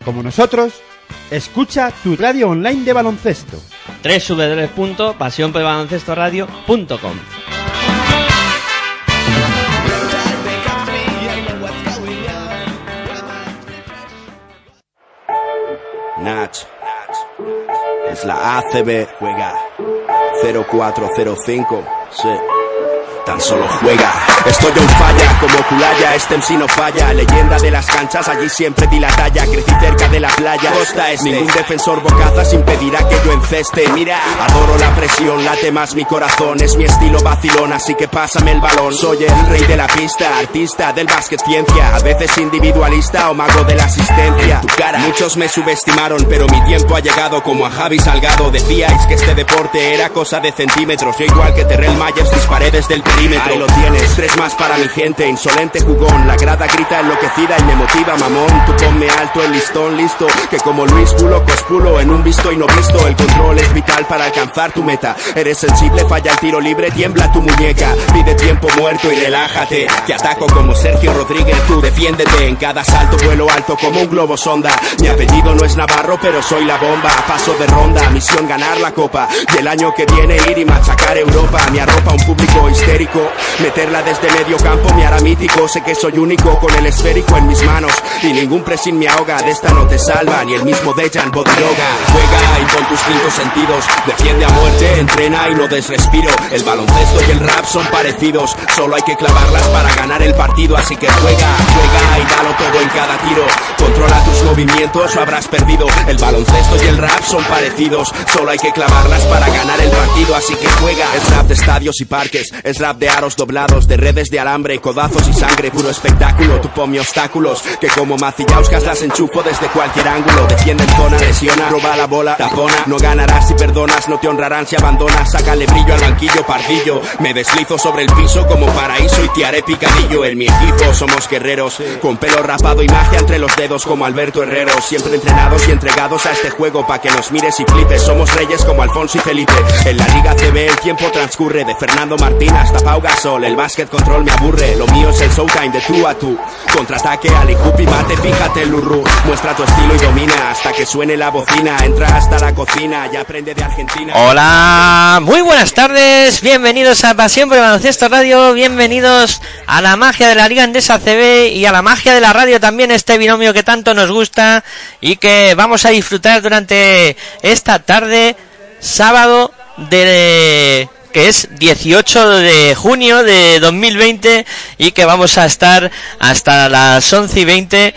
como nosotros, escucha tu radio online de baloncesto. www.pasionporbaloncestoradio.com. Nach, es la ACB, juega 0405, sí. Tan solo juega. Estoy on falla, como Culaya, este MC no falla. Leyenda de las canchas, allí siempre di la talla. Crecí cerca de la playa, costa este. Ningún defensor bocazas impedirá que yo enceste. Mira, adoro la presión, late más mi corazón. Es mi estilo vacilón, así que pásame el balón. Soy el rey de la pista, artista del básquet ciencia. A veces individualista o mago de la asistencia. En tu cara. Muchos me subestimaron, pero mi tiempo ha llegado como a Javi Salgado. Decíais que este deporte era cosa de centímetros. Yo igual que Terrell Myers disparé desde el perímetro. Ahí lo tienes, 3 más para mi gente, insolente jugón. La grada grita enloquecida y me motiva, mamón. Tú ponme alto el listón, listo. Que como Luis Pulo, cospulo en un visto y no visto. El control es vital para alcanzar tu meta. Eres sensible, falla el tiro libre, tiembla tu muñeca. Pide tiempo muerto y relájate. Te ataco como Sergio Rodríguez, tú defiéndete. En cada salto vuelo alto como un globo sonda. Mi apellido no es Navarro, pero soy la bomba. Paso de ronda, misión ganar la copa. Y el año que viene ir y machacar Europa. Me arropa un público histérico. Meterla desde medio campo me hará mítico. Sé que soy único con el esférico en mis manos. Y ningún pressing me ahoga. De esta no te salva ni el mismo Dejan Bodiroga. Juega y con tus 5 sentidos. Defiende a muerte, entrena y no des respiro. El baloncesto y el rap son parecidos. Solo hay que clavarlas para ganar el partido. Así que juega y dalo todo en cada tiro. Controla tus movimientos o habrás perdido. El baloncesto y el rap son parecidos. Solo hay que clavarlas para ganar el partido. Así que juega. Es rap de estadios y parques. Es rap de aros doblados, de redes de alambre, codazos y sangre, puro espectáculo. Tú ponme obstáculos, que como Macillauskas las enchufo desde cualquier ángulo. Defiende en zona, lesiona, roba la bola, tapona. No ganarás si perdonas, no te honrarán si abandonas. Sácale brillo al banquillo, pardillo. Me deslizo sobre el piso como paraíso y te haré picadillo. En mi equipo somos guerreros, con pelo rapado y magia entre los dedos como Alberto Herrero. Siempre entrenados y entregados a este juego pa' que nos mires y flipes. Somos reyes como Alfonso y Felipe. En la Liga CB el tiempo transcurre, de Fernando Martín hasta Pau Gasol. El básquet control me aburre, lo mío es el showtime de tú a tú. Contraataque, alijup y mate, fíjate Lurru. Muestra tu estilo y domina hasta que suene la bocina. Entra hasta la cocina y aprende de Argentina. Hola, muy buenas tardes, bienvenidos a Pasión por el Baloncesto Radio. Bienvenidos a la magia de la Liga Endesa CB y a la magia de la radio también, este binomio que tanto nos gusta y que vamos a disfrutar durante esta tarde, sábado que es 18 de junio de 2020 y que vamos a estar hasta las 11:20.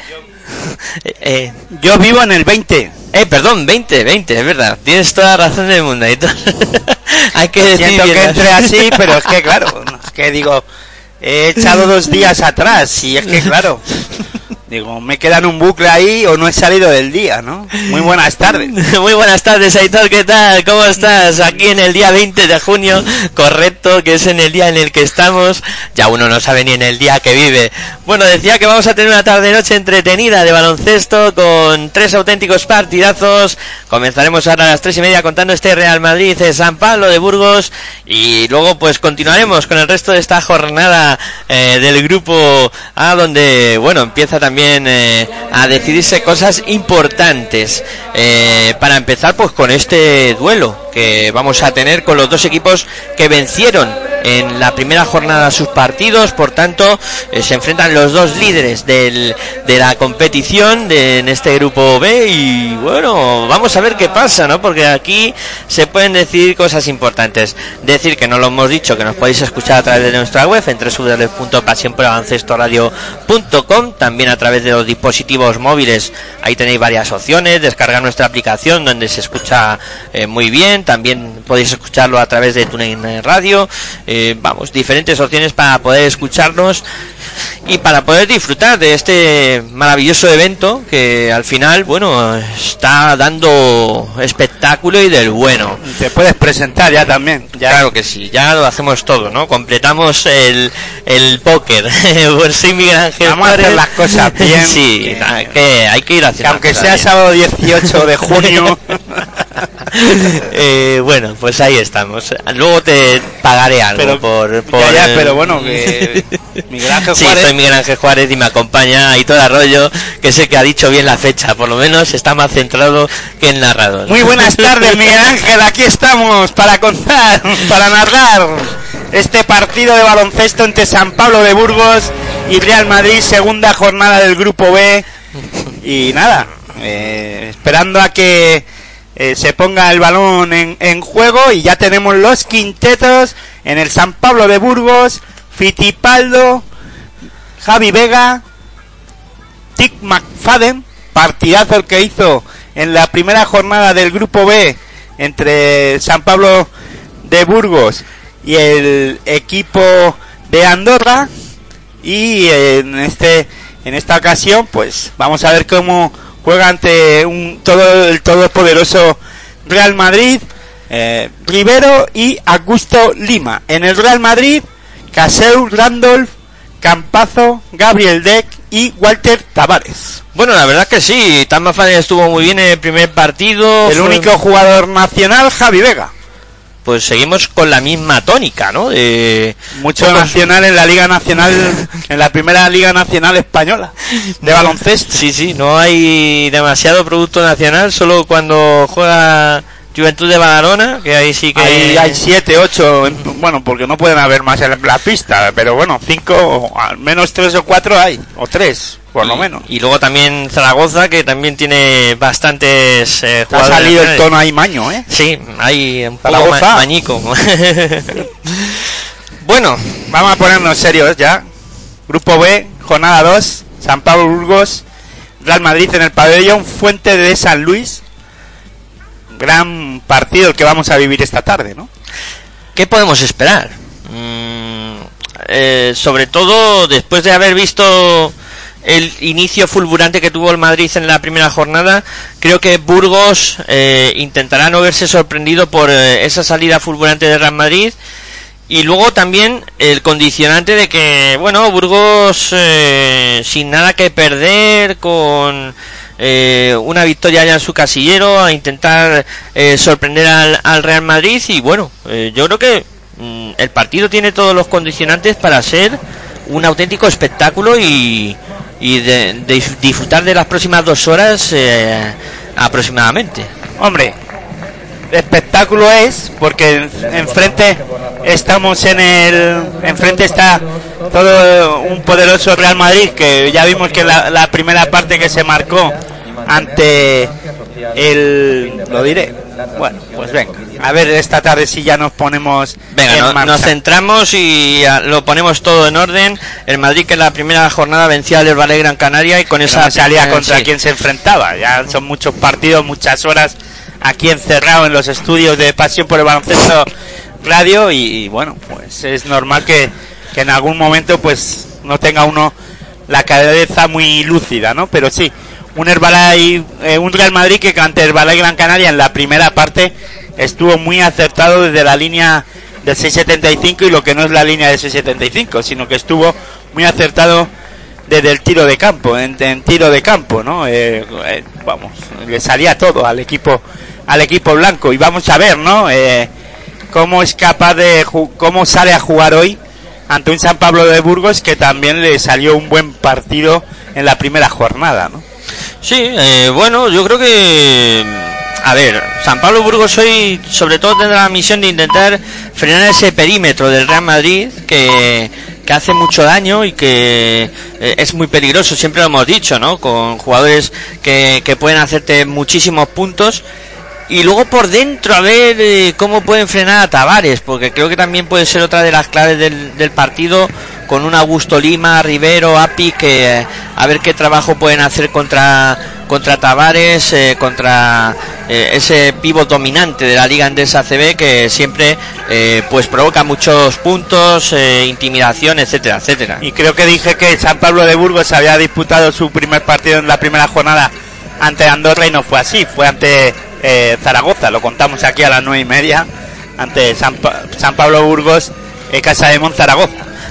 Yo vivo en el 20. Perdón, 20, es verdad. Tienes toda la razón del mundo. Hay que decir siento que entre así, pero es que claro, es que digo, he echado 2 días atrás y es que claro, digo, me queda en un bucle ahí o no he salido del día, ¿no? Muy buenas tardes. Muy buenas tardes, Aitor, ¿qué tal? ¿Cómo estás? Aquí en el día 20 de junio, correcto, que es en el día en el que estamos. Ya uno no sabe ni en el día que vive. Bueno, decía que vamos a tener una tarde-noche entretenida de baloncesto con 3 auténticos partidazos. Comenzaremos ahora a las 3:30 contando este Real Madrid San Pablo de Burgos y luego pues continuaremos con el resto de esta jornada del grupo A, donde, bueno, empieza también a decidirse cosas importantes. Para empezar pues con este duelo que vamos a tener con los 2 equipos que vencieron en la primera jornada sus partidos, por tanto se enfrentan los 2 líderes de la competición en este grupo B y bueno, vamos a ver qué pasa, ¿no? Porque aquí se pueden decidir cosas importantes. Decir que no lo hemos dicho, que nos podéis escuchar a través de nuestra web en www.pasionporbaloncestoradio.com, también a través de los dispositivos móviles. Ahí tenéis varias opciones, descargar nuestra aplicación donde se escucha muy bien, también podéis escucharlo a través de TuneIn Radio. Diferentes opciones para poder escucharnos y para poder disfrutar de este maravilloso evento que al final, bueno, está dando espectáculo y del bueno. Te puedes presentar ya también. Ya. Claro que sí, ya lo hacemos todo, ¿no? Completamos el póker. Pues sí, Miguel Ángel. Vamos a hacer las cosas bien. Sí, hay que ir haciendo. Aunque sea sábado 18 de junio. Bueno, pues ahí estamos. Luego te pagaré algo pero, por ya, pero bueno, que Miguel Ángel Sí, Juárez. soy Miguel Ángel Juárez y me acompaña Aitor Arroyo, que es el que ha dicho bien la fecha, por lo menos está más centrado que el narrador. Muy buenas tardes, Miguel Ángel, aquí estamos para contar, para narrar este partido de baloncesto entre San Pablo de Burgos y Real Madrid, segunda jornada del Grupo B. Y nada, esperando a que se ponga el balón en juego, y ya tenemos los quintetos en el San Pablo de Burgos: Fittipaldo, Javi Vega, Tic McFadden, partidazo el que hizo en la primera jornada del Grupo B entre San Pablo de Burgos y el equipo de Andorra. Y en esta ocasión pues vamos a ver cómo juega ante el todopoderoso Real Madrid. Rivero y Augusto Lima. En el Real Madrid, Caseu, Randolph, Campazo, Gabriel Deck y Walter Tavares. Bueno, la verdad que sí, Tic McFadden estuvo muy bien en el primer partido. El único jugador nacional, Javi Vega. Pues seguimos con la misma tónica, ¿no? Mucho nacional en la Liga Nacional, en la primera Liga Nacional española de baloncesto. Sí, no hay demasiado producto nacional, solo cuando juega Juventud de Badalona, que ahí sí que... Ahí hay 7, 8, bueno, porque no pueden haber más en la pista, pero bueno, 5, al menos 3 o 4 hay, o 3, por lo menos. Y luego también Zaragoza, que también tiene bastantes jugadores. Ha salido el tono ahí maño, ¿eh? Sí, hay un poco Zaragoza. mañico. Bueno, vamos a ponernos serios ya. Grupo B, jornada 2, San Pablo Burgos, Real Madrid en el pabellón Fuente de San Luis. Gran partido el que vamos a vivir esta tarde, ¿no? ¿Qué podemos esperar? Sobre todo después de haber visto el inicio fulgurante que tuvo el Madrid en la primera jornada, creo que Burgos intentará no verse sorprendido por esa salida fulgurante de Real Madrid. Y luego también el condicionante de que, bueno, Burgos sin nada que perder, con una victoria ya en su casillero, a intentar sorprender al Real Madrid. Y bueno, yo creo que el partido tiene todos los condicionantes para ser un auténtico espectáculo y de disfrutar de las próximas 2 horas aproximadamente. Hombre, espectáculo es porque enfrente estamos enfrente está todo un poderoso Real Madrid, que ya vimos que la primera parte que se marcó ante lo diré. Bueno, pues venga, a ver esta tarde si ya nos ponemos nos centramos y lo ponemos todo en orden. El Madrid, que en la primera jornada vencía al Herbalife Gran Canaria, y con esa salía contra quien se enfrentaba. Ya son muchos partidos, muchas horas aquí encerrado en los estudios de Pasión por el Baloncesto Radio, y bueno, pues es normal que en algún momento pues no tenga uno la cabeza muy lúcida, ¿no? Pero sí, un Real Madrid que ante Herbalife Gran Canaria en la primera parte estuvo muy acertado desde la línea del 6.75, y lo que no es la línea del 6.75, sino que estuvo muy acertado desde el tiro de campo, en tiro de campo, ¿no? Vamos, le salía todo al equipo blanco, y vamos a ver, ¿no? Cómo es capaz cómo sale a jugar hoy ante un San Pablo de Burgos que también le salió un buen partido en la primera jornada, ¿no? Sí, bueno, yo creo que, a ver, San Pablo Burgos hoy sobre todo tendrá la misión de intentar frenar ese perímetro del Real Madrid que hace mucho daño y que es muy peligroso, siempre lo hemos dicho, ¿no? Con jugadores que pueden hacerte muchísimos puntos. Y luego por dentro a ver cómo pueden frenar a Tavares, porque creo que también puede ser otra de las claves del partido, con un Augusto Lima, Rivero, Api, que a ver qué trabajo pueden hacer contra Tavares, contra ese pívot dominante de la Liga Endesa ACB, que siempre pues provoca muchos puntos, intimidación, etcétera, etcétera. Y creo que dije que San Pablo de Burgos había disputado su primer partido en la primera jornada ante Andorra, y no fue así, fue ante Zaragoza, lo contamos aquí a las 9:30, ante San Pablo Burgos, Casa de Mon Zaragoza.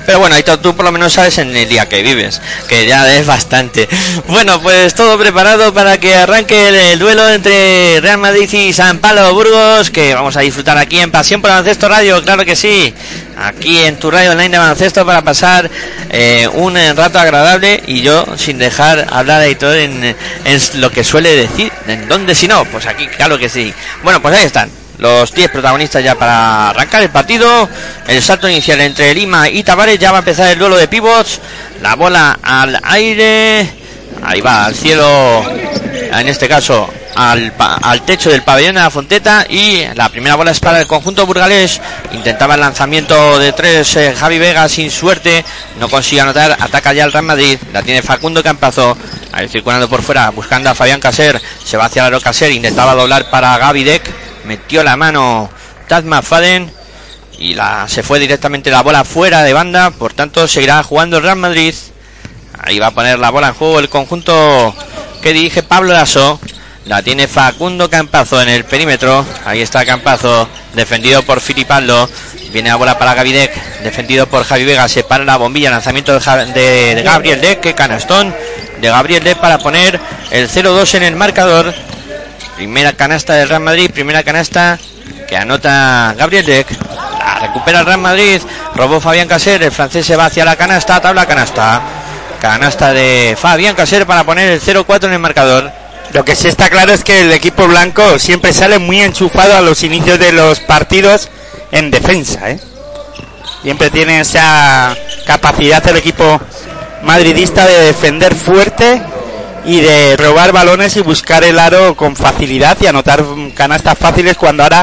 Pero bueno, ahí tú por lo menos sabes en el día que vives, que ya es bastante. Bueno, pues todo preparado para que arranque el duelo entre Real Madrid y San Pablo de Burgos, que vamos a disfrutar aquí en Pasión por Baloncesto Radio, claro que sí, aquí en tu radio online de baloncesto, para pasar un rato agradable, y yo sin dejar hablar y todo en lo que suele decir, en dónde si no, pues aquí, claro que sí. Bueno, pues ahí están los 10 protagonistas ya para arrancar el partido. El salto inicial entre Lima y Tavares, ya va a empezar el duelo de pivots. La bola al aire, ahí va al cielo, en este caso al techo del pabellón de la Fonteta, y la primera bola es para el conjunto burgalés. Intentaba el lanzamiento de 3 Javi Vega, sin suerte, no consigue anotar. Ataca ya el Real Madrid, la tiene Facundo Campazo, ahí circulando por fuera, buscando a Fabián Caser. Se va hacia la Caser, intentaba doblar para Gaby Deck, metió la mano Tad McFadden y se fue directamente la bola fuera de banda. Por tanto seguirá jugando el Real Madrid. Ahí va a poner la bola en juego el conjunto que dirige Pablo Lasso. La tiene Facundo Campazo en el perímetro. Ahí está Campazo, defendido por Filipaldo. Viene la bola para Gaby Deck, defendido por Javi Vega. Se para la bombilla, lanzamiento de Gabriel Deck. Que canastón de Gabriel Deck para poner el 0-2 en el marcador. Primera canasta del Real Madrid, primera canasta que anota Gabriel Deck. La recupera el Real Madrid, robó Fabián Caser, el francés se va hacia la canasta, tabla canasta. Canasta de Fabián Caser para poner el 0-4 en el marcador. Lo que sí está claro es que el equipo blanco siempre sale muy enchufado a los inicios de los partidos en defensa, Siempre tiene esa capacidad el equipo madridista de defender fuerte y de robar balones y buscar el aro con facilidad y anotar canastas fáciles, cuando ahora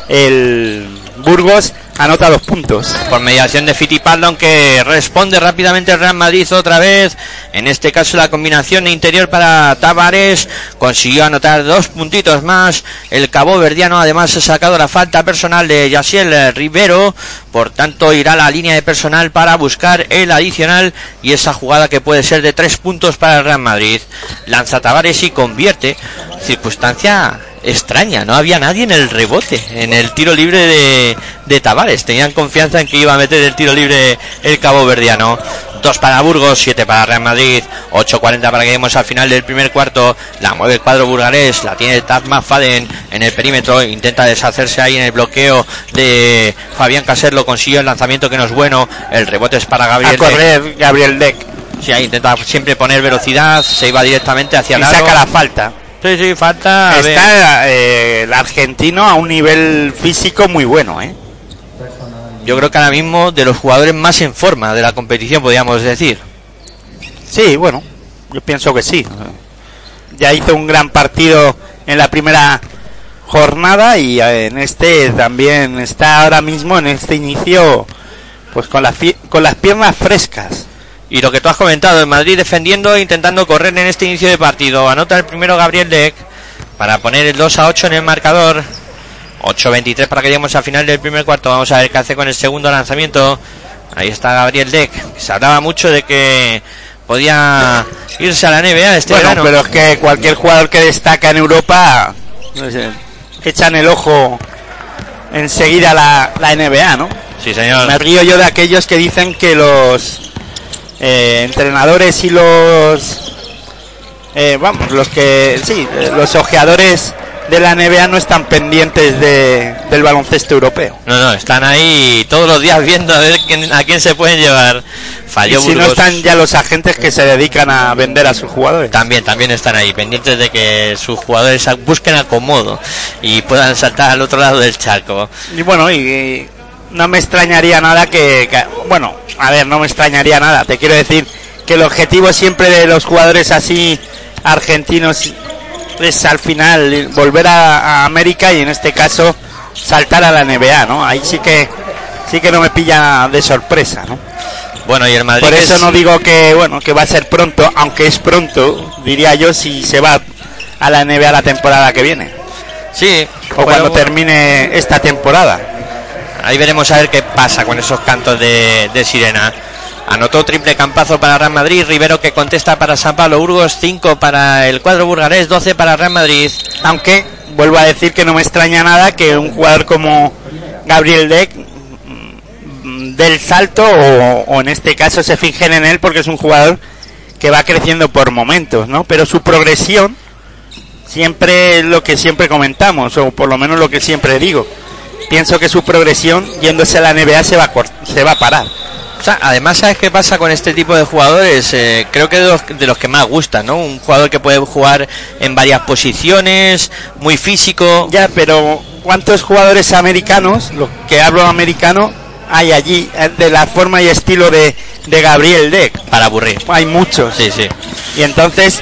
el Burgos anota 2 puntos. Por mediación de Fittipaldo, aunque responde rápidamente el Real Madrid otra vez. En este caso la combinación interior para Tavares consiguió anotar 2 puntitos más. El caboverdiano además ha sacado la falta personal de Yaciel Rivero. Por tanto irá a la línea de personal para buscar el adicional, y esa jugada que puede ser de 3 puntos para el Real Madrid. Lanza Tavares y convierte. Circunstancia extraña, no había nadie en el rebote, en el tiro libre de Tavares. Tenían confianza en que iba a meter el tiro libre el caboverdiano. 2 para Burgos, 7 para Real Madrid. 8:40 para que lleguemos al final del primer cuarto. La mueve el cuadro burgalés, la tiene Tad McFadden en el perímetro, intenta deshacerse ahí en el bloqueo de Fabián Caser, lo consiguió, el lanzamiento que no es bueno. El rebote es para Gabriel Deck. Sí, ahí intenta siempre poner velocidad, se iba directamente hacia y el aro. saca la falta. Sí, falta. Está el argentino a un nivel físico muy bueno, Yo creo que ahora mismo de los jugadores más en forma de la competición, podríamos decir. Sí, bueno, yo pienso que sí. Ya hizo un gran partido en la primera jornada, y en este también está ahora mismo en este inicio, pues con las piernas frescas. Y lo que tú has comentado, el Madrid defendiendo e intentando correr en este inicio de partido. Anota el primero Gabriel Deck para poner el 2-8 en el marcador. 8:23 para que lleguemos al final del primer cuarto. Vamos a ver qué hace con el segundo lanzamiento. Ahí está Gabriel Deck. Se hablaba mucho de que podía irse a la NBA verano. Pero es que cualquier jugador que destaca en Europa, no sé, echan el ojo enseguida a la NBA, ¿no? Sí, señor. Me río yo de aquellos que dicen que los entrenadores y los los ojeadores de la NBA no están pendientes del baloncesto europeo. No, están ahí todos los días viendo a ver a quién se pueden llevar. Falló y si Burgos. no están ya los agentes que se dedican a vender a sus jugadores. También están ahí, pendientes de que sus jugadores busquen acomodo y puedan saltar al otro lado del charco. Y bueno, y no me extrañaría nada no me extrañaría nada. Te quiero decir que el objetivo siempre de los jugadores así argentinos es al final volver a América, y en este caso saltar a la NBA, ¿no? Ahí sí que no me pilla de sorpresa, ¿no? Bueno, y el Madrid. Por eso no digo que va a ser pronto, aunque es pronto, diría yo, si se va a la NBA la temporada que viene. Sí. O cuando termine esta temporada. Ahí veremos a ver qué pasa con esos cantos de sirena. Anotó triple Campazo para Real Madrid. Rivero que contesta para San Pablo Burgos. 5 para el cuadro burgalés, 12 para Real Madrid. Aunque vuelvo a decir que no me extraña nada que un jugador como Gabriel Deck del salto o en este caso se fijen en él porque es un jugador que va creciendo por momentos, ¿no? Pero su progresión siempre es lo que siempre comentamos, o por lo menos lo que siempre digo. Pienso que su progresión yéndose a la NBA se va a parar. O sea, además, ¿sabes qué pasa con este tipo de jugadores? Creo que de los que más gustan, ¿no? Un jugador que puede jugar en varias posiciones, muy físico. Ya, pero ¿cuántos jugadores americanos, los que hablo americano, hay allí de la forma y estilo de Gabriel Deck? Para aburrir. Hay muchos. Sí, sí. Y entonces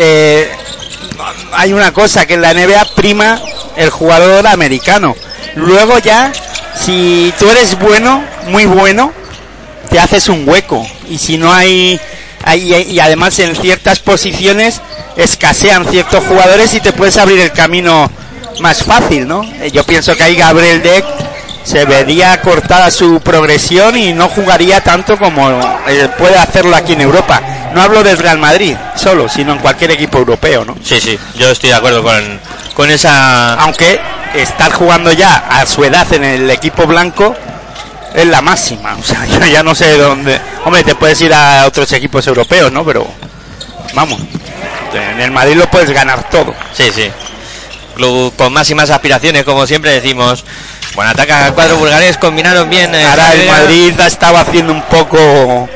hay una cosa, que en la NBA prima el jugador americano. Luego ya, si tú eres bueno, muy bueno, te haces un hueco. Y si no hay y además en ciertas posiciones escasean ciertos jugadores y te puedes abrir el camino más fácil, ¿no? Yo pienso que ahí Gabriel Deck se vería cortada su progresión y no jugaría tanto como puede hacerlo aquí en Europa. No hablo del Real Madrid solo, sino en cualquier equipo europeo, ¿no? Sí, sí, yo estoy de acuerdo con esa... Aunque estar jugando ya a su edad en el equipo blanco es la máxima. O sea, yo ya no sé dónde... Hombre, te puedes ir a otros equipos europeos, ¿no? Pero, vamos, en el Madrid lo puedes ganar todo. Sí, sí. Club con máximas aspiraciones, como siempre decimos. Bueno, ataca al cuadro burgalés, combinaron bien. Ahora el Madrid ha estado haciendo un poco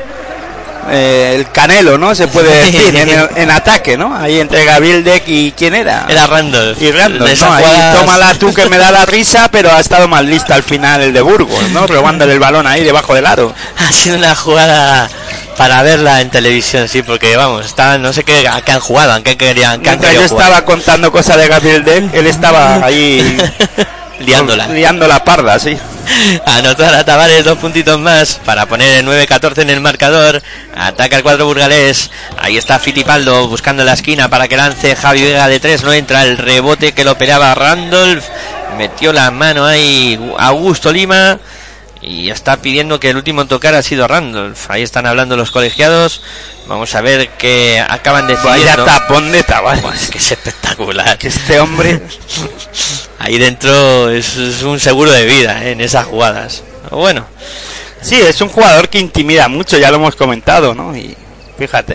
el Canelo, ¿no? Se puede decir, en ataque, ¿no? Ahí entre Gabriel Deck y ¿quién era? Era Randolph. Y Randolph, ¿no? Ahí tómala tú que me da la risa, pero ha estado más lista al final el de Burgos, ¿no? Robándole el balón ahí debajo del aro. Ha sido una jugada para verla en televisión, sí, porque vamos, estaban, no sé qué han jugado, en qué querían. Mientras yo estaba contando cosas de Gabriel Deck, él estaba ahí liando la parda, sí. Anotar a Tavares 2 puntitos más para poner el 9-14 en el marcador. Ataca el cuadro burgalés. Ahí está Fittipaldo buscando la esquina para que lance Javi Vega de 3. No entra el rebote que lo peleaba Randolph. Metió la mano ahí Augusto Lima. Y está pidiendo que el último en tocar ha sido Randolph. Ahí están hablando los colegiados. Vamos a ver qué acaban decidiendo. Vaya tapón de Tavares. Pues que es espectacular. Que este hombre... Ahí dentro es un seguro de vida, en esas jugadas. Bueno. Sí, es un jugador que intimida mucho, ya lo hemos comentado, ¿no? Y fíjate.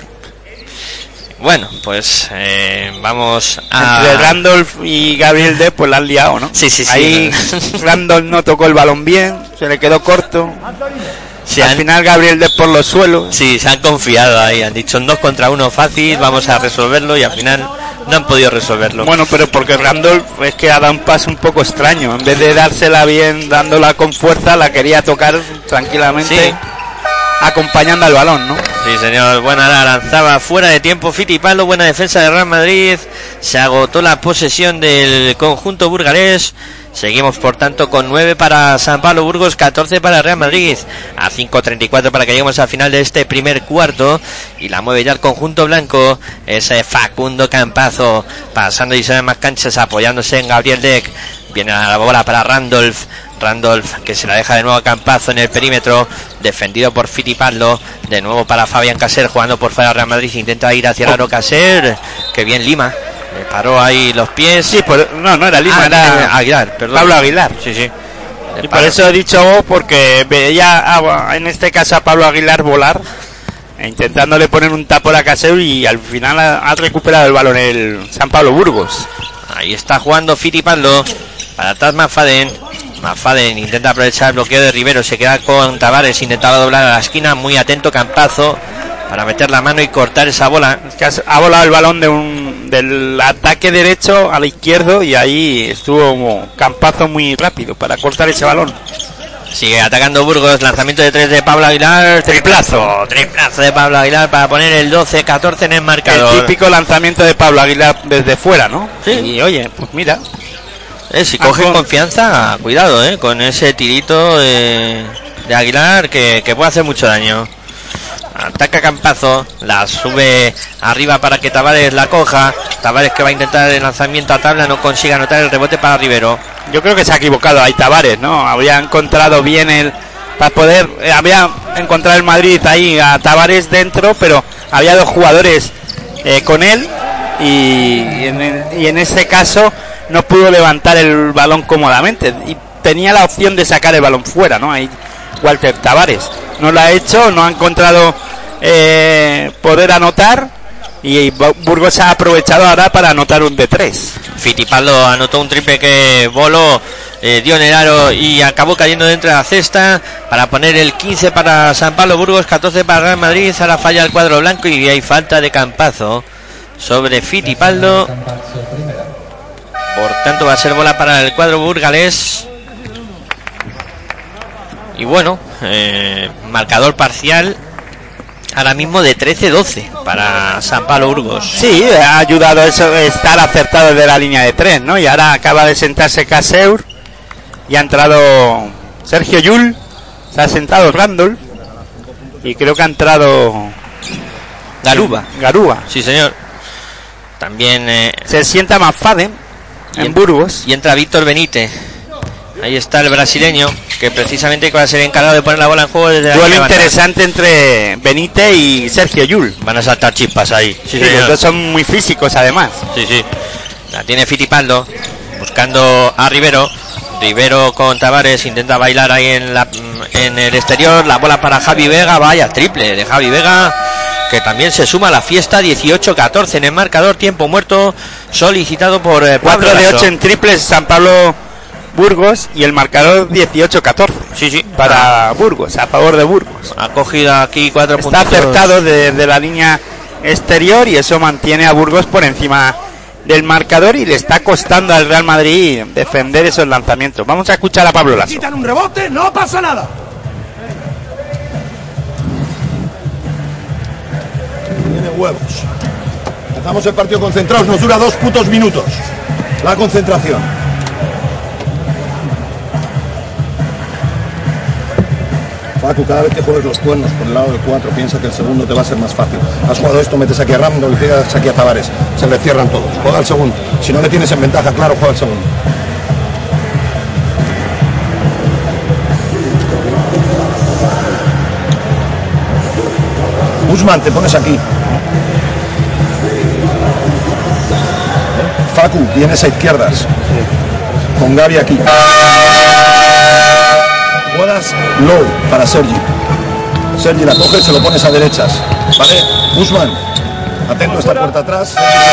Bueno, pues vamos a... Entre Randolph y Gabriel Deck, pues la han liado, ¿no? Sí, sí, sí. Ahí Randolph no tocó el balón bien, se le quedó corto. Al final Gabriel Deck por los suelos. Sí, se han confiado ahí, han dicho 2 contra 1 fácil, vamos a resolverlo y al final no han podido resolverlo. Bueno, pero porque Randolph es que ha dado un paso un poco extraño. En vez de dársela bien, dándola con fuerza, la quería tocar tranquilamente, sí, acompañando al balón, ¿no? Sí, señor. Buena la lanzaba fuera de tiempo Fittipaldo, buena defensa de Real Madrid. Se agotó la posesión del conjunto burgalés. Seguimos, por tanto, con 9 para San Pablo Burgos, 14 para Real Madrid. A 5:34 para que lleguemos al final de este primer cuarto. Y la mueve ya el conjunto blanco. Ese Facundo Campazo, pasando y se más canchas, apoyándose en Gabriel Deck. Viene la bola para Randolph, que se la deja de nuevo a Campazo en el perímetro, defendido por Fittipaldo. De nuevo para Fabián Caser, jugando por fuera Real Madrid. Intenta ir hacia Raro Caser. Que bien Lima. Le paró ahí los pies. Sí, no era Lima, era Aguilar, perdón. Pablo Aguilar. Sí, sí. Y por eso he dicho porque veía en este caso a Pablo Aguilar volar, intentándole poner un tapo a Caser, y al final ha recuperado el balón el San Pablo Burgos. Ahí está jugando Fittipaldo para atrás McFadden. McFadden intenta aprovechar el bloqueo de Rivero, se queda con Tavares, intentaba doblar a la esquina, muy atento Campazo para meter la mano y cortar esa bola. Es que ha volado el balón del ataque derecho al izquierdo, y ahí estuvo Campazo muy rápido para cortar ese balón. Sigue atacando Burgos, lanzamiento de 3 de Pablo Aguilar, triplazo de Pablo Aguilar para poner el 12-14 en el marcador. El típico lanzamiento de Pablo Aguilar desde fuera, ¿no? Sí. Y oye, pues mira, si coge confianza, cuidado, con ese tirito de Aguilar que puede hacer mucho daño. Ataca Campazo, la sube arriba para que Tavares la coja. Tavares, que va a intentar el lanzamiento a tabla, no consigue anotar, el rebote para Rivero. Yo creo que se ha equivocado ahí Tavares, ¿no? Había encontrado bien había encontrado el Madrid ahí a Tavares dentro, pero había 2 jugadores con él, y en ese caso no pudo levantar el balón cómodamente, y tenía la opción de sacar el balón fuera, ¿no? Ahí Walter Tavares. No lo ha hecho, no ha encontrado poder anotar, y Burgos ha aprovechado ahora para anotar un de 3. Fittipaldo anotó un triple que voló, dio en el aro y acabó cayendo dentro de la cesta para poner el 15 para San Pablo Burgos, 14 para Real Madrid. Ahora falla el cuadro blanco y hay falta de Campazo sobre Fittipaldo. Por tanto va a ser bola para el cuadro burgalés. Y bueno, marcador parcial ahora mismo de 13-12 para San Pablo Burgos. Sí, ha ayudado eso, estar acertado de la línea de 3, ¿no? Y ahora acaba de sentarse Caseur y ha entrado Sergio Llull, se ha sentado Randall y creo que ha entrado Garuba. Sí, señor. También se sienta Maffaden en Burgos y entra Víctor Benítez. Ahí está el brasileño, que precisamente va a ser encargado de poner la bola en juego desde la duelo línea interesante entre Benítez y Sergio Llull. Van a saltar chispas ahí. Sí, los dos son muy físicos además. Sí. La tiene Fittipaldo, buscando a Rivero. Rivero con Tavares, intenta bailar ahí en el exterior. La bola para Javi Vega, vaya triple de Javi Vega, que también se suma a la fiesta. 18-14 en el marcador, tiempo muerto solicitado por 4 de 8 en triples San Pablo Burgos y el marcador 18-14. Sí. Para Burgos, a favor de Burgos. Ha cogido aquí 4 puntos. Está acertado desde la línea exterior y eso mantiene a Burgos por encima del marcador y le está costando al Real Madrid defender esos lanzamientos. Vamos a escuchar a Pablo Lasso. Quitan un rebote, no pasa nada. Tiene huevos. Empezamos el partido concentrados, nos dura 2 putos minutos. La concentración. Facu, cada vez que juegues los cuernos por el lado del 4, piensa que el segundo te va a ser más fácil. Has jugado esto, metes aquí a Randall, metes aquí a Tavares. Se le cierran todos. Juega el segundo. Si no le tienes en ventaja, claro, juega el segundo. Usman, te pones aquí. Facu, vienes a izquierdas. Con Gaby aquí. Juegas low para Sergi. Sergi la coges, se lo pones a derechas. Vale, Usman, atento a esta puerta atrás.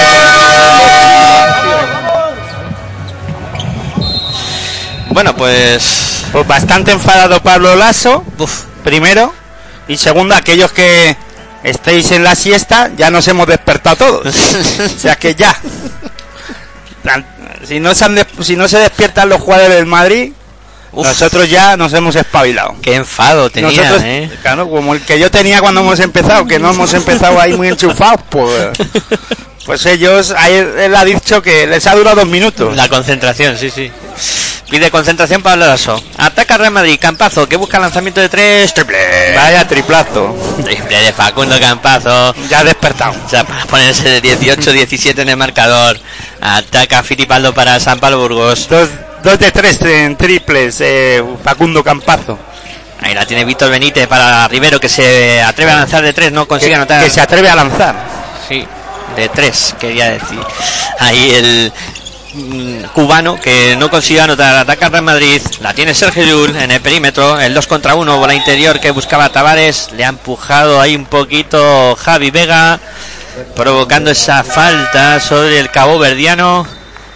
Bueno, pues bastante enfadado Pablo Lasso, primero, y segundo, aquellos que estéis en la siesta, ya nos hemos despertado todos. O sea que ya. Si no se despiertan los jugadores del Madrid, nosotros ya nos hemos espabilado. Qué enfado tenía, nosotros, claro, como el que yo tenía cuando hemos empezado, que no hemos empezado ahí muy enchufados, pues ellos, él ha dicho que les ha durado 2 minutos. La concentración, sí. Pide concentración Pablo Lasso. Ataca Real Madrid, Campazo, que busca lanzamiento de 3, triple. Vaya triplazo. Triple de Facundo Campazo. Ya ha despertado. O sea, para ponerse de 18-17 en el marcador. Ataca Fittipaldo para San Pablo Burgos. 2 de 3 en triples, Facundo Campazo. Ahí la tiene Víctor Benítez para Rivero, que se atreve a lanzar de 3, no consigue anotar. Que se atreve a lanzar. Sí, de 3, quería decir. Ahí el cubano que no consigue anotar. Ataca Real Madrid, la tiene Sergio Llull en el perímetro, el 2 contra 1, bola interior que buscaba Tavares. Le ha empujado ahí un poquito Javi Vega, provocando esa falta sobre el caboverdiano.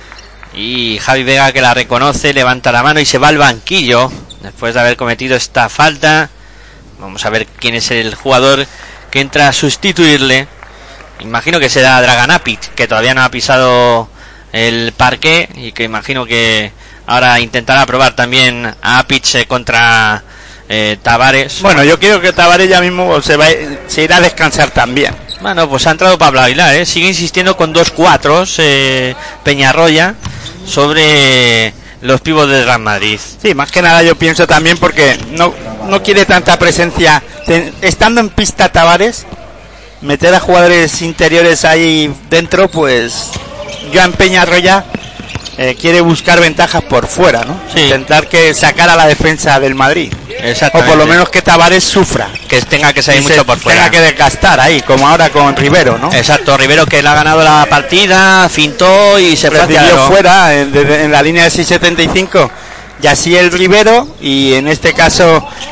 Y Javi Vega, que la reconoce, levanta la mano y se va al banquillo después de haber cometido esta falta. Vamos a ver quién es el jugador que entra a sustituirle. Imagino que será Dragan Apic, que todavía no ha pisado el parqué y que imagino que ahora intentará probar también a Apic contra Tavares. Bueno, yo creo que Tavares ya mismo se irá a descansar también. Bueno, pues ha entrado Pablo Aguilar, sigue insistiendo con 2-4 Peñarroya sobre los pibos del Real Madrid. Sí, más que nada yo pienso también porque no quiere tanta presencia. Estando en pista Tavares, meter a jugadores interiores ahí dentro, pues Joan Peñarroya quiere buscar ventajas por fuera, ¿no? Sí. Intentar que sacar a la defensa del Madrid. O por lo menos que Tavares sufra, que tenga que salir mucho por fuera, tenga que desgastar ahí, como ahora con Rivero, ¿no? Exacto, Rivero, que le ha ganado la partida, fintó y se recibió fuera en la línea de 6.75, y así el Rivero, y en este caso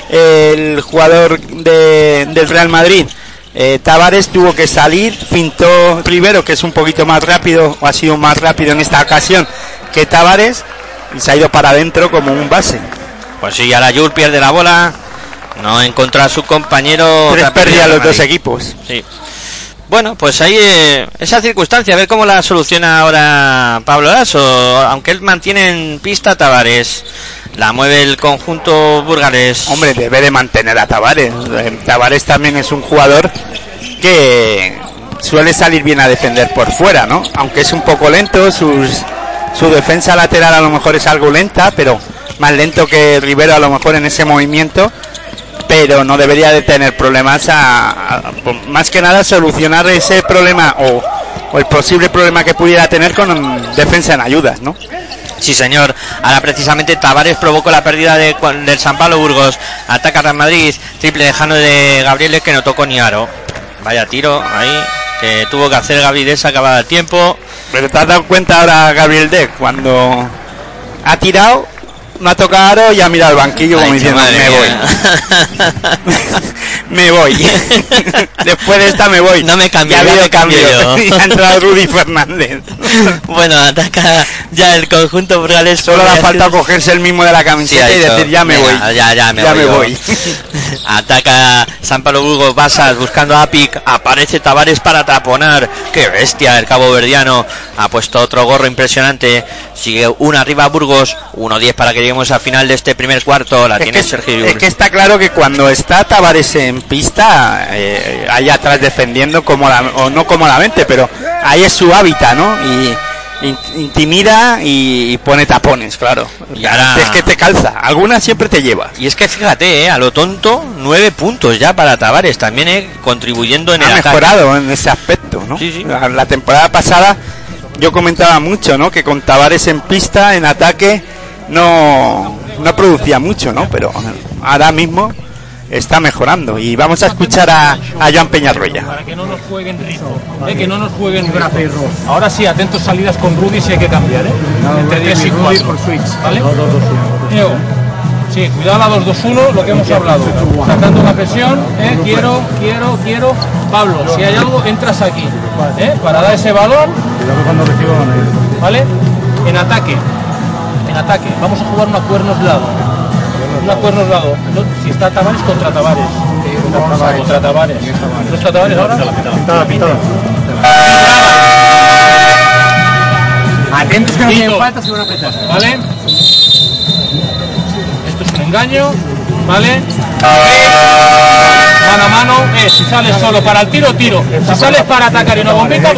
el jugador del Real Madrid. Tavares tuvo que salir, pintó Rivero, que es un poquito más rápido, o ha sido más rápido en esta ocasión que Tavares, y se ha ido para adentro como un base. Pues sí, ahora Yul pierde la bola, no encontró a su compañero. 3 pérdidas los dos equipos. Sí. Bueno, pues ahí esa circunstancia, a ver cómo la soluciona ahora Pablo Lasso, aunque él mantiene en pista a Tavares. La mueve el conjunto burgalés. Hombre, debe de mantener a Tavares. Tavares también es un jugador que suele salir bien a defender por fuera, ¿no? Aunque es un poco lento, su defensa lateral a lo mejor es algo lenta, pero más lento que Rivero a lo mejor en ese movimiento, pero no debería de tener problemas más que nada solucionar ese problema o el posible problema que pudiera tener con defensa en ayudas, ¿no? Sí, señor. Ahora precisamente Tavares provocó la pérdida del San Pablo Burgos. Ataca Real Madrid, triple lejano de Gabriel, que no tocó ni aro. Vaya tiro ahí que tuvo que hacer Gabriel, se acababa el tiempo. Pero te has dado cuenta ahora, Gabriel Deck, cuando ha tirado, no ha tocado aro y ha mirado al banquillo como diciendo, me voy. Me voy. Después de esta me voy. No me cambio, ya ha habido cambio. Y ha entrado Rudy Fernández. Bueno, ataca ya el conjunto burgalés. Solo le ha faltado cogerse el mismo de la camiseta y decir, ya me voy. Ya me voy. Ataca San Pablo Burgos, Basas buscando a Pic. Aparece Tavares para taponar. Qué bestia, el caboverdiano ha puesto otro gorro impresionante. Sigue una arriba Burgos, 1-10 para que lleguemos al final de este primer cuarto. La tiene Sergio Llull. Es que está claro que cuando está Tavares en pista, allá atrás defendiendo o no cómodamente, pero ahí es su hábitat, ¿no? Y intimida y pone tapones, claro. Y ahora... Es que te calza, algunas siempre te lleva. Y es que fíjate, a lo tonto, 9 puntos ya para Tavares, también contribuyendo en el ataque. Ha mejorado en ese aspecto, ¿no? Sí. La temporada pasada yo comentaba mucho, ¿no? Que con Tavares en pista, en ataque, no producía mucho, ¿no? Pero ahora mismo está mejorando. Y vamos a escuchar a Joan Peñarroya. Para que no nos jueguen ritmo, que no nos jueguen ritmo. Ahora sí, atentos salidas con Rudy si hay que cambiar, entre 10 y 4, ¿vale? Sí, cuidado a 2-2-1, lo que hemos hablado. Sacando la presión, quiero. Pablo, si hay algo, entras aquí, para dar ese balón, ¿vale? En ataque. Vamos a jugar una cuernos lado. Si está Tavares, contra Tavares. Contra Tavares. ¿No está Tavares ahora? Atentos que no tienen falta, se van a apretar. ¿Vale? Esto es un engaño, ¿vale? Mano a mano, si sales solo para el tiro. Si sales para atacar y una bombita.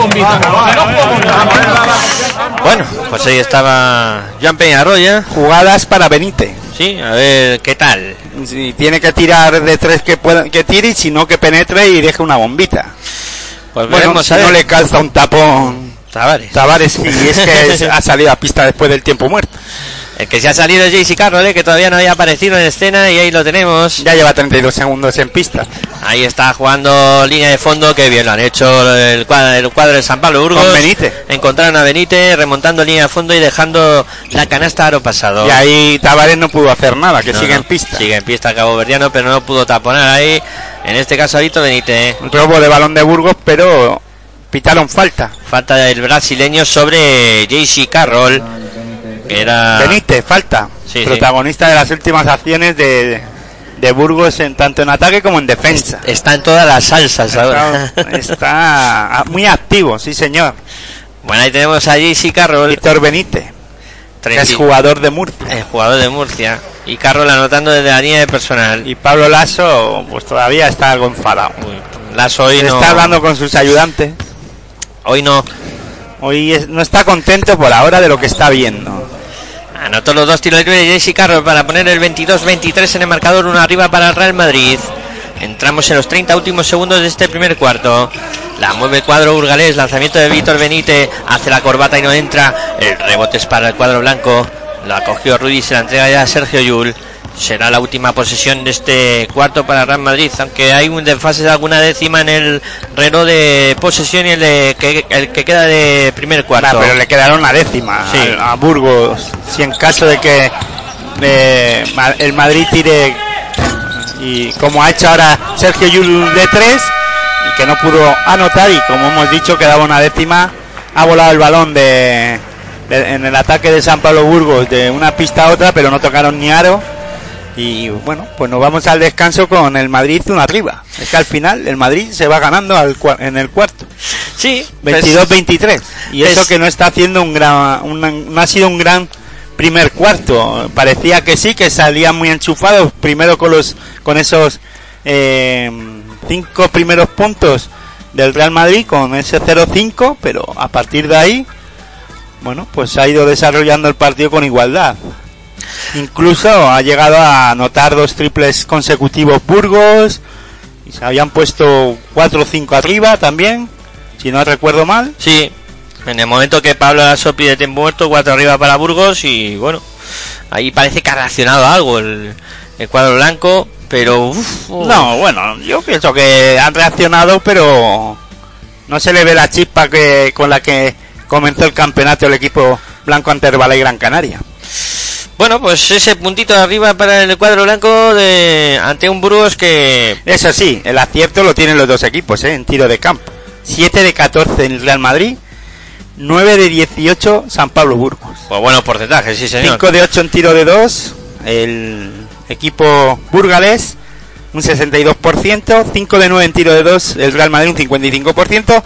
Bueno, pues ahí estaba Joan Peñarroya. Jugadas para Benítez. Sí, a ver qué tal. Si tiene que tirar de 3 que tire, y si no que penetre y deje una bombita. Pues bueno, veremos, si no le calza un tapón Tavares, y es que ha salido a pista después del tiempo muerto. El que se ha salido es JC Carroll, que todavía no había aparecido en escena, y ahí lo tenemos. Ya lleva 32 segundos en pista. Ahí está jugando línea de fondo, que bien lo han hecho el cuadro de San Pablo Burgos. Con Benítez. Encontraron a Benítez remontando línea de fondo y dejando la canasta aro pasado. Y ahí Tavares no pudo hacer nada, sigue en pista. Sigue en pista caboverdiano, pero no pudo taponar ahí. En este caso ahorita Benítez. Un robo de balón de Burgos, pero pitaron falta. Falta del brasileño sobre JC Carroll. Era Benítez, falta. Sí, protagonista de las últimas acciones de Burgos, tanto en ataque como en defensa. Está en todas las salsas ahora. Está muy activo, sí señor. Bueno, ahí tenemos a JC Carroll. Víctor Benítez, que es jugador de Murcia. El jugador de Murcia. Y Carroll anotando desde la línea de personal. Y Pablo Lasso, pues todavía está algo enfadado. Lasso hoy no... Está hablando con sus ayudantes. Hoy no. Hoy no está contento por ahora de lo que está viendo. Anotó los 2 tiros libres de JC Carroll para poner el 22-23 en el marcador, 1 arriba para el Real Madrid. Entramos en los 30 últimos segundos de este primer cuarto. La mueve el cuadro burgalés, lanzamiento de Víctor Benítez, hace la corbata y no entra. El rebote es para el cuadro blanco. La cogió Rudy, se la entrega ya a Sergio Llull. Será la última posesión de este cuarto para Real Madrid, aunque hay un desfase de alguna décima en el reloj de posesión y el que queda de primer cuarto. Pero le quedaron una décima a Burgos. Si en caso de que el Madrid tire y como ha hecho ahora Sergio Llull de 3 y que no pudo anotar, y como hemos dicho quedaba una décima, ha volado el balón en el ataque de San Pablo Burgos de una pista a otra, pero no tocaron ni aro. Y bueno, pues nos vamos al descanso con el Madrid una arriba. Es que al final el Madrid se va ganando en el cuarto. Sí, 22-23. Y eso que no está haciendo no ha sido un gran primer cuarto. Parecía que sí, que salían muy enchufados primero con esos 5 primeros puntos del Real Madrid con ese 0-5, pero a partir de ahí, bueno, pues ha ido desarrollando el partido con igualdad. Incluso ha llegado a anotar 2 triples consecutivos Burgos y se habían puesto 4-5 arriba también, si no recuerdo mal. Sí, en el momento que Pablo Lasso pide tiempo muerto, 4 arriba para Burgos y bueno, ahí parece que ha reaccionado algo el cuadro blanco, pero no, bueno, yo pienso que han reaccionado, pero no se le ve la chispa con la que comenzó el campeonato el equipo blanco ante el Valle Gran Canaria. Bueno, pues ese puntito de arriba para el cuadro blanco ante un Burgos que... Eso sí, el acierto lo tienen los dos equipos, en tiro de campo. 7 de 14 en el Real Madrid, 9 de 18 San Pablo Burgos. Pues buenos porcentajes, sí señor. 5 de 8 en tiro de 2, el equipo burgalés, un 62%, 5 de 9 en tiro de 2, el Real Madrid un 55%,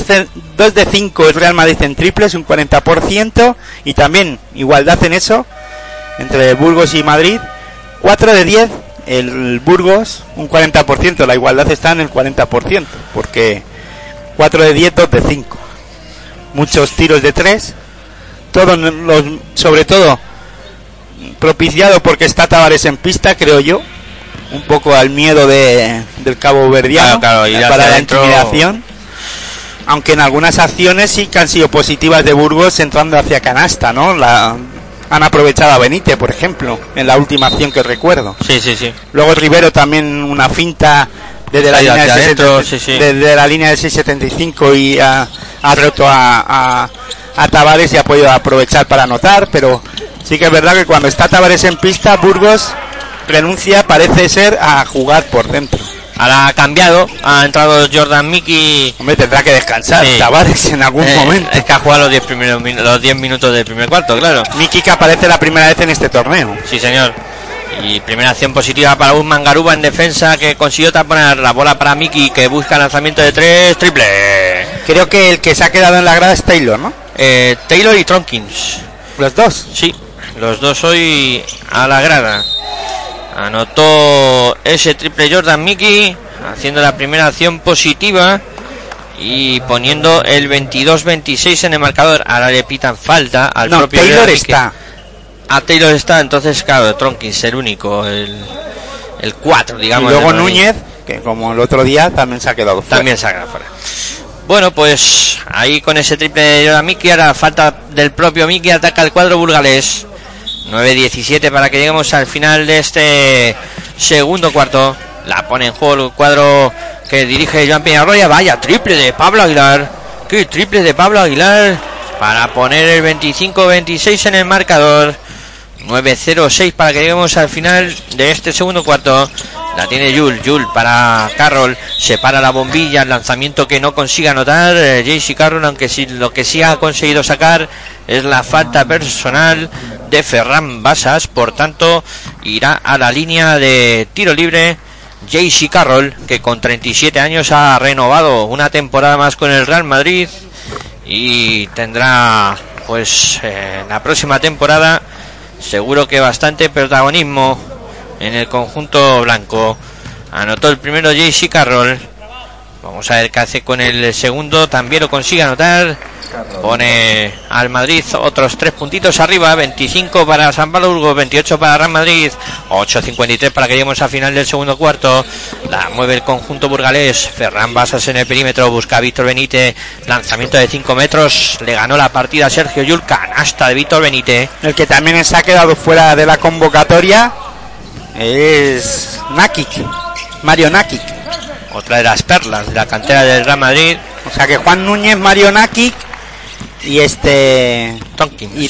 2 de 5 el Real Madrid en triples, un 40%, y también igualdad en eso, entre Burgos y Madrid, 4 de 10 el Burgos, un 40%, la igualdad está en el 40%, porque 4 de 10, 2 de 5. Muchos tiros de 3, todos sobre todo propiciado porque está Tavares en pista, creo yo, un poco al miedo del Cabo Verdiano, claro, para la intimidación, aunque en algunas acciones sí que han sido positivas de Burgos entrando hacia canasta, ¿no? Han aprovechado a Benítez, por ejemplo, en la última acción que recuerdo. Sí, sí, sí. Luego Rivero también una finta desde la línea desde la línea de 6.75 y ha roto a Tavares y ha podido aprovechar para anotar, pero sí que es verdad que cuando está Tavares en pista, Burgos renuncia, parece ser, a jugar por dentro. Ahora ha cambiado, ha entrado Jordan Mickey. Hombre, tendrá que descansar, sí. Tavares en algún momento. Es que ha jugado los 10 minutos del primer cuarto, claro. Mickey que aparece la primera vez en este torneo. Sí, señor. Y primera acción positiva para Usman Garuba en defensa, que consiguió taponar la bola para Mickey, que busca lanzamiento de 3, triple. Creo que el que se ha quedado en la grada es Taylor, ¿no? Taylor y Tronkins. ¿Los dos? Sí, los dos hoy a la grada. Anotó ese triple Jordan Mickey, haciendo la primera acción positiva y poniendo el 22-26 en el marcador. Ahora le pitan falta al propio Taylor está. Taylor está, entonces claro, Tronkins el único, el 4, digamos. Y luego Núñez, que como el otro día también se ha quedado fuera. También se ha quedado fuera. Bueno, pues ahí con ese triple de Jordan Mickey, ahora falta del propio Mickey, ataca el cuadro burgalés. 9-17 para que lleguemos al final de este segundo cuarto. La pone en juego el cuadro que dirige Joan Peñarroya. Vaya triple de Pablo Aguilar. Qué triple de Pablo Aguilar para poner el 25-26 en el marcador. 9-0-6 para que lleguemos al final de este segundo cuarto. La tiene Llull para Carroll, separa la bombilla, el lanzamiento que no consigue anotar JC Carroll, aunque sí, lo que sí ha conseguido sacar es la falta personal de Ferran Basas. Por tanto irá a la línea de tiro libre JC Carroll, que con 37 años ha renovado una temporada más con el Real Madrid y tendrá pues la próxima temporada seguro que bastante protagonismo en el conjunto blanco. Anotó el primero JC Carroll. Vamos a ver qué hace con el segundo. También lo consigue anotar. Pone al Madrid otros 3 puntitos arriba. 25 para San Pablo Burgos, 28 para Real Madrid. 8.53 para que lleguemos al final del segundo cuarto. La mueve el conjunto burgalés. Ferran Basas en el perímetro. Busca a Víctor Benítez. Lanzamiento de 5 metros. Le ganó la partida a Sergio Llull. Canasta de Víctor Benítez. El que también se ha quedado fuera de la convocatoria es Mario Nakic, otra de las perlas de la cantera del Real Madrid. O sea que Juan Núñez, Mario Nakic y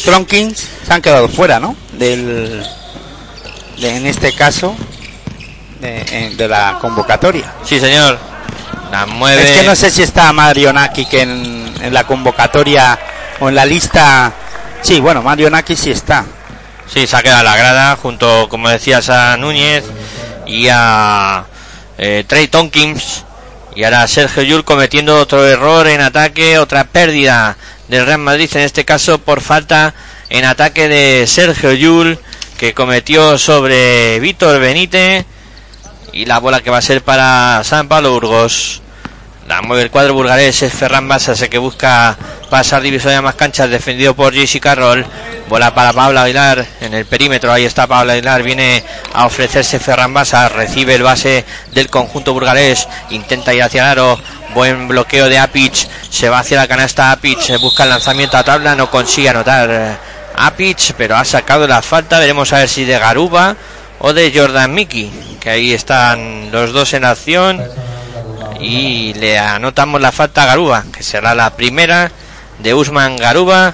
Tronkins se han quedado fuera, ¿no? En este caso de la convocatoria. Sí, señor. La mueve. Es que no sé si está Mario Naki que en la convocatoria o en la lista. Sí, bueno, Mario Naki sí está. Sí, se ha quedado a la grada junto, como decías, a Núñez y a Trey Tompkins. Y ahora Sergio Llull cometiendo otro error en ataque, otra pérdida del Real Madrid, en este caso por falta en ataque de Sergio Llull, que cometió sobre Víctor Benítez. Y la bola que va a ser para San Pablo Burgos. La mueve el cuadro burgalés, es Ferran Basas el que busca pasar divisoria a más canchas, defendido por JC Carroll. Bola para Pablo Aguilar en el perímetro, ahí está Pablo Aguilar, viene a ofrecerse Ferran Basas, recibe el base del conjunto burgalés, intenta ir hacia el aro, buen bloqueo de Apic, se va hacia la canasta Apic, busca el lanzamiento a tabla, no consigue anotar Apic, pero ha sacado la falta, veremos a ver si de Garuba o de Jordan Mickey, que ahí están los dos en acción. Y le anotamos la falta a Garuba, que será la primera de Usman Garuba.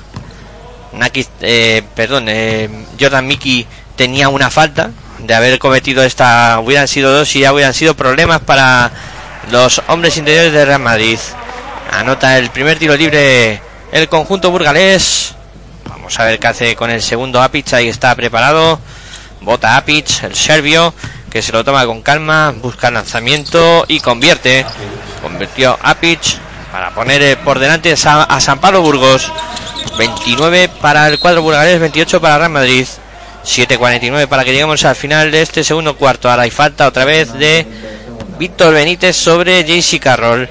Jordan Mickey tenía una falta de haber cometido esta, hubieran sido dos y ya hubieran sido problemas para los hombres interiores de Real Madrid. Anota el primer tiro libre el conjunto burgalés. Vamos a ver qué hace con el segundo Apic, ahí está preparado. Bota Apic, el serbio, que se lo toma con calma, busca el lanzamiento y convierte. Convirtió Apic para poner por delante a San Pablo Burgos. 29 para el cuadro burgalés, 28 para Real Madrid. 7:49 para que lleguemos al final de este segundo cuarto. Ahora hay falta otra vez de Víctor Benítez sobre JC Carroll.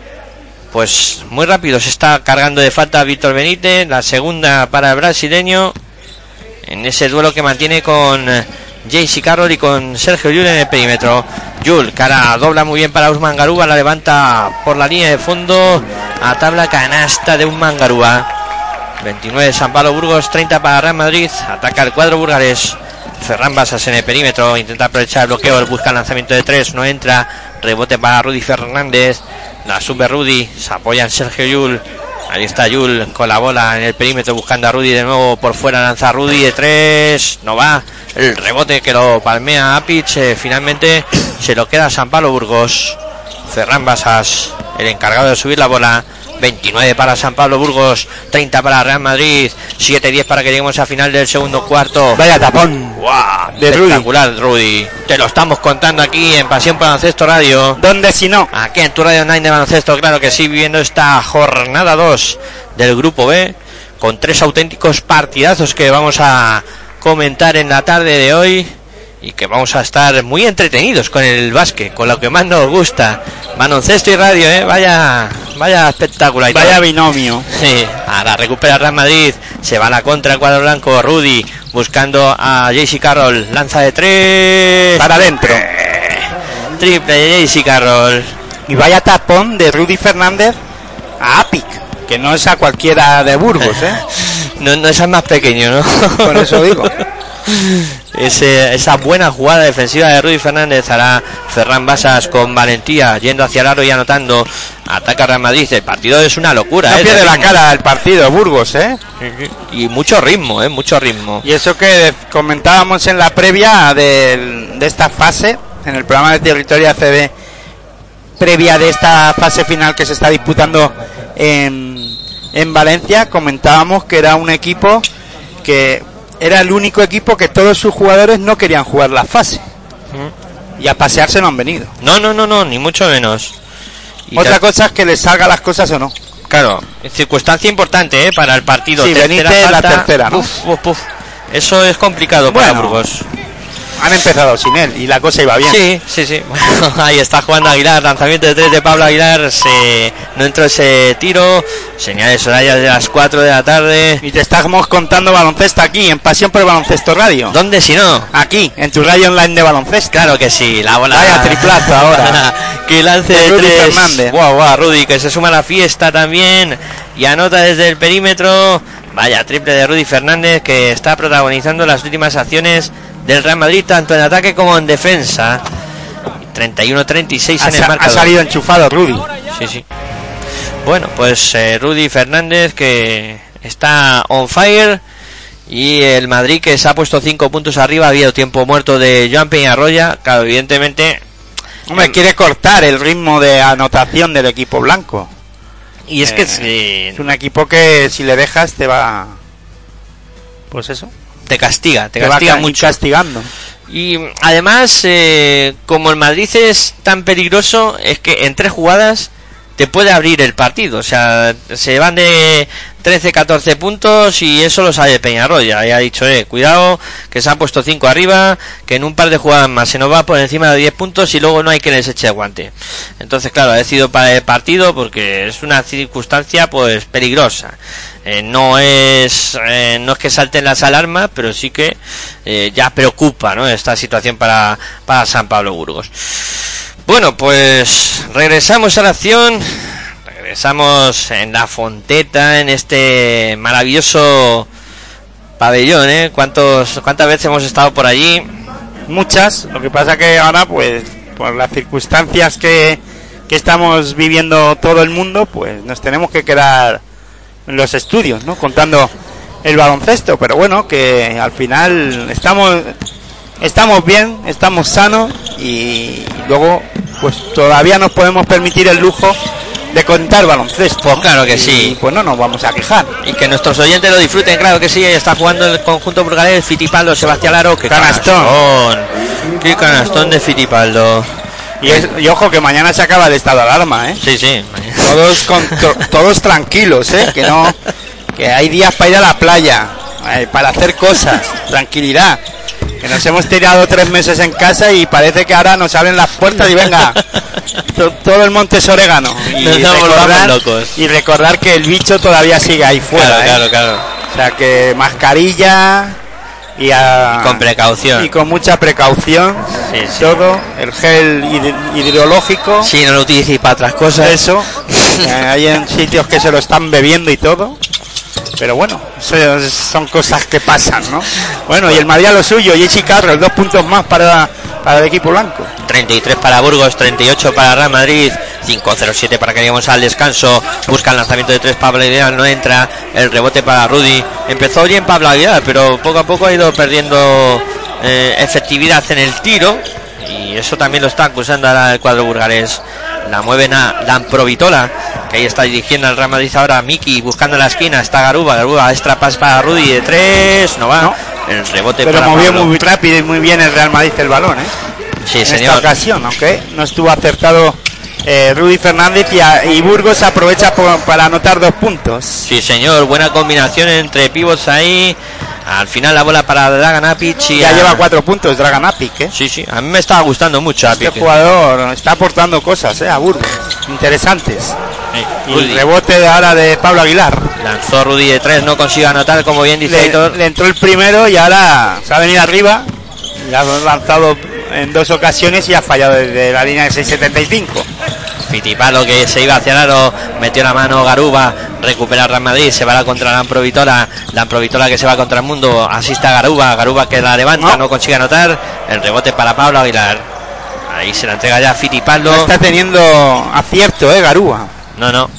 Pues muy rápido se está cargando de falta Víctor Benítez. La segunda para el brasileño en ese duelo que mantiene con JC Carroll y con Sergio Llull en el perímetro. Llull, cara, dobla muy bien para Usman Garuba, la levanta por la línea de fondo, a tabla, canasta de Usman Garuba. 29 San Pablo Burgos, 30 para Real Madrid. Ataca el cuadro burgalés. Ferran Basas en el perímetro, intenta aprovechar el bloqueo, busca el lanzamiento de tres, no entra. Rebote para Rudy Fernández, la sube Rudy, se apoya en Sergio Llull. Ahí está Llull con la bola en el perímetro buscando a Rudy de nuevo por fuera, lanza Rudy de tres, no va. El rebote que lo palmea Apic, finalmente se lo queda San Pablo Burgos. Ferran Basas, el encargado de subir la bola. 29 para San Pablo Burgos, 30 para Real Madrid, 7-10 para que lleguemos al final del segundo cuarto. Vaya tapón. ¡Wow! De espectacular, Rudy. Te lo estamos contando aquí en Pasión por Baloncesto Radio. ¿Dónde si no? Aquí en tu radio online de baloncesto, claro que sí, viviendo esta jornada 2 del Grupo B, con tres auténticos partidazos que vamos a comentar en la tarde de hoy. Y que vamos a estar muy entretenidos con el básquet, con lo que más nos gusta. Baloncesto y radio, vaya espectacular. Vaya binomio. Sí, ahora recupera Real Madrid, se va a la contra el cuadro blanco. Rudy buscando a JC Carroll, lanza de tres. Para adentro. Triple de JC Carroll. Y vaya tapón de Rudy Fernández a Apic, que no es a cualquiera de Burgos, No es el más pequeño, ¿no? Por eso digo. Esa buena jugada defensiva de Rudy Fernández hará Ferran Basas con valentía, yendo hacia el aro y anotando. Ataca Real Madrid, el partido es una locura. No pierde la cara el partido, Burgos, Y mucho ritmo, mucho ritmo. Y eso que comentábamos en la previa de esta fase, en el programa de Territorio ACB, previa de esta fase final que se está disputando en Valencia, comentábamos que era un equipo que era el único equipo que todos sus jugadores no querían jugar la fase. Y a pasearse no han venido. No, ni mucho menos. Y otra cosa es que les salgan las cosas o no. Claro, circunstancia importante para el partido. Sí, Benítez la tercera, ¿no? Uf. Eso es complicado para Burgos. Han empezado sin él y la cosa iba bien. Sí. Bueno, ahí está jugando Aguilar, lanzamiento de 3 de Pablo Aguilar, no entró ese tiro. Señales horarias de las 4 de la tarde. Y te estamos contando baloncesto aquí, en Pasión por el Baloncesto Radio. ¿Dónde si no? Aquí, en tu radio online de baloncesto. Claro que sí, la bola. Vaya triplazo ahora. Que lance de Rudy 3. Fernández. Guau, Rudy, que se suma a la fiesta también. Y anota desde el perímetro. Vaya triple de Rudy Fernández, que está protagonizando las últimas acciones del Real Madrid, tanto en ataque como en defensa. 31-36 en el marcador. Ha salido enchufado Rudy. Sí. Bueno, pues Rudy Fernández, que está on fire. Y el Madrid, que se ha puesto 5 puntos arriba, ha habido tiempo muerto de Joan Peñarroya. Claro, evidentemente... Hombre, quiere cortar el ritmo de anotación del equipo blanco. Y es que es un equipo que si le dejas te va... Pues eso. Te castiga mucho. Castigando. Y además, como el Madrid es tan peligroso, es que en 3 jugadas te puede abrir el partido. O sea, se van de 13-14 puntos y eso lo sabe Peñarroya. Y ha dicho, cuidado, que se han puesto 5 arriba, que en un par de jugadas más se nos va por encima de 10 puntos y luego no hay que les eche guante. Entonces, claro, ha decidido para el partido porque es una circunstancia pues peligrosa. No es que salten las alarmas, pero sí que ya preocupa, ¿no?, esta situación para San Pablo Burgos. Bueno, pues regresamos a la acción. Regresamos en la Fonteta, en este maravilloso pabellón, ¿Cuántas veces hemos estado por allí? Muchas. Lo que pasa que ahora, pues, por las circunstancias que estamos viviendo todo el mundo, pues nos tenemos que quedar en los estudios, ¿no?, contando el baloncesto. Pero bueno, que al final estamos bien, estamos sanos y luego pues todavía nos podemos permitir el lujo de contar baloncesto. Pues claro que sí. Pues no nos vamos a quejar. Y que nuestros oyentes lo disfruten, claro que sí. Está jugando el conjunto burgalés, Fittipaldo, Sebastián Laro. ¡Qué canastón! ¡Qué canastón de Fittipaldo! Y ojo que mañana se acaba el estado de alarma, Sí, sí. Todos tranquilos, que hay días para ir a la playa, para hacer cosas, tranquilidad. Que nos hemos tirado 3 meses en casa y parece que ahora nos abren las puertas y venga, todo el monte es orégano. Y recordar que el bicho todavía sigue ahí fuera. Claro. O sea que mascarilla y con precaución. Y con mucha precaución. Sí. Todo, el gel hidrológico. Sí, no lo utilicéis para otras cosas. Eso. Hay en sitios que se lo están bebiendo y todo. Pero bueno, son cosas que pasan, ¿no? Bueno, y el Madrid a lo suyo, Jesse Carroll, 2 puntos más para el equipo blanco. 33 para Burgos, 38 para Real Madrid, 5-0-7 para que lleguemos al descanso. Busca el lanzamiento de 3, Pablo Aguilar no entra, el rebote para Rudy. Empezó bien Pablo Aguilar, pero poco a poco ha ido perdiendo efectividad en el tiro. Y eso también lo está acusando ahora el cuadro burgalés. La mueven a Lamprovitola, que ahí está dirigiendo al Real Madrid ahora. Miki buscando la esquina, está Garuba, extra pas para Rudy de 3, no va. El rebote pero para movió Pablo. Muy rápido y muy bien el Real Madrid el balón, Sí, en señor. esta ocasión, aunque no estuvo acertado Rudy Fernández y Burgos aprovecha para anotar 2 puntos. Sí, señor, buena combinación entre pivots ahí. Al final la bola para Dragan Apic y ya lleva 4 puntos Dragan Apic, Sí, a mí me estaba gustando mucho Apic. Este jugador está aportando cosas, a Burgos, interesantes. Y el rebote de ahora de Pablo Aguilar. Lanzó Rudy de 3, no consigue anotar, como bien dice Aitor. Le entró el primero y ahora se ha venido arriba. Ya ha lanzado en 2 ocasiones y ha fallado desde la línea de 6.75. Fittipaldo, que se iba hacia el aro, metió la mano Garuba, recupera Real Madrid, se va contra Lamprovitola, que se va contra el mundo, asiste a Garuba que la levanta, no consigue anotar, el rebote para Pablo Aguilar, ahí se la entrega ya Fittipaldo. No está teniendo acierto, Garuba. No.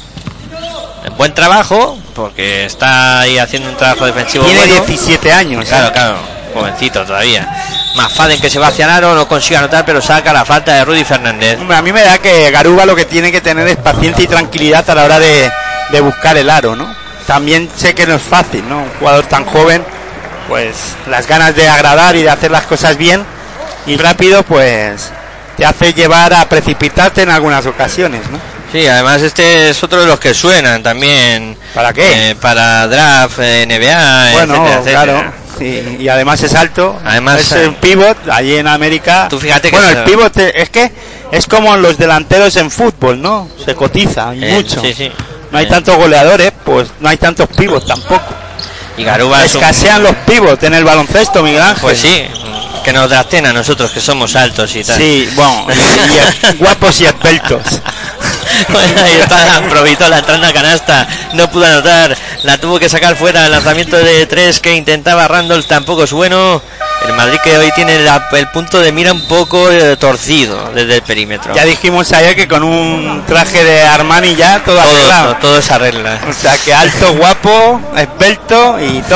Buen trabajo, porque está ahí haciendo un trabajo defensivo. Tiene bueno. 17 años. Claro, jovencito todavía. Mafaden, que se va hacia el aro, no consigue anotar, pero saca la falta de Rudy Fernández. Hombre, a mí me da que Garuba lo que tiene que tener es paciencia y tranquilidad a la hora de buscar el aro, ¿no? También sé que no es fácil, ¿no? Un jugador tan joven, pues las ganas de agradar y de hacer las cosas bien y rápido, pues te hace llevar a precipitarte en algunas ocasiones, ¿no? Sí, además este es otro de los que suenan también. ¿Para qué? Para draft, NBA, bueno, etcétera. Claro. Sí, y además es alto. Además es un pivot allí en América. Tú fíjate que el pivot es que es como los delanteros en fútbol, ¿no? Se cotiza mucho. Sí. No hay tantos goleadores, pues no hay tantos pivots tampoco. Y Garuba escasean los pivots en el baloncesto, Miguel Ángel. Pues sí, que nos draften a nosotros que somos altos y tal. Sí, bueno, y guapos y esbeltos. Bueno, ahí está Lamprovitola entrando a canasta, no pudo anotar, la tuvo que sacar fuera. El lanzamiento de 3 que intentaba Randolph tampoco es bueno. El Madrid, que hoy tiene el punto de mira un poco torcido desde el perímetro. Ya dijimos ayer que con un traje de Armani ya todo arreglado. Todo se arregla. O sea que alto, guapo, esbelto y todo.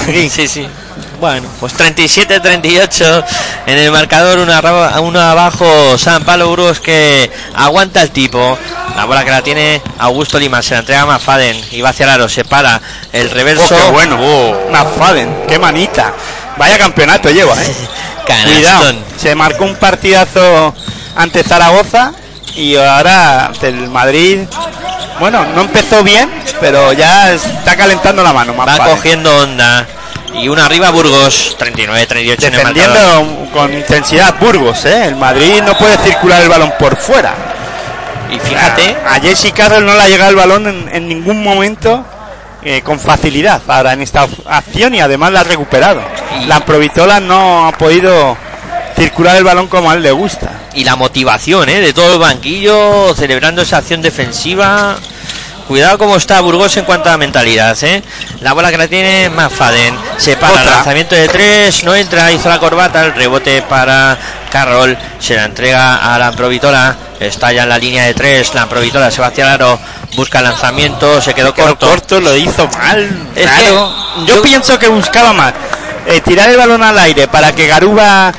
aquí. Sí. Bueno, pues 37-38 en el marcador, uno abajo San Pablo Burgos, que aguanta el tipo. La bola que la tiene Augusto Lima, se la entrega a McFadden y va hacia el aro, se para el reverso. Qué bueno, McFadden, qué manita. Vaya campeonato lleva, Cuidado, se marcó un partidazo ante Zaragoza y ahora el Madrid, bueno, no empezó bien, pero ya está calentando la mano. Va cogiendo onda. Y una arriba Burgos, 39-38 defendiendo con intensidad Burgos, El Madrid no puede circular el balón por fuera. Y fíjate, a Jesse Carroll no le ha llegado el balón en ningún momento con facilidad ahora en esta acción, y además la ha recuperado. La Provitola no ha podido circular el balón como a él le gusta. Y la motivación de todo el banquillo celebrando esa acción defensiva. Cuidado cómo está Burgos en cuanto a mentalidad, La bola que la tiene McFadden, se para, el lanzamiento de 3, no entra, hizo la corbata, el rebote para Carroll, se la entrega a la Provitola, está ya en la línea de 3, la Provitola se va hacia el aro, busca el lanzamiento, se quedó corto, lo hizo mal. Claro, yo pienso que buscaba más tirar el balón al aire para que Garuba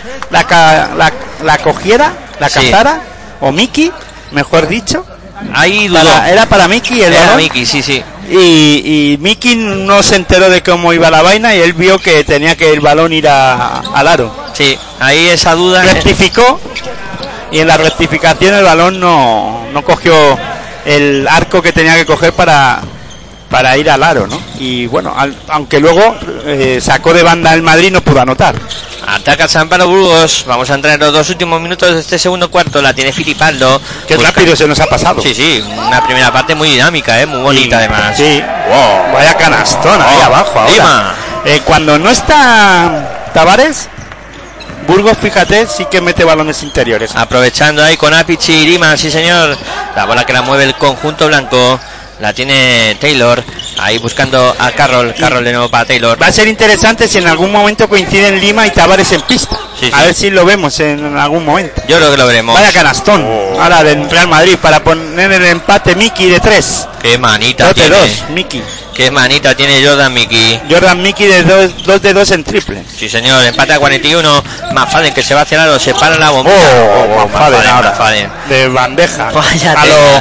la cogiera, la cazara, o Miki, mejor dicho. Ahí era para Miki el balón. Miki, sí. Y Miki no se enteró de cómo iba la vaina y él vio que tenía que el balón ir al aro. Sí, ahí esa duda. Rectificó y en la rectificación el balón no cogió el arco que tenía que coger para ir al aro, ¿no? Y bueno, aunque luego sacó de banda el Madrid, no pudo anotar. Ataca San Pablo Burgos. Vamos a entrar en los 2 últimos minutos de este segundo cuarto. La tiene Fittipaldo. Qué rápido se nos ha pasado. Sí, una primera parte muy dinámica, muy bonita además. Sí. Wow. Vaya canastón ahí abajo ahora. Cuando no está Tavares, Burgos, fíjate, sí que mete balones interiores. Aprovechando ahí con Apici y Lima, sí señor. La bola que la mueve el conjunto blanco. La tiene Taylor, ahí buscando a Carroll de nuevo para Taylor. Va a ser interesante si en algún momento coinciden Lima y Tavares en pista. Sí. A ver si lo vemos en algún momento. Yo creo que lo veremos. Vaya canastón ahora del Real Madrid para poner el empate. Miki de 3. Qué manita tiene. 2, Miki. Qué manita tiene Jordan Miki. Jordan Miki de 2 de 2 en triple. Sí señor, empate a 41. McFadden que se va hacia el lado, se para la bomba. McFadden ahora. De bandeja. Vaya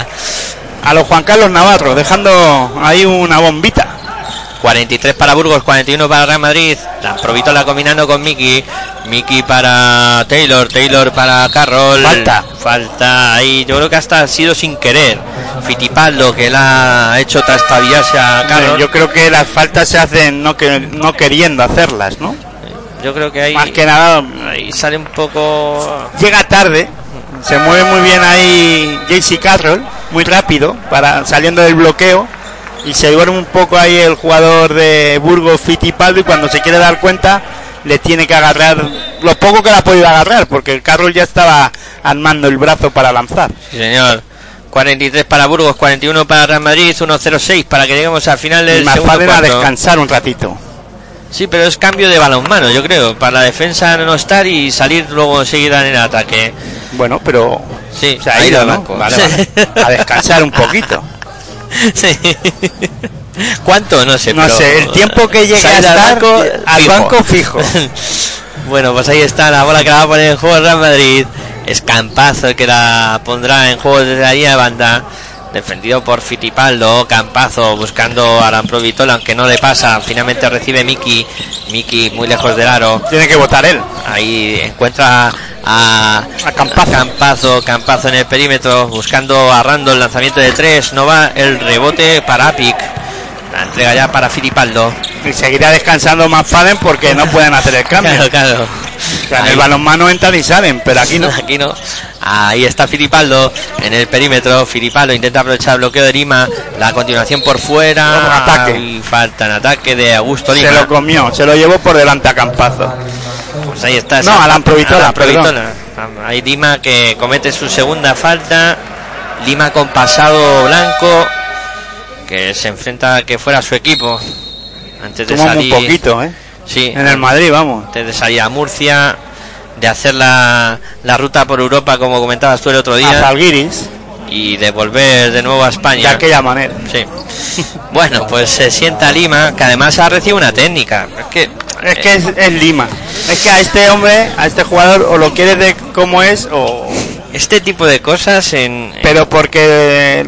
a los Juan Carlos Navarro, dejando ahí una bombita. 43 para Burgos, 41 para Real Madrid. La Provitola combinando con Miki para Taylor para Carroll. Falta ahí, yo creo que hasta ha sido sin querer. Fittipaldo que la ha hecho trastabillarse a Carroll. Yo creo que las faltas se hacen no queriendo hacerlas, ¿no? Yo creo que ahí más que nada ahí sale un poco, llega tarde. Se mueve muy bien ahí JC Carroll, muy rápido, saliendo del bloqueo, y se duerme un poco ahí el jugador de Burgos, Fittipaldo, y cuando se quiere dar cuenta le tiene que agarrar lo poco que la ha podido agarrar, porque el Carroll ya estaba armando el brazo para lanzar. Sí señor. 43 para Burgos, 41 para Real Madrid, 1-0-6 para que lleguemos al final del segundo cuarto. A descansar un ratito. Sí, pero es cambio de balonmano, yo creo, para la defensa no estar y salir luego enseguida en el ataque. Bueno, pero sí, se ha ido, ¿no? Vale. A descansar un poquito. Sí. ¿Cuánto? No sé. No sé, el tiempo que llegue a estar al banco fijo. Bueno, pues ahí está la bola que la va a poner en juego el Real Madrid. Es Campazo el que la pondrá en juego desde la línea de banda. Defendido por Fittipaldo. Campazo buscando a la Provitola, aunque no le pasa. Finalmente recibe Miki muy lejos del aro. Tiene que votar él. Ahí encuentra a Campazo en el perímetro, buscando a Rando el lanzamiento de 3. No va, el rebote para Apic. La entrega ya para Fittipaldo. Y seguirá descansando McFadden porque no pueden hacer el cambio. Claro. O sea, en el balonmano entran y salen, pero aquí no. Aquí no. Ahí está Fittipaldo en el perímetro. Fittipaldo intenta aprovechar el bloqueo de Lima. La continuación por fuera. Ataque. Y falta en ataque de Augusto Lima. Se lo comió, se lo llevó por delante a Campazo. Pues ahí está. No, a la Provitola. Ahí Lima que comete su segunda falta. Lima con pasado blanco, que se enfrenta a que fuera su equipo antes de salir un poquito, sí, en el Madrid, vamos, antes de salir a Murcia, de hacer la ruta por Europa, como comentabas tú el otro día, a Zalgiris, y de volver de nuevo a España. De aquella manera. Sí. Bueno, pues se sienta Lima, que además ha recibido una técnica. Es que es Lima. Es que a este hombre, a este jugador, o lo quieres de cómo es, o... Este tipo de cosas Pero porque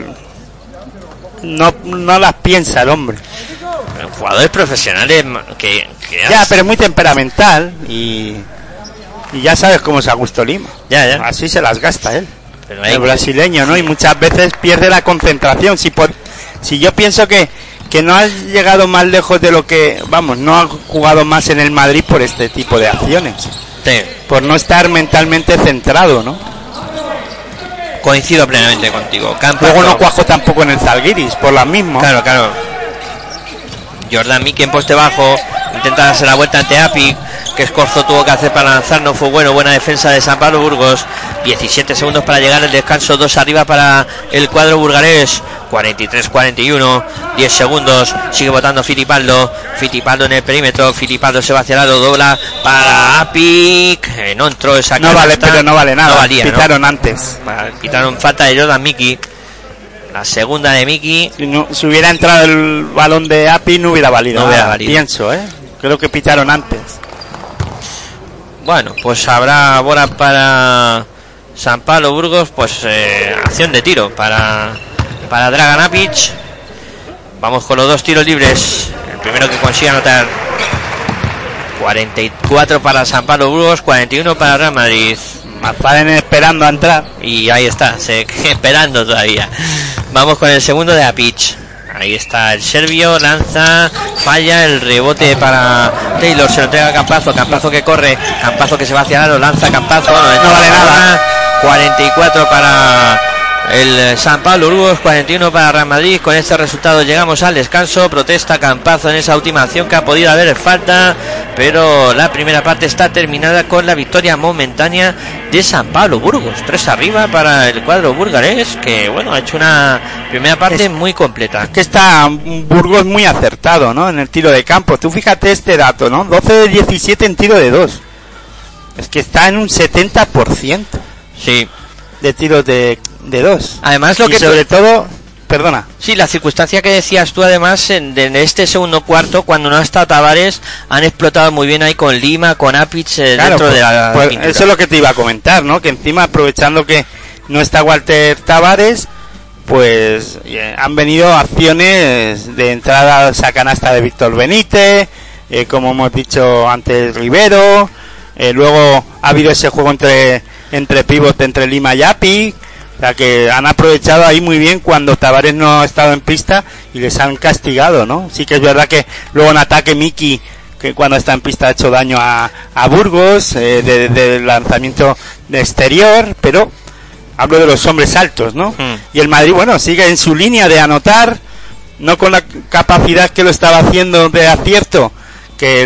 no las piensa el hombre. Jugadores profesionales que ya, pero es muy temperamental y ya sabes cómo es Augusto Lima. Ya. Así se las gasta él. Pero el brasileño, ¿no? Y muchas veces pierde la concentración. Si yo pienso que no has llegado más lejos de lo que... Vamos, no has jugado más en el Madrid por este tipo de acciones. Sí. Por no estar mentalmente centrado, ¿no? Coincido plenamente contigo. Luego no cuajo tampoco en el Zalgiris, por las mismas. Claro. Jordan Miki en poste bajo, intenta darse la vuelta ante Api, que Escorzo tuvo que hacer para lanzar, no fue bueno. Buena defensa de San Pablo Burgos. 17 segundos para llegar al descanso, 2 arriba para el cuadro burgalés. 43-41, 10 segundos, sigue votando Fittipaldo en el perímetro. Fittipaldo se va hacia el lado, dobla para Api, que no entró esa canasta. No vale, pero no vale nada, no valía, pitaron, ¿no? Antes. Pitaron falta de Jordan Miki. La segunda de Miki. Si hubiera entrado el balón de Api no hubiera valido. Pienso, creo que pitaron antes. Bueno, pues habrá ahora para San Pablo Burgos, pues acción de tiro para Dragan Apic. Vamos con los 2 tiros libres. El primero que consiga anotar. 44 para San Pablo Burgos, 41 para Real Madrid. Mazparen esperando a entrar. Y ahí está, esperando todavía. Vamos con el segundo de Apic. Ahí está el serbio, lanza, falla, el rebote para Taylor, se lo entrega a Campazo que corre, Campazo que se va hacia el aro, lanza Campazo, no vale nada. 44 para el San Pablo Burgos, 41 para Real Madrid. Con este resultado llegamos al descanso. Protesta Campazo en esa última acción que ha podido haber falta, pero la primera parte está terminada con la victoria momentánea de San Pablo Burgos. 3 arriba para el cuadro burgalés, que bueno, ha hecho una primera parte muy completa. Es que está Burgos muy acertado, ¿no? En el tiro de campo. Tú fíjate este dato, ¿no? 12 de 17 en tiro de 2. Es que está en un 70%. Sí. De tiros de 2. Además, lo y que sobre todo, perdona. Sí, la circunstancia que decías tú, además, en este segundo cuarto, cuando no ha estado Tavares, han explotado muy bien ahí con Lima, con Apic, dentro de la pintura. Eso es lo que te iba a comentar, ¿no? Que encima, aprovechando que no está Walter Tavares, pues han venido acciones de entrada a canasta de Víctor Benítez, como hemos dicho antes, Rivero. Luego ha habido ese juego entre pívot entre Lima y Api, o sea que han aprovechado ahí muy bien cuando Tavares no ha estado en pista y les han castigado, ¿no? Sí que es verdad que luego en ataque Miki, que cuando está en pista ha hecho daño a Burgos, de lanzamiento de exterior, pero hablo de los hombres altos, ¿no? Y el Madrid, bueno, sigue en su línea de anotar, no con la capacidad que lo estaba haciendo de acierto, que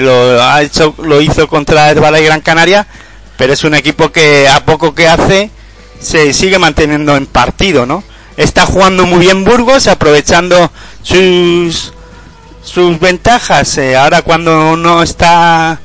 lo hizo contra Herbala y Gran Canaria, pero es un equipo que a poco que hace se sigue manteniendo en partido, ¿no? Está jugando muy bien Burgos, aprovechando sus ventajas, ahora cuando no está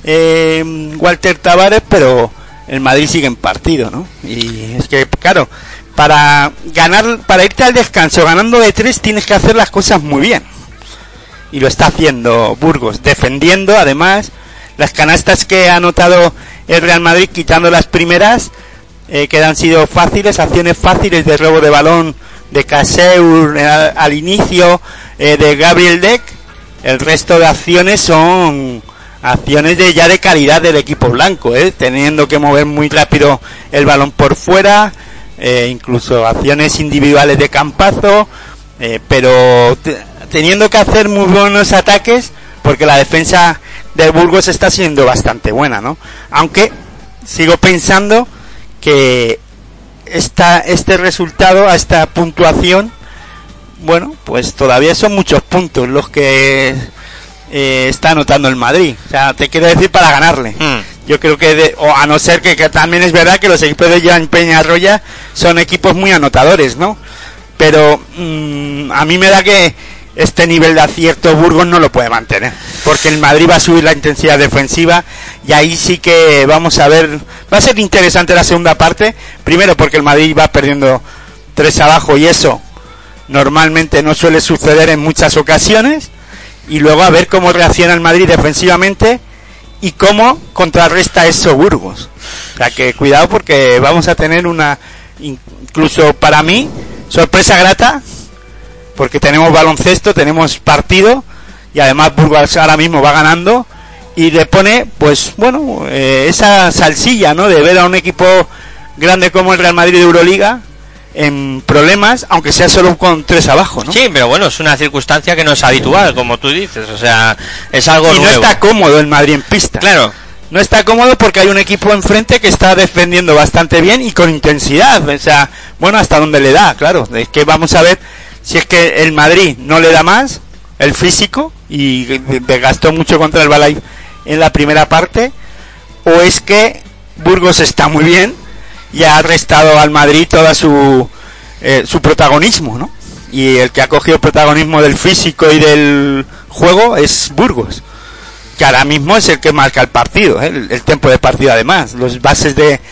Walter Tavares, pero el Madrid sigue en partido, ¿no? Y es que, claro, para irte al descanso ganando de 3 tienes que hacer las cosas muy bien. Y lo está haciendo Burgos, defendiendo además las canastas que ha anotado el Real Madrid, quitando las primeras, que han sido fáciles, acciones fáciles de robo de balón de Caseur al inicio, de Gabriel Deck. El resto de acciones son acciones de calidad del equipo blanco, teniendo que mover muy rápido el balón por fuera, incluso acciones individuales de Campazo, pero teniendo que hacer muy buenos ataques, porque la defensa del Burgos está siendo bastante buena, ¿no? Aunque sigo pensando que este resultado, a esta puntuación, bueno, pues todavía son muchos puntos los que está anotando el Madrid. O sea, te quiero decir, para ganarle. Yo creo que, o a no ser que también es verdad que los equipos de Joan Peñarroya son equipos muy anotadores, ¿no? Pero a mí me da que este nivel de acierto Burgos no lo puede mantener, porque el Madrid va a subir la intensidad defensiva y ahí sí que vamos a ver, va a ser interesante la segunda parte, primero porque el Madrid va perdiendo 3 abajo, y eso normalmente no suele suceder en muchas ocasiones, y luego a ver cómo reacciona el Madrid defensivamente y cómo contrarresta eso Burgos. O sea que cuidado, porque vamos a tener una, incluso para mí, sorpresa grata, porque tenemos baloncesto, tenemos partido, y además Burgos ahora mismo va ganando, y le pone, pues bueno, esa salsilla, ¿no?, de ver a un equipo grande como el Real Madrid de Euroliga en problemas, aunque sea solo con 3 abajo, ¿no? Sí, pero bueno, es una circunstancia que no es habitual, como tú dices, o sea, es algo y nuevo. No está cómodo el Madrid en pista. Claro. No está cómodo porque hay un equipo enfrente que está defendiendo bastante bien y con intensidad, o sea, bueno, hasta donde le da, claro. Es que vamos a ver si es que el Madrid no le da más, el físico, y desgastó mucho contra el Balay en la primera parte, o es que Burgos está muy bien y ha restado al Madrid toda su protagonismo, ¿no? Y el que ha cogido el protagonismo del físico y del juego es Burgos, que ahora mismo es el que marca el partido, el tiempo de partido. Además, los bases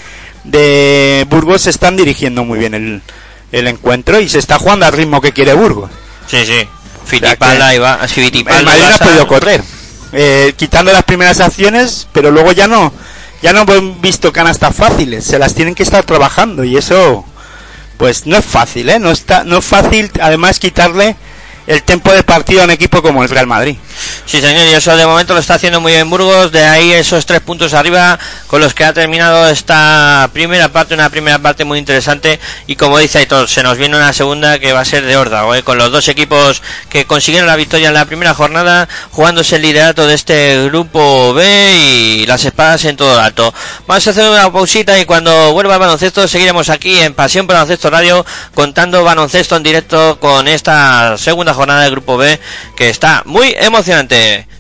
de Burgos se están dirigiendo muy bien el encuentro, y se está jugando al ritmo que quiere Burgos. Sí, sí. Fittipalda iba, Fittipalda el Madrid no ha podido correr, quitando las primeras acciones, pero luego ya no hemos visto canastas fáciles, se las tienen que estar trabajando, y eso pues no es fácil, no es fácil además quitarle el tiempo de partido a un equipo como el Real Madrid. Sí, señor, y eso de momento lo está haciendo muy bien Burgos, de ahí esos 3 puntos arriba con los que ha terminado esta primera parte, una primera parte muy interesante, y como dice Aitor, se nos viene una segunda que va a ser de órdago, con los 2 equipos que consiguieron la victoria en la primera jornada, jugándose el liderato de este grupo B y las espadas en todo alto. Vamos a hacer una pausita, y cuando vuelva el baloncesto seguiremos aquí en Pasión por Baloncesto Radio, contando baloncesto en directo con esta segunda jornada del grupo B, que está muy emocionante.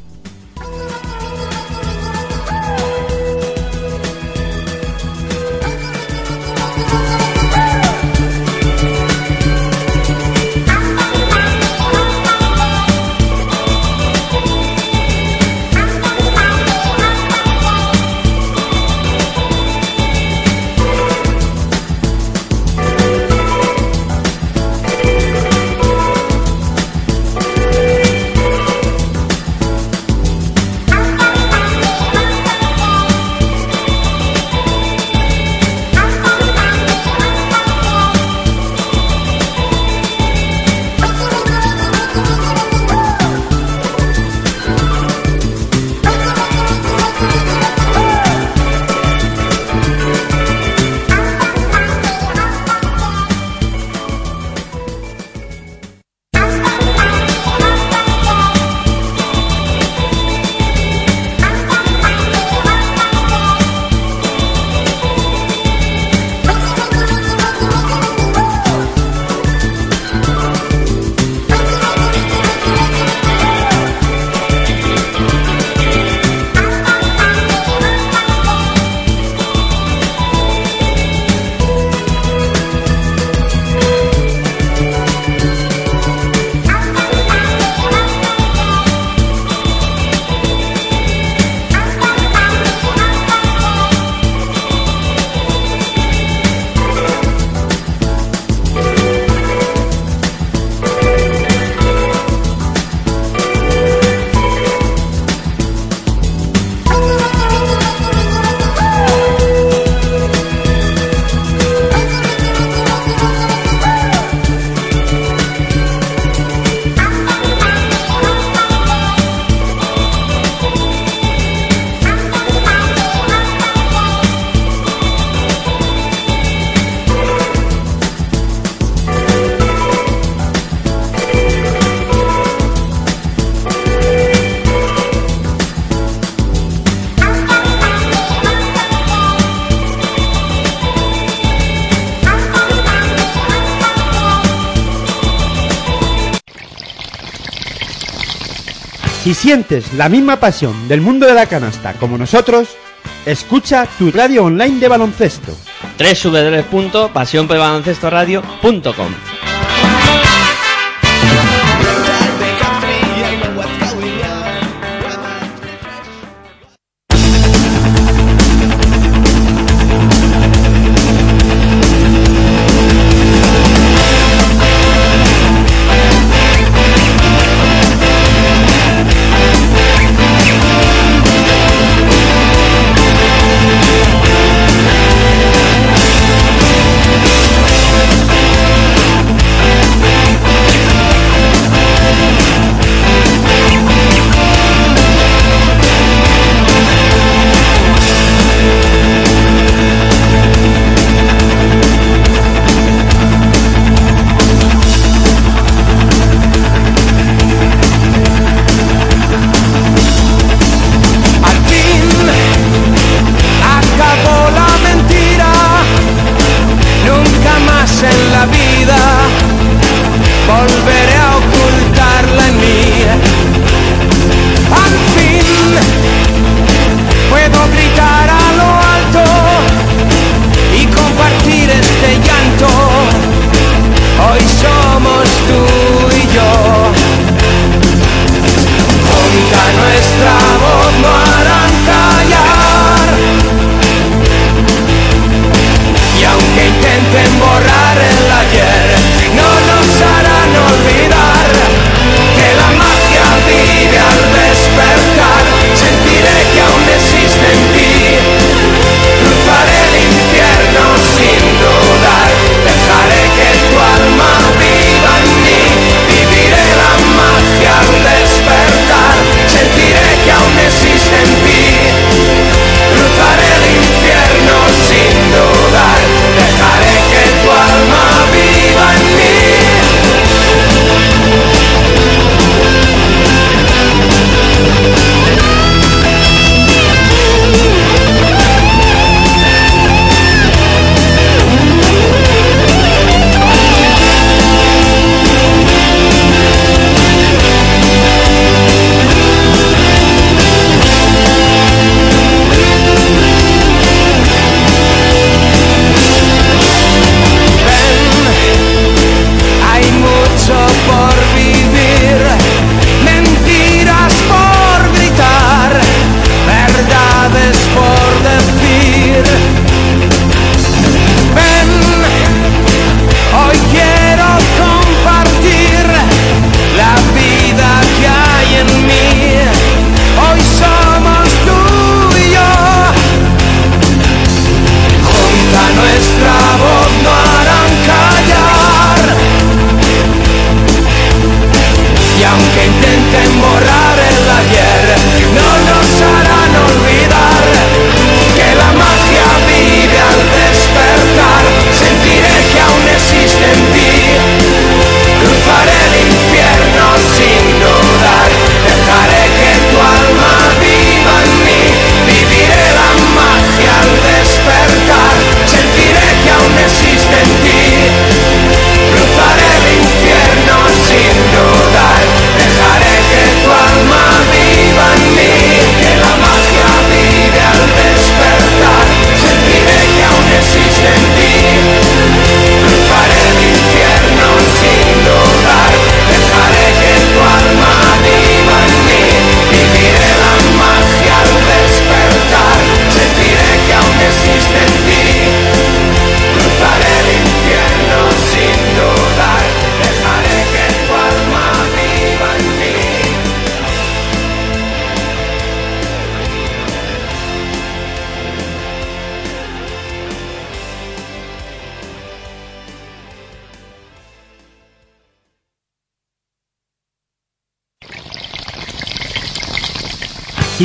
Si sientes la misma pasión del mundo de la canasta como nosotros, escucha tu radio online de baloncesto. www.pasionporbaloncestoradio.com.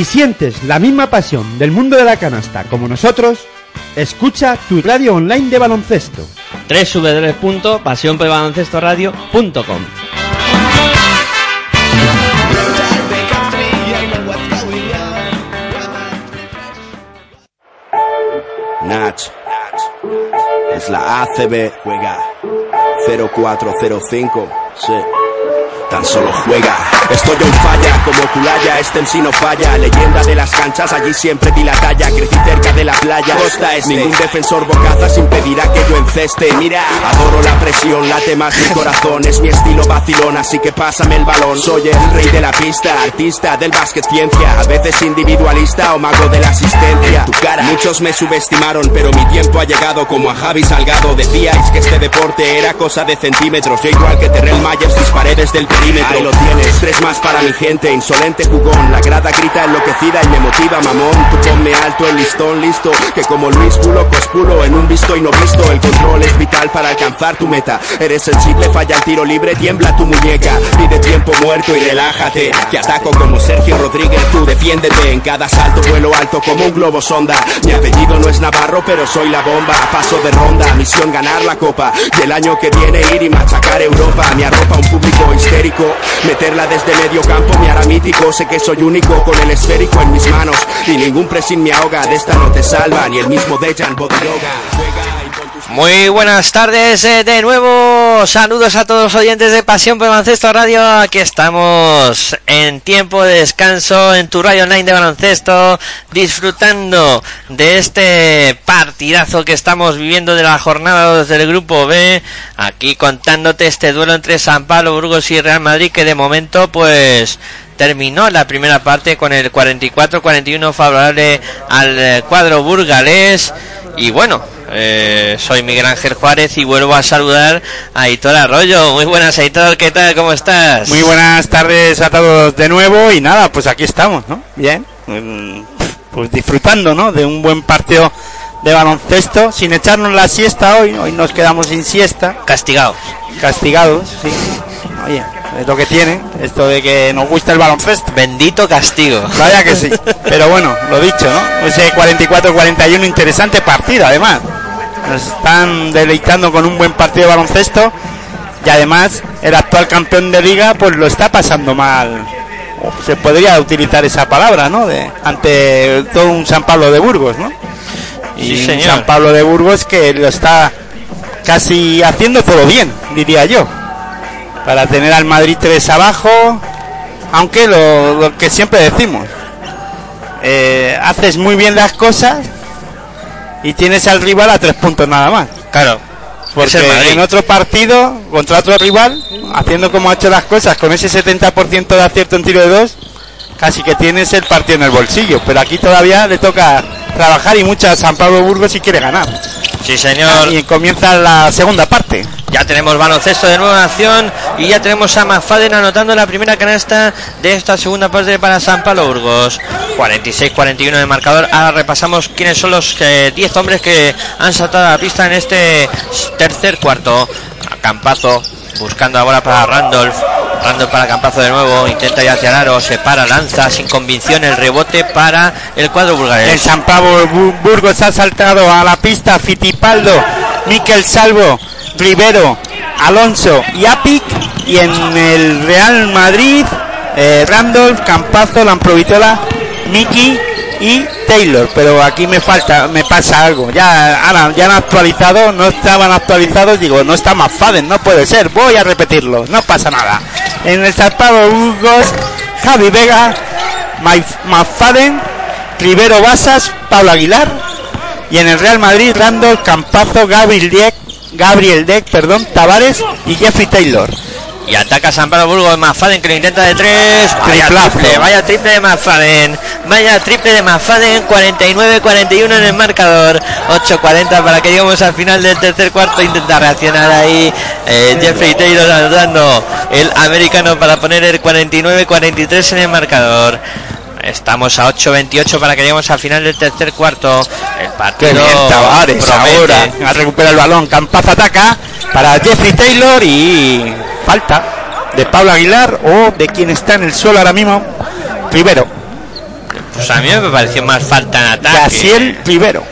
Si sientes la misma pasión del mundo de la canasta como nosotros, escucha tu radio online de baloncesto. www.pasionporbaloncestoradio.com. Nach es la ACB, juega 0405, sí. Tan solo juega. Estoy en falla, como Culaya, este MC no falla. Leyenda de las canchas, allí siempre di la talla. Crecí cerca de la playa, costa este. Ningún defensor bocazas impedirá que yo enceste. Mira, adoro la presión, late más mi corazón. Es mi estilo vacilón, así que pásame el balón. Soy el rey de la pista, artista del básquet ciencia. A veces individualista o mago de la asistencia. Tu cara, muchos me subestimaron, pero mi tiempo ha llegado como a Javi Salgado. Decíais que este deporte era cosa de centímetros. Yo igual que Terrell Myers disparé desde el perímetro. Ahí lo tienes, 3 más para mi gente, insolente jugón. La grada grita enloquecida y me motiva, mamón. Tú ponme alto el listón, listo. Que como Luis Pulo, cospulo en un visto y no visto. El control es vital para alcanzar tu meta. Eres sensible, falla el tiro libre, tiembla tu muñeca. Pide tiempo muerto y relájate. Que ataco como Sergio Rodríguez, tú defiéndete. En cada salto vuelo alto como un globo sonda. Mi apellido no es Navarro, pero soy la bomba. Paso de ronda, misión ganar la copa. Y el año que viene ir y machacar Europa. Me arropa un público histérico. Meterla desde medio campo me hará mítico. Sé que soy único con el esférico en mis manos. Y ningún pressing me ahoga. De esta no te salva ni el mismo Dejan Bodiroga. Muy buenas tardes de nuevo. Saludos a todos los oyentes de Pasión por Baloncesto Radio. Aquí estamos en tiempo de descanso en tu radio online de baloncesto, disfrutando de este partidazo que estamos viviendo de la jornada 2 del Grupo B. Aquí contándote este duelo entre San Pablo Burgos y Real Madrid, que de momento pues terminó la primera parte con el 44-41 favorable al cuadro burgalés. Y bueno, soy Miguel Ángel Juárez y vuelvo a saludar a Aitor Arroyo. Muy buenas, Aitor, ¿qué tal? ¿Cómo estás? Muy buenas tardes a todos de nuevo y nada, pues aquí estamos, ¿no? Bien, pues disfrutando, ¿no? De un buen partido de baloncesto, sin echarnos la siesta hoy nos quedamos sin siesta. Castigados, sí. Oye, es lo que tiene, esto de que nos gusta el baloncesto. Bendito castigo. Vaya que sí, pero bueno, lo dicho, ¿no? Ese 44-41, interesante partido, además. Nos están deleitando con un buen partido de baloncesto y además el actual campeón de liga pues lo está pasando mal. Se podría utilizar esa palabra, ¿no? Ante todo un San Pablo de Burgos, ¿no? Y sí, señor. San Pablo de Burgos que lo está casi haciendo todo bien, diría yo, para tener al Madrid 3 abajo, aunque lo que siempre decimos, haces muy bien las cosas y tienes al rival a 3 puntos nada más. Claro, porque en otro partido contra otro rival, haciendo como ha hecho las cosas, con ese 70% de acierto en tiro de 2, casi que tienes el partido en el bolsillo, pero aquí todavía le toca trabajar y mucho a San Pablo Burgos si quiere ganar. Sí, señor. Y comienza la segunda parte. Ya tenemos baloncesto de nueva acción y ya tenemos a McFadden anotando la primera canasta de esta segunda parte para San Pablo Burgos. 46-41 de marcador. Ahora repasamos quiénes son los 10 hombres que han saltado a la pista en este tercer cuarto. Campazo buscando ahora para Randolph para Campazo de nuevo, intenta ir hacia el aro, se para, lanza sin convicción, el rebote para el cuadro burgalés. El San Pablo Burgos ha saltado a la pista Fittipaldo, Miquel Salvo, Rivero, Alonso y Apic, y en el Real Madrid Randolph, Campazo, Lamprovitola, Miki y Taylor, pero aquí me pasa algo. Ya han actualizado, no estaban actualizados, digo, no está McFadden, no puede ser, voy a repetirlo, no pasa nada. En el San Pablo Burgos, Javi Vega, McFadden, Rivero Basas, Pablo Aguilar, y en el Real Madrid Randolph, Campazo, Gabriel Deck, Tavares y Jeffrey Taylor. Y ataca San Pablo Burgos, McFadden que lo intenta de 3. Vaya triple de McFadden. 49-41 en el marcador. 8-40 para que lleguemos al final del tercer cuarto. Intenta reaccionar ahí Jeffrey Taylor anotando el americano para poner el 49-43 en el marcador. Estamos a 8-28 para que lleguemos al final del tercer cuarto. El partido Tavares ahora a recuperar el balón. Campazo ataca para Jeffrey Taylor y falta de Pablo Aguilar o de quien está en el suelo ahora mismo, Rivero. Pues a mí me pareció más falta en ataque. Yaciel Rivero.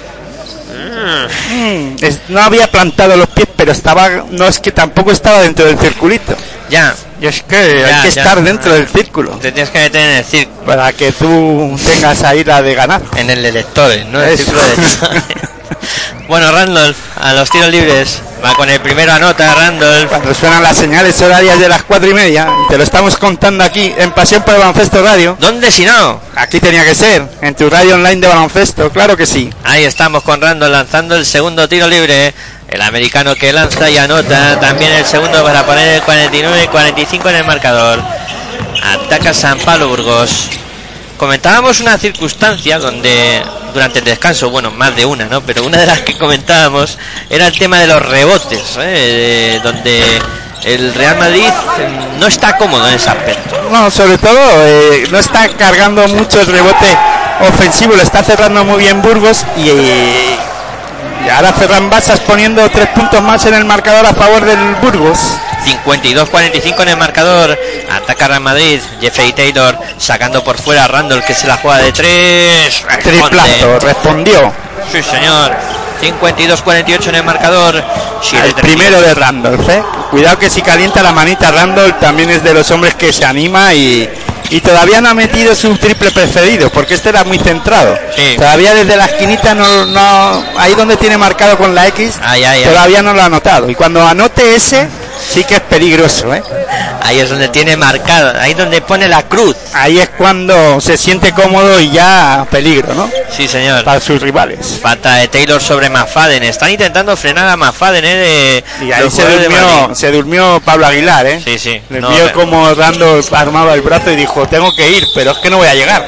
No había plantado los pies, pero no es que tampoco estaba dentro del circulito. Ya. Y es que hay que estar dentro del círculo. Te tienes que meter en el círculo. Para que tú tengas ahí la de ganar. En el de lectores, ¿no? El círculo de lectores. Bueno, Randolph, a los tiros libres. Va con el primero, anota Randolph. Cuando suenan las señales horarias de las 4:30, te lo estamos contando aquí en Pasión por el Baloncesto Radio. ¿Dónde si no? Aquí tenía que ser, en tu radio online de baloncesto, claro que sí. Ahí estamos con Randolph lanzando el segundo tiro libre. El americano que lanza y anota. También el segundo para poner el 49-45 en el marcador. Ataca San Pablo Burgos. Comentábamos una circunstancia donde durante el descanso, bueno, más de una, ¿no? Pero una de las que comentábamos era el tema de los rebotes, donde el Real Madrid no está cómodo en ese aspecto. No, sobre todo no está cargando mucho el rebote ofensivo, lo está cerrando muy bien Burgos y ahora Ferran Basas poniendo 3 puntos más en el marcador a favor del Burgos. 52-45 en el marcador. Ataca Real Madrid. Jeffrey Taylor sacando por fuera a Randolph, que se la juega de 3. Triplazo, respondió. Sí, señor. 52-48 en el marcador. El primero de Randolph, Cuidado que si calienta la manita Randolph también es de los hombres que se anima y todavía no ha metido su triple preferido, porque este era muy centrado. Sí. Todavía desde la esquinita no ahí donde tiene marcado con la X, todavía no lo ha anotado. Y cuando anote ese, sí que es peligroso, Ahí es donde tiene marcado, ahí donde pone la cruz. Ahí es cuando se siente cómodo y ya peligro, ¿no? Sí, señor. Para sus rivales. Falta de Taylor sobre McFadden. Están intentando frenar a McFadden, Y ahí se durmió Pablo Aguilar, Sí. Le vio como Randolph armaba el brazo y dijo, tengo que ir, pero es que no voy a llegar.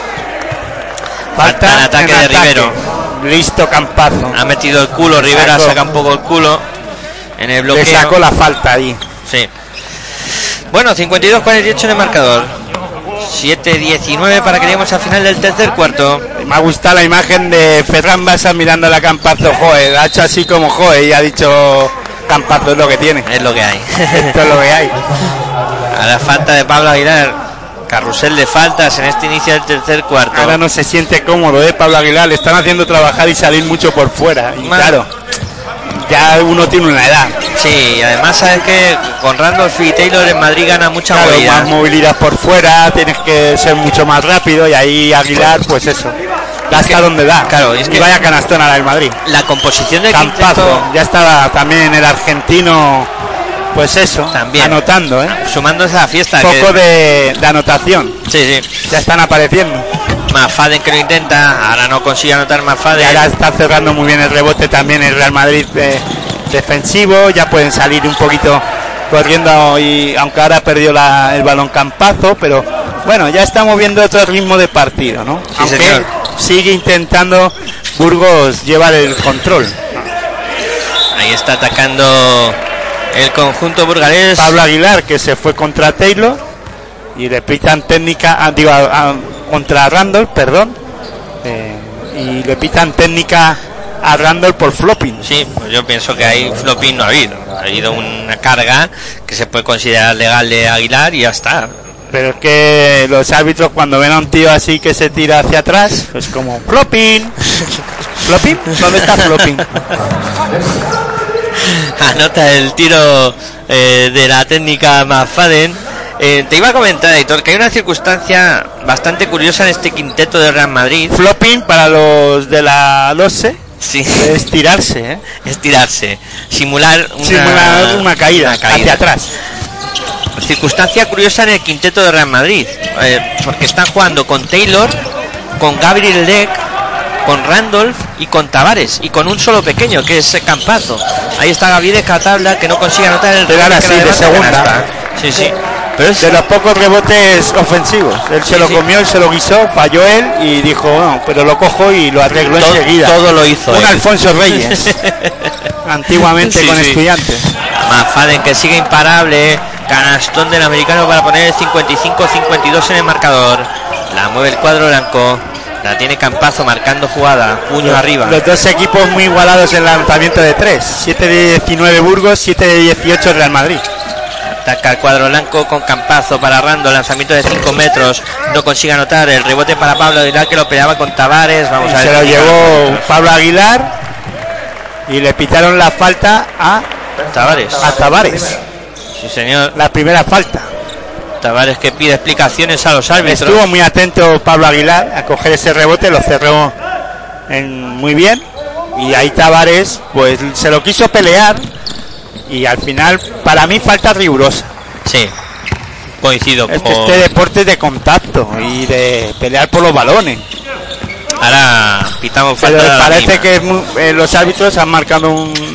Falta en ataque de Rivero. Listo Campazo. Ha metido el culo, Rivera saca un poco el culo en el bloqueo. Le sacó la falta ahí. Sí. Bueno, 52-48 en el marcador. 7-19 para que lleguemos al final del tercer cuarto. Me ha gustado la imagen de Ferran Basas mirando a la Campazo. Joder, ha hecho así como joder y ha dicho Campazo es lo que tiene. Es lo que hay. Esto es lo que hay. A la falta de Pablo Aguilar. Carrusel de faltas en este inicio del tercer cuarto. Ahora no se siente cómodo, Pablo Aguilar. Le están haciendo trabajar y salir mucho por fuera. Y claro, ya uno tiene una edad. Sí, y además sabes que con Randolph y Taylor en Madrid gana mucha movilidad. Más movilidad por fuera, tienes que ser mucho más rápido y ahí Aguilar, pues eso, da hasta donde da. Claro, es que vaya canastona la del Madrid. La composición del Campazo, ya estaba también el argentino, pues eso, también anotando, sumándose a la fiesta. Poco de anotación. Sí. Ya están apareciendo. McFadden que lo intenta, ahora no consigue anotar McFadden. Y ahora está cerrando muy bien el rebote también el Real Madrid defensivo, ya pueden salir un poquito corriendo y aunque ahora perdió el balón Campazo, pero bueno, ya estamos viendo otro ritmo de partido, ¿no? Sí, aunque señor. Sigue intentando Burgos llevar el control. Ahí está atacando el conjunto burgalés. Pablo Aguilar que se fue contra Taylor y le pitan técnica, contra Randolph, perdón, y le pitan técnica a Randolph por flopping. Sí, pues yo pienso que ahí flopping no ha habido una carga que se puede considerar legal de Aguilar y ya está. Pero es que los árbitros cuando ven a un tío así que se tira hacia atrás, pues como flopping. ¿Flopping? ¿Dónde está flopping? Anota el tiro de la técnica McFadden. Te iba a comentar, Aitor, que hay una circunstancia bastante curiosa en este quinteto de Real Madrid. Flopping para los de la LOSE. Sí. Estirarse, Estirarse. Simular una caída hacia atrás. Circunstancia curiosa en el quinteto de Real Madrid. Porque están jugando con Taylor, con Gabriel Deck, con Randolph y con Tavares. Y con un solo pequeño, que es Campazo. Ahí está Gabriel Catabla, que no consigue anotar el rebote así de segunda. Sí. Pero es de los pocos rebotes ofensivos. Él se lo comió, él se lo guisó, falló él y dijo, no, pero lo cojo y lo arregló enseguida. Todo lo hizo un Alfonso Reyes. Antiguamente con Estudiantes. McFadden que sigue imparable. Canastón del americano para poner el 55-52 en el marcador. La mueve el cuadro blanco. La tiene Campazo marcando jugada. Puño arriba. Los dos equipos muy igualados en el lanzamiento de 3. 7 de 19 Burgos, 7 de 18 Real Madrid. Ataca el cuadro blanco con Campazo para Rando, lanzamiento de 5 metros, no consigue anotar, el rebote para Pablo Aguilar que lo peleaba con Tavares. Vamos a ver. Se lo llevó Pablo Aguilar y le pitaron la falta a Tavares. Sí, señor. La primera falta. Tavares que pide explicaciones a los árbitros. Estuvo muy atento Pablo Aguilar a coger ese rebote, lo cerró muy bien y ahí Tavares pues se lo quiso pelear y al final para mí falta rigurosa. Sí, coincido. Este deporte es de contacto y de pelear por los balones. Ahora pitamos falta. Pero parece que los árbitros han marcado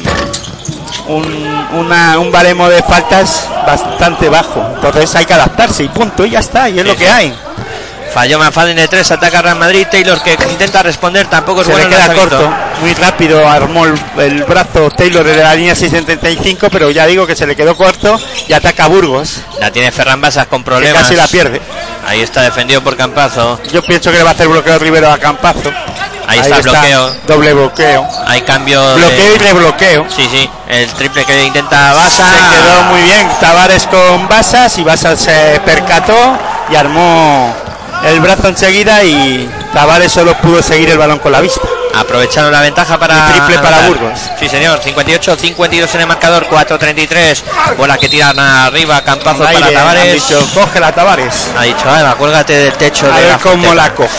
un baremo de faltas bastante bajo, entonces hay que adaptarse y punto, y ya está, y es lo que hay. Falló Mafalda de 3, ataca Real Madrid. Taylor que intenta responder, tampoco es se bueno. Le queda corto, muy rápido armó el brazo Taylor de la línea 675, pero ya digo que se le quedó corto y ataca a Burgos. La tiene Ferran Basas con problemas. Que casi la pierde. Ahí está defendido por Campazo. Yo pienso que le va a hacer bloqueo Rivero a Campazo. Ahí está el bloqueo. Doble bloqueo. Hay cambio. Bloqueo y rebloqueo. Sí. El triple que intenta Basas. Se quedó muy bien Tavares con Basas y Basas se percató y armó el brazo enseguida y Tavares solo pudo seguir el balón con la vista. Aprovecharon la ventaja para el triple para Burgos. Sí, señor. 58-52 en el marcador. 4-33. Bola que tiran arriba. Campazo para Tavares. Han dicho, cógela Tavares. Ha dicho, cuélgate del techo. A ver cómo la coges.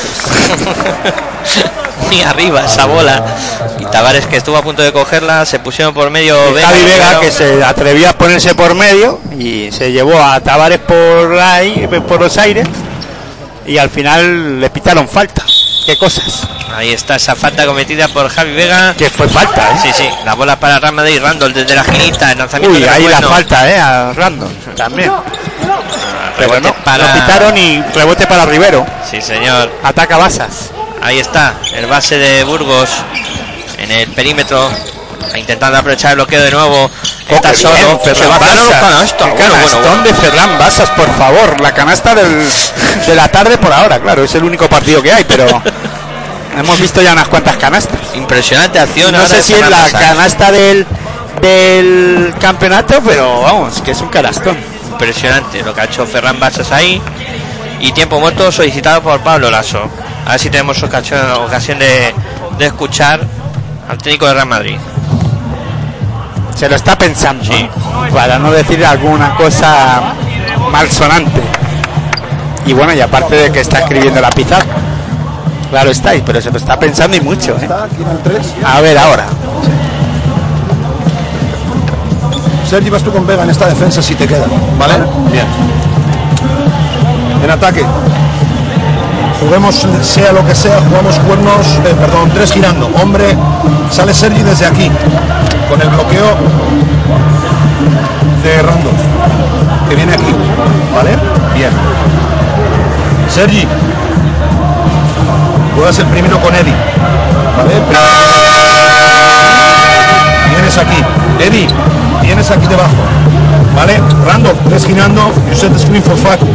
Y arriba esa bola. Y Tavares que estuvo a punto de cogerla. Se pusieron por medio. Javi Vega que se atrevió a ponerse por medio y se llevó a Tavares por ahí, por los aires. Y al final le pitaron falta. Qué cosas. Ahí está esa falta cometida por Javi Vega. Que fue falta, ¿eh? Sí. La bola para Real Madrid. Randall desde la esquinita. El lanzamiento. Uy, ahí bueno. La falta, a Randall también. Pero bueno, lo pitaron y rebote para Rivero. Sí, señor. Ataca Basas. Ahí está el base de Burgos en el perímetro. Intentando aprovechar el bloqueo de nuevo. Está solo. Ferran Basas. Canastón de Ferran Basas, por favor. La canasta de la tarde por ahora, claro. Es el único partido que hay, pero hemos visto ya unas cuantas canastas. Impresionante acción. No sé si es la canasta del campeonato, pero vamos, que es un canastón. Impresionante lo que ha hecho Ferran Basas ahí. Y tiempo muerto solicitado por Pablo Lasso. A ver si tenemos ocasión de escuchar al técnico de Real Madrid. Se lo está pensando, sí. Para no decir alguna cosa malsonante. Y bueno, y aparte de que está escribiendo la pizarra. Claro está ahí, pero se lo está pensando y mucho, ¿eh? A ver ahora. Sergi, vas tú con Vega en esta defensa si te queda, ¿vale? Bien. En ataque. Juguemos sea lo que sea, jugamos cuernos, 3 girando. Hombre, sale Sergi desde aquí. Con el bloqueo de Randolph, que viene aquí, ¿vale? Bien. Sergi, juegas el primero con Eddie, ¿vale? Vienes aquí, Eddie, vienes aquí debajo, ¿vale? Randolph, tres girando, you set the screen for Facu.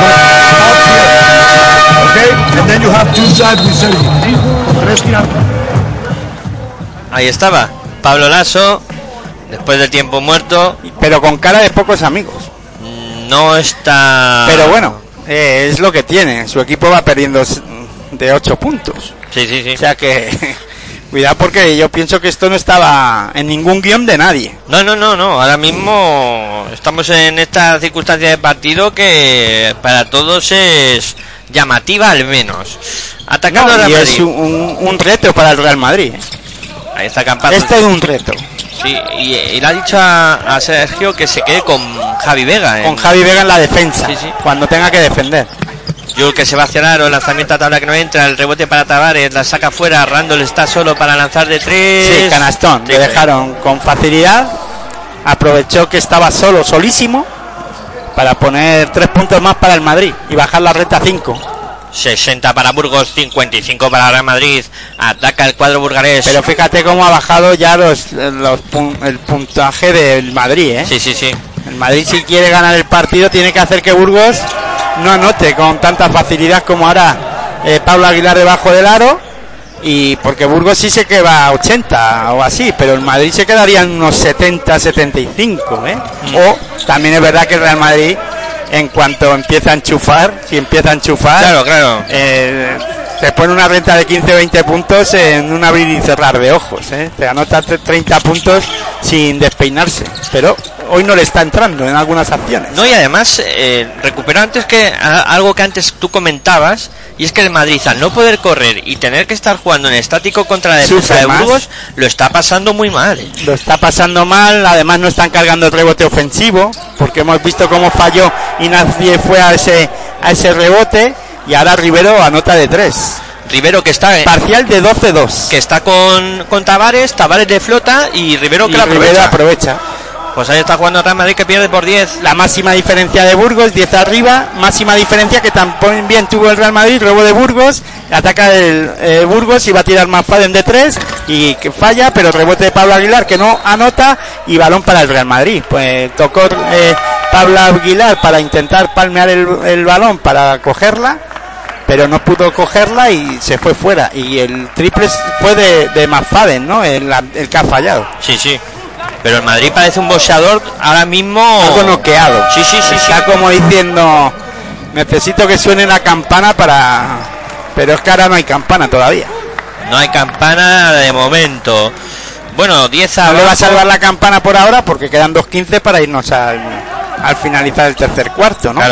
Okay, and then you have two sides with Sergi. Tres girando. Ahí estaba. Pablo Lasso, después del tiempo muerto. Pero con cara de pocos amigos. No está... Pero bueno, es lo que tiene. Su equipo va perdiendo de 8 puntos. Sí. O sea que... Cuidado porque yo pienso que esto no estaba en ningún guión de nadie. No. Ahora mismo estamos en esta circunstancia de partido que para todos es llamativa al menos. Atacando al Real Madrid. Es un reto para el Real Madrid. Ahí está Campazo. Este es un reto. Sí, y le ha dicho a Sergio que se quede con Javi Vega. Con Javi Vega en la defensa, sí. Cuando tenga que defender. Yo que se va a cerrar, o el lanzamiento a tabla que no entra, el rebote para Tavares, la saca fuera, Randall está solo para lanzar de 3. Sí, canastón, le dejaron con facilidad, aprovechó que estaba solísimo, para poner 3 puntos más para el Madrid y bajar la reta 5. 60 para Burgos, 55 para Real Madrid. Ataca el cuadro burgalés. Pero fíjate cómo ha bajado ya el puntaje del Madrid, ¿eh? Sí. El Madrid, si quiere ganar el partido, tiene que hacer que Burgos no anote con tanta facilidad como ahora Pablo Aguilar debajo del aro. Y porque Burgos sí se queda a 80 o así, pero el Madrid se quedaría en unos 70-75, O también es verdad que el Real Madrid, en cuanto empieza a enchufar, Claro. te pone una renta de 15-20 puntos en un abrir y cerrar de ojos, Te anota 30 puntos sin despeinarse, pero hoy no le está entrando en algunas acciones. No, y además recuperó antes que algo que antes tú comentabas, y es que el Madrid, al no poder correr y tener que estar jugando en estático contra la defensa de Burgos, lo está pasando muy mal. Lo está pasando mal, además no están cargando el rebote ofensivo, porque hemos visto cómo falló y nadie fue a ese rebote, y ahora Rivero anota de 3. Rivero que está parcial de 12-2. Que está con Tavares de flota y Rivero que la aprovecha. Pues ahí está jugando Real Madrid, que pierde por 10. La máxima diferencia de Burgos, 10 arriba. Máxima diferencia que también tuvo el Real Madrid. Robo de Burgos. Ataca el Burgos y va a tirar McFadden de 3. Y que falla, pero rebote de Pablo Aguilar que no anota. Y balón para el Real Madrid. Pues tocó Pablo Aguilar para intentar palmear el balón para cogerla. Pero no pudo cogerla y se fue fuera. Y el triple fue de McFadden, ¿no? El que ha fallado. Sí. Pero el Madrid parece un boxeador ahora mismo... Algo noqueado. Sí. Está como diciendo, necesito que suene la campana para... Pero es que ahora no hay campana todavía. No hay campana de momento. Bueno, 10 a... No le va a salvar la campana por ahora porque quedan 2:15 para irnos al finalizar el tercer cuarto, ¿no? Claro.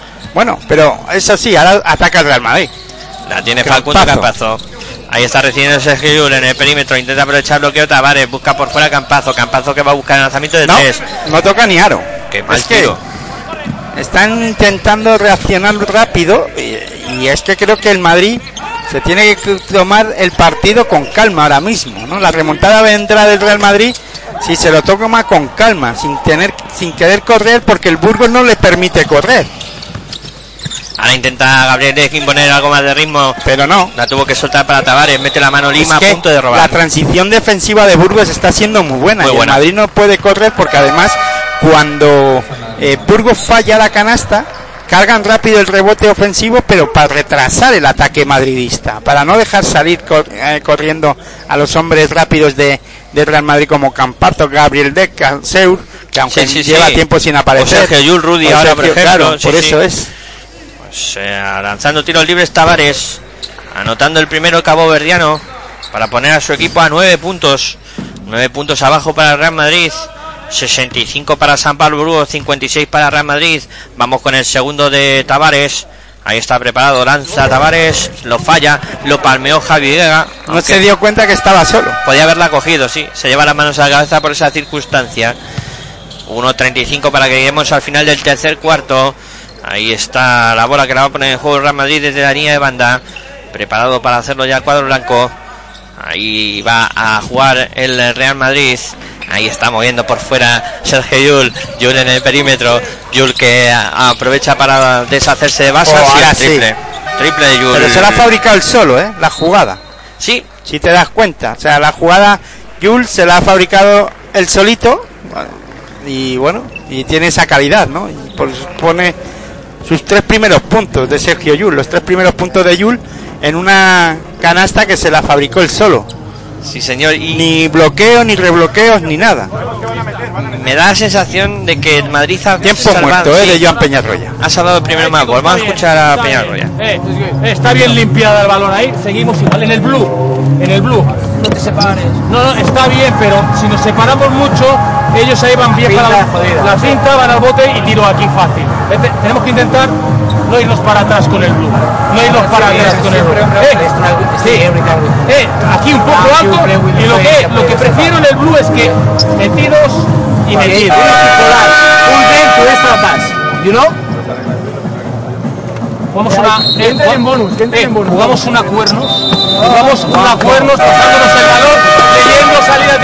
Pero eso sí, ahora ataca el Real Madrid. La tiene Facundo Campazo. Ahí está recibiendo Sergio Llull en el perímetro, intenta aprovechar bloqueo Tavares, busca por fuera Campazo que va a buscar el lanzamiento de 3. No toca ni aro. Qué mal tiro. Están intentando reaccionar rápido y es que creo que el Madrid se tiene que tomar el partido con calma ahora mismo, ¿no? La remontada vendrá del Real Madrid si se lo toma con calma, sin querer correr, porque el Burgos no le permite correr. Ahora intenta Gabriel imponer algo más de ritmo, pero no. La tuvo que soltar para Tavares, mete la mano Lima, a punto de robar. La transición defensiva de Burgos está siendo muy buena. El Madrid no puede correr porque además cuando Burgos falla la canasta, cargan rápido el rebote ofensivo, pero para retrasar el ataque madridista, para no dejar salir corriendo a los hombres rápidos de Real Madrid como Campazo, Gabriel Deca, Seur, que aunque lleva tiempo sin aparecer. O Sergio Llull, Rudy ahora, por ejemplo. Claro, por eso es. Lanzando tiros libres Tavares, anotando el primero caboverdiano para poner a su equipo a 9 puntos. 9 puntos abajo para el Real Madrid, 65 para San Pablo Burgos, 56 para Real Madrid. Vamos con el segundo de Tavares. Ahí está preparado, lanza Tavares, lo falla, lo palmeó Javi Vega. No se dio cuenta que estaba solo. Podía haberla cogido, sí. Se lleva las manos a la cabeza por esa circunstancia. 1:35 para que lleguemos al final del tercer cuarto. Ahí está la bola que la va a poner en juego el Real Madrid desde la línea de banda, preparado para hacerlo ya el cuadro blanco. Ahí va a jugar el Real Madrid. Ahí está moviendo por fuera Sergio Llull en el perímetro. Llull que aprovecha para deshacerse de Basas. Triple de Llull. Pero se la ha fabricado él solo, la jugada. Sí. Si te das cuenta, o sea, la jugada Llull se la ha fabricado él solito. Y bueno, y tiene esa calidad, ¿no? Y pone sus 3 primeros puntos de Sergio Llull, los 3 primeros puntos de Llull en una canasta que se la fabricó él solo. Sí, señor. Y ni bloqueos, ni rebloqueos, ni nada. Me da la sensación de que el Madrid ha tiempo muerto, de Joan Peñarroya. Ha salvado el primer marco. Vamos a escuchar a Peñarroya. Está bien limpiada el balón ahí. Seguimos igual en el blue. No te separes. No, está bien, pero si nos separamos mucho, ellos ahí van bien para la cinta, van al bote y tiro aquí fácil. Tenemos que intentar no irnos para atrás con el blue. Aquí un poco alto, y lo que prefiero en el blue es que metidos y metidos. Jugamos una cuernos, pasándonos el balón, leyendo salidas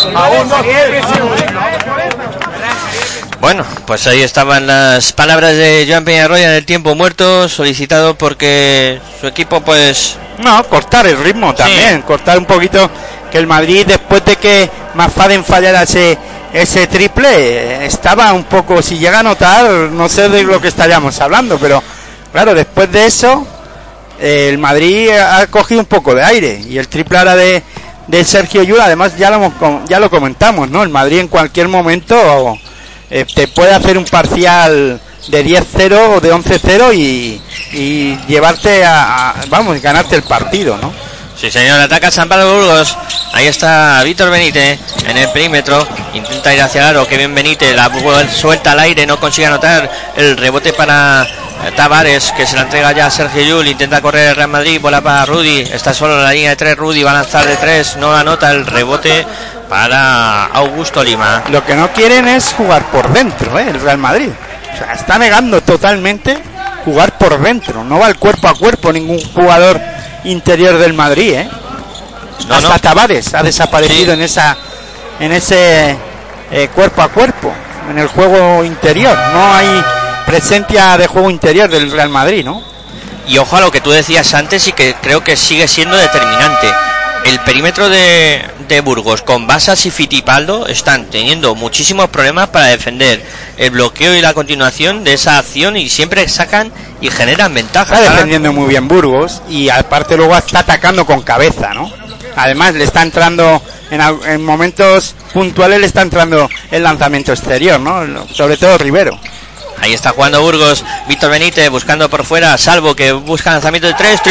de Bueno, pues ahí estaban las palabras de Joan Peñarroya en el tiempo muerto, solicitado porque su equipo pues... No, cortar el ritmo también, cortar un poquito, que el Madrid después de que McFadden fallara ese triple, estaba un poco, si llega a notar, no sé de lo que estaríamos hablando, pero claro, después de eso, el Madrid ha cogido un poco de aire y el triple ahora de Sergio Llull, además ya lo comentamos, ¿no? El Madrid en cualquier momento te puede hacer un parcial de 10-0 o de 11-0 y llevarte ganarte el partido, ¿no? Sí, señor, ataca San Pablo de Burgos. Ahí está Víctor Benítez en el perímetro. Intenta ir hacia el aro. Que bien Benítez. La suelta al aire. No consigue anotar el rebote para Tavares, que se la entrega ya a Sergio Llull. Intenta correr el Real Madrid. Bola para Rudy. Está solo en la línea de 3. Rudy va a lanzar de 3. No anota el rebote para Augusto Lima. Lo que no quieren es jugar por dentro, el Real Madrid. O sea, está negando totalmente jugar por dentro. No va el cuerpo a cuerpo ningún jugador interior del Madrid, hasta Tavares ha desaparecido en ese cuerpo a cuerpo, en el juego interior. No hay presencia de juego interior del Real Madrid, ¿no? Y ojo a lo que tú decías antes y que creo que sigue siendo determinante. El perímetro de Burgos con Basas y Fittipaldo están teniendo muchísimos problemas para defender el bloqueo y la continuación de esa acción, y siempre sacan y generan ventajas. Está defendiendo muy bien Burgos y aparte luego está atacando con cabeza, ¿no? Además le está entrando en momentos puntuales, le está entrando el lanzamiento exterior, ¿no? Sobre todo Rivero. Ahí está jugando Burgos. Víctor Benítez buscando por fuera, Salvo, que busca lanzamiento de 3,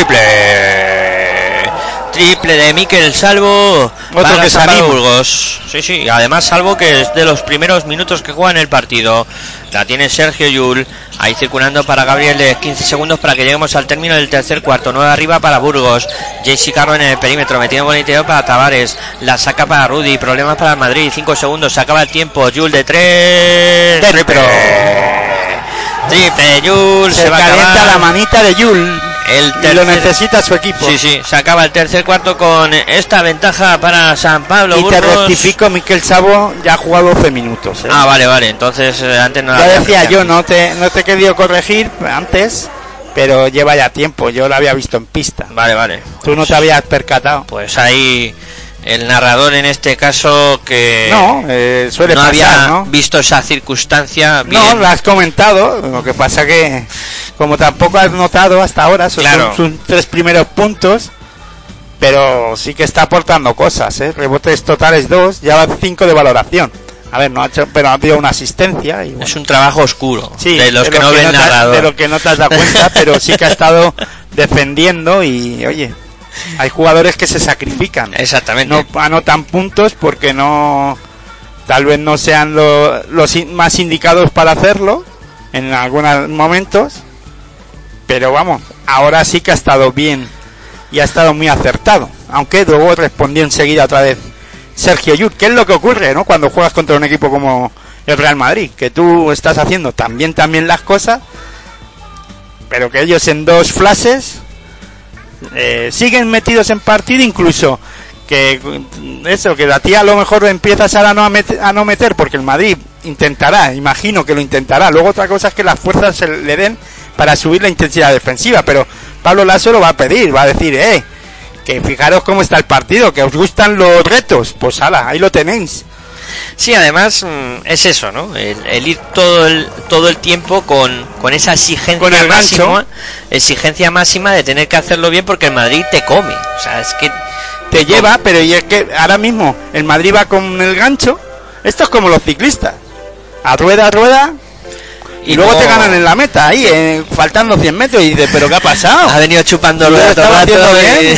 triple de Mikel Salvo. Otro que se anima. Burgos. Sí, además Salvo, que es de los primeros minutos que juega en el partido. La tiene Sergio Llull. Ahí circulando para Gabriel de 15 segundos para que lleguemos al término del tercer cuarto. 9 arriba para Burgos. J.C. Carro en el perímetro, metiendo por el interior para Tavares. La saca para Rudy. Problemas para el Madrid. 5 segundos. Se acaba el tiempo. Llull de 3. Triple Llull. Se calienta la manita de Llull. Lo necesita su equipo. Sí, se acaba el tercer cuarto con esta ventaja para San Pablo y Burgos. Te rectifico, Mikel Salvo ya ha jugado 12 minutos. Ah, vale, entonces antes no ya decía yo, no te he querido corregir antes, pero lleva ya tiempo, yo lo había visto en pista. Vale. Tú no te habías percatado. Pues ahí el narrador en este caso que suele no pasar, había visto esa circunstancia bien. No, lo has comentado, lo que pasa que como tampoco has notado hasta ahora, son sus 3 primeros puntos, pero sí que está aportando cosas, rebotes totales 2, ya va 5 de valoración. A ver, no ha hecho, pero ha habido una asistencia. Y bueno. Es un trabajo oscuro, sí, de los que no ven narrador. De lo que no te has dado cuenta, pero sí que ha estado defendiendo y, oye, hay jugadores que se sacrifican. Exactamente. No anotan puntos porque tal vez no sean los más indicados para hacerlo en algunos momentos, pero vamos, ahora sí que ha estado bien y ha estado muy acertado, aunque luego respondió enseguida otra vez Sergio Llull. ¿Qué es lo que ocurre, no? Cuando juegas contra un equipo como el Real Madrid, que tú estás haciendo también las cosas, pero que ellos en 2 flashes siguen metidos en partido, incluso que a ti a lo mejor empiezas ahora a no meter, porque el Madrid intentará, imagino que lo intentará. Luego otra cosa es que las fuerzas se le den para subir la intensidad defensiva, pero Pablo Lasso lo va a pedir, va a decir, que fijaros cómo está el partido, que os gustan los retos, pues ala, ahí lo tenéis. Sí, además es eso, ¿no? El ir todo el tiempo con esa exigencia máxima de tener que hacerlo bien, porque el Madrid te come. O sea, es que te lleva, pero y es que ahora mismo el Madrid va con el gancho. Esto es como los ciclistas, a rueda, y luego te ganan en la meta, ahí, faltando 100 metros, y dices, ¿pero qué ha pasado? Ha venido chupando rueda todo el rato.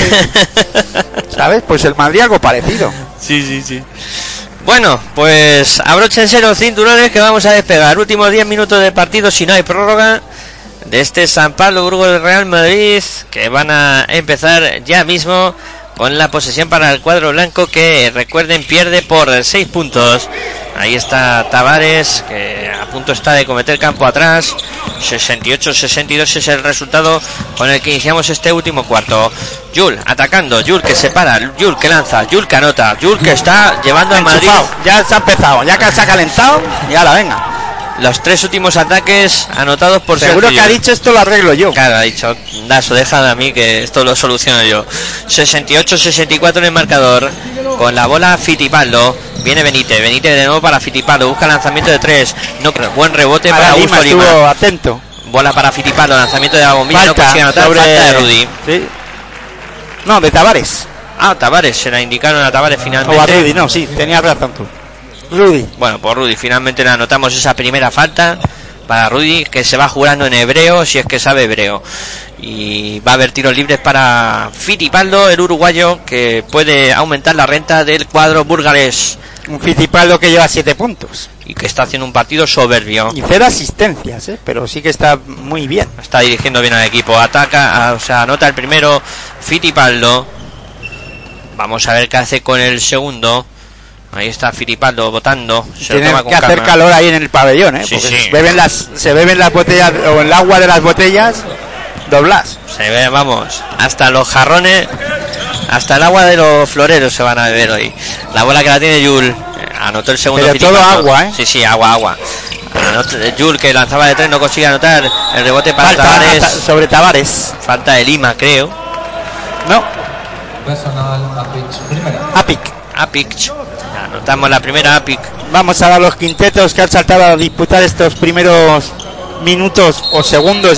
¿Sabes? Pues el Madrid algo parecido. Sí. Bueno, pues abróchense los cinturones que vamos a despegar. Últimos 10 minutos de partido, si no hay prórroga, de este San Pablo Burgos del Real Madrid, que van a empezar ya mismo con la posesión para el cuadro blanco, que recuerden pierde por 6 puntos. Ahí está Tavares, que a punto está de cometer campo atrás. 68-62 es el resultado con el que iniciamos este último cuarto. Llull atacando, Llull que se para, Llull que lanza, Llull que anota, Llull que está llevando al Madrid. Ya se ha empezado, ya que se ha calentado, y ahora venga. Los 3 últimos ataques anotados por seguro que ha dicho esto lo arreglo yo. Claro, ha dicho, Daso, déjame a mí que esto lo soluciono yo. 68-64 en el marcador. Con la bola Fittipaldo. Viene Benítez de nuevo para Fittipaldo. Busca lanzamiento de 3. No, buen rebote para Augusto Lima. Estuvo atento. Bola para Fittipaldo, lanzamiento de la bombilla, Falta, no consigue anotar, sobre- falta de Rudy. Sí. No, de Tavares. Ah, Tavares, se la indicaron a Tavares O a finalmente. Rudy, no, sí, tenías razón tú. Rudy. Bueno, por Rudy, finalmente le anotamos esa primera falta para Rudy, que se va jugando en hebreo, si es que sabe hebreo. Y va a haber tiros libres para Fittipaldo, el uruguayo, que puede aumentar la renta del cuadro burgalés. Un Fittipaldo que lleva 7 puntos. Y que está haciendo un partido soberbio. Y 0 asistencias, pero sí que está muy bien. Está dirigiendo bien al equipo. Ataca, o sea, anota el primero Fittipaldo. Vamos a ver qué hace con el segundo. Ahí está Fittipaldo botando. Se lo Tiene toma con que hacer calma. calor ahí en el pabellón, Sí, porque sí. se beben las botellas, o el agua de las botellas, doblas. Se ve, vamos, hasta los jarrones, hasta el agua de los floreros se van a beber hoy. La bola que la tiene Yul. Anotó el segundo. Pero todo Fittipaldo. agua, ¿eh? Sí, sí, agua. Yul, que lanzaba de 3, no consigue anotar. El rebote para Falta Tavares. sobre Tavares. Falta de Lima, creo. No. Apic. Apic. Anotamos la primera Apic. Vamos a dar los quintetos que han saltado a disputar estos primeros minutos o segundos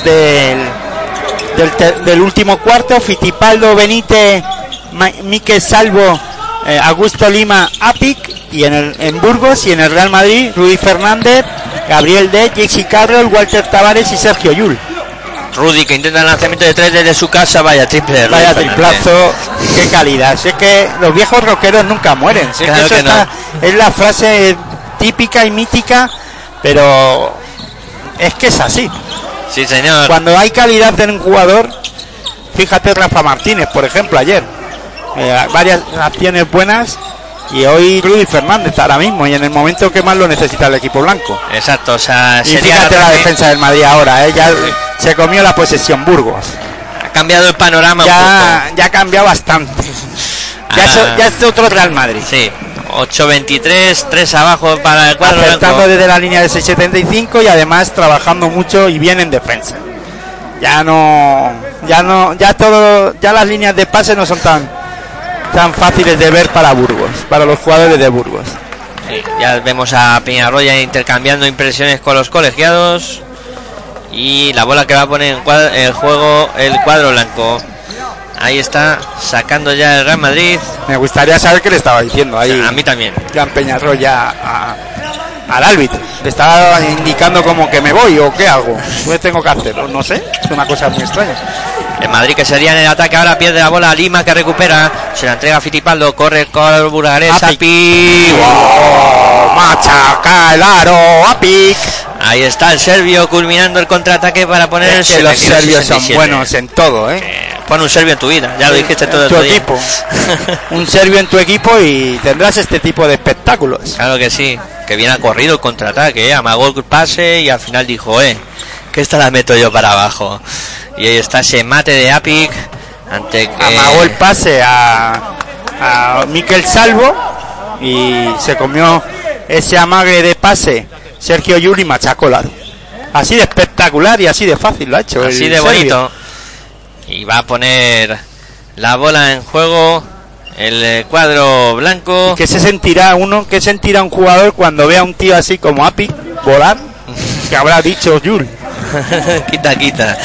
del último cuarto. Fittipaldo, Benítez, Miquel Salvo, Augusto Lima, Apic. Y en Burgos y en el Real Madrid, Rudy Fernández, Gabriel De, Jesse Carroll, Walter Tavares y Sergio Yul. Rudy, que intenta el lanzamiento de 3 desde su casa. Vaya triple de Rudy Vaya Fernández. triplazo, qué calidad. Si es que los viejos rockeros nunca mueren. Si es Claro que eso que no. es la frase típica y mítica, pero es que es así. Sí, señor. Cuando hay calidad en un jugador, fíjate Rafa Martínez, por ejemplo, ayer. Varias acciones buenas. Y hoy Rudy Fernández ahora mismo, y en el momento que más lo necesita el equipo blanco. Exacto, o sea, Y sería fíjate la Rafa- defensa del Madrid ahora, ya se comió la posesión Burgos. Ha cambiado el panorama un Ya ha cambiado bastante. Ya es otro Real Madrid. poco. Sí, 8-23, 3 abajo para el cuadro Acertando blanco. desde la línea de 6.75 y además trabajando mucho y bien en defensa. Ya las líneas de pase no son tan fáciles de ver para Burgos, para los jugadores de Burgos. Sí, ya vemos a Peñarroya intercambiando impresiones con los colegiados. Y la bola que va a poner en juego el cuadro blanco. Ahí está, sacando ya el Real Madrid. Me gustaría saber qué le estaba diciendo ahí A mí también. Jan Peñarroya al árbitro. Le estaba indicando como que me voy o qué hago. ¿Qué tengo que hacer? No sé, es una cosa muy extraña. El Madrid que sería en el ataque, ahora pierde la bola. Lima que recupera, se la entrega a Fittipaldo, corre el cuadro burgalés. Apic. Machaca el aro, Apic. Ahí está el serbio culminando el contraataque para poner el Es que los 72, serbios son 67. buenos en todo, Pon un serbio en tu vida, ya lo dijiste todo en el tu otro día. equipo. Un serbio en tu equipo y tendrás este tipo de espectáculos. Claro que sí, que bien ha corrido el contraataque, amagó el pase y al final dijo, que esta la meto yo para abajo. Y ahí está ese mate de Apic ante que... Amagó el pase a Miquel Salvo y se comió ese amague de pase Sergio Yul y machacó el aro. Así de espectacular y así de fácil lo ha hecho. Así el de serbio. bonito. Y va a poner la bola en juego el cuadro blanco. ¿Qué sentirá un jugador cuando vea a un tío así como Apic volar? Que habrá dicho Yul. quita.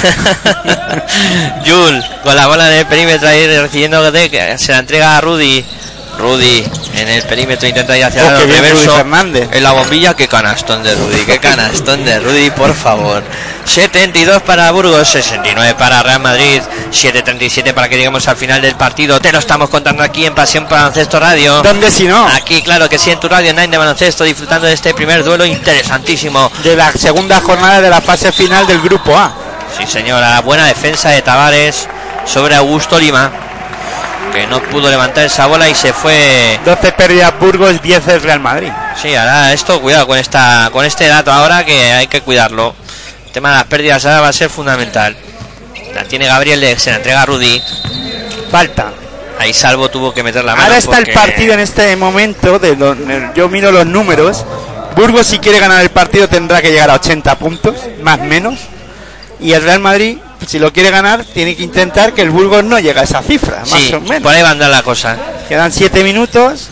Yul con la bola en el perímetro ahí recibiendo, se la entrega a Rudy. Rudy en el perímetro intenta ir hacia el qué bien reverso. Rudy Fernández. En la bombilla, qué canastón de Rudy, por favor. 72 para Burgos, 69 para Real Madrid, 7:37 para que lleguemos al final del partido. Te lo estamos contando aquí en Pasión Baloncesto Radio. ¿Dónde si no? Aquí, claro que sí, en tu radio Nine de baloncesto, disfrutando de este primer duelo interesantísimo. De la segunda jornada de la fase final del grupo A. Sí, señora, buena defensa de Tavares sobre Augusto Lima, que no pudo levantar esa bola y se fue. 12 pérdidas Burgos, 10 el Real Madrid. Sí, ahora esto, cuidado con este dato ahora, que hay que cuidarlo. El tema de las pérdidas ahora va a ser fundamental. La tiene Gabriel, se la entrega a Rudy. Falta. Ahí Salvo tuvo que meter la mano. Ahora está porque... el partido en este momento. Yo miro los números. Burgos, si quiere ganar el partido, tendrá que llegar a 80 puntos, más o menos. Y el Real Madrid, si lo quiere ganar, tiene que intentar que el Burgos no llegue a esa cifra, Sí, más o menos. por ahí va a andar la cosa. Quedan 7 minutos.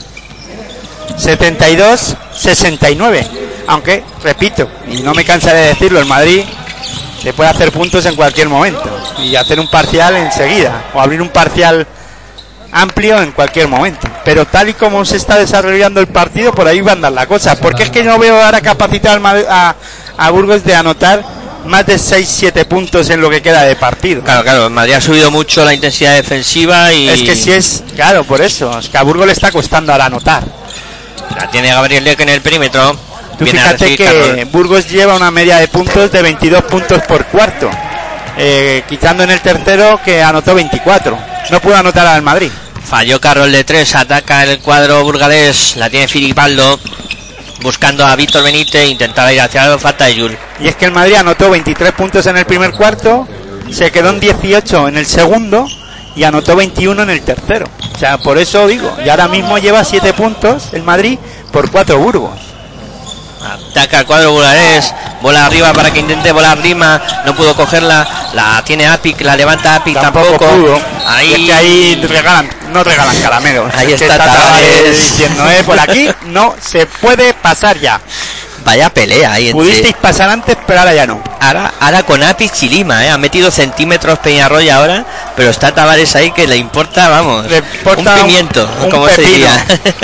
72-69. Aunque, repito, y no me cansaré de decirlo, el Madrid se puede hacer puntos en cualquier momento y hacer un parcial enseguida o abrir un parcial amplio en cualquier momento, pero tal y como se está desarrollando el partido, por ahí va a andar la cosa, porque es que no veo ahora capacitado a Burgos de anotar más de 6-7 puntos en lo que queda de partido. Claro, el Madrid ha subido mucho la intensidad defensiva y... Es que si es, claro, por eso, es que a Burgos le está costando ahora anotar. La tiene Gabriel Leque en el perímetro. Tú fíjate que Burgos lleva una media de puntos de 22 puntos por cuarto, quitando en el tercero que anotó 24. No pudo anotar al Madrid. Falló Carroll de 3, ataca el cuadro burgalés, la tiene Filipaldo, buscando a Víctor Benítez, intentaba ir hacia la falta de Yul. Y es que el Madrid anotó 23 puntos en el primer cuarto, se quedó en 18 en el segundo y anotó 21 en el tercero. O sea, por eso digo, y ahora mismo lleva 7 puntos el Madrid por 4 Burgos. Ataca el cuadro burgalés, bola arriba para que intente volar Lima, no pudo cogerla, la tiene Apic, la levanta Apic, tampoco pudo. Ahí... Es que ahí no regalan caramelos. Ahí es que está Tavares diciendo, por aquí no se puede pasar ya. Vaya pelea ahí. Pudisteis pasar antes, pero ahora ya no. Ahora con Apic y Lima, ha metido centímetros Peñarroya ahora, pero está Tavares ahí que le importa, vamos, le importa un pimiento, un como pepino. se diría.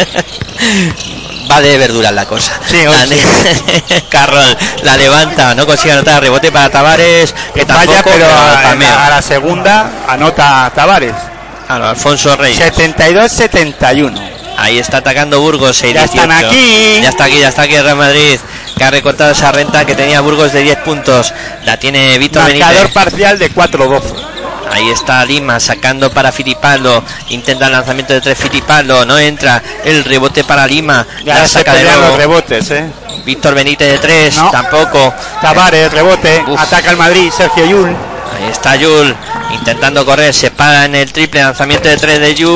Va de verduras la cosa. Sí, Carroll la levanta, no consigue anotar, rebote para Tavares, que vaya, tampoco, pero a la segunda anota Tavares. Alfonso Reyes. 72-71. Ahí está atacando Burgos. 6-18. Ya están aquí. Ya está aquí el Real Madrid, que ha recortado esa renta que tenía Burgos de 10 puntos. La tiene Víctor Benítez. Marcador parcial de 4-12. Ahí está Lima sacando para Filipaldo, intenta el lanzamiento de 3 Filipaldo, no entra, el rebote para Lima, ya la saca de nuevo. Los rebotes, Víctor Benítez de 3, no. Tampoco. Tavares, rebote, ataca el Madrid, Sergio Yul. Ahí está Yul, intentando correr, se para en el triple, lanzamiento de 3 de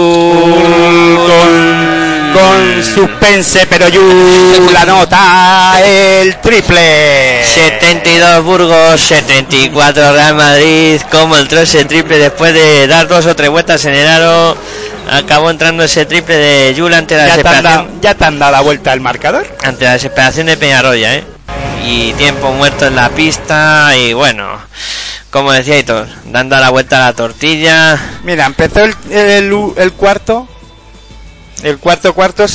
Yul. Con suspense, pero Yul anota el triple. 72 Burgos, 74 Real Madrid. Como entró ese triple después de dar 2 o 3 vueltas en el aro. Acabó entrando ese triple de Yul ante la desesperación. ¿Ya te han dado la vuelta al marcador? Ante la desesperación de Peñarroya, Y tiempo muerto en la pista. Y bueno, como decía Hitor, dando la vuelta a la tortilla. Mira, empezó el cuarto. El cuarto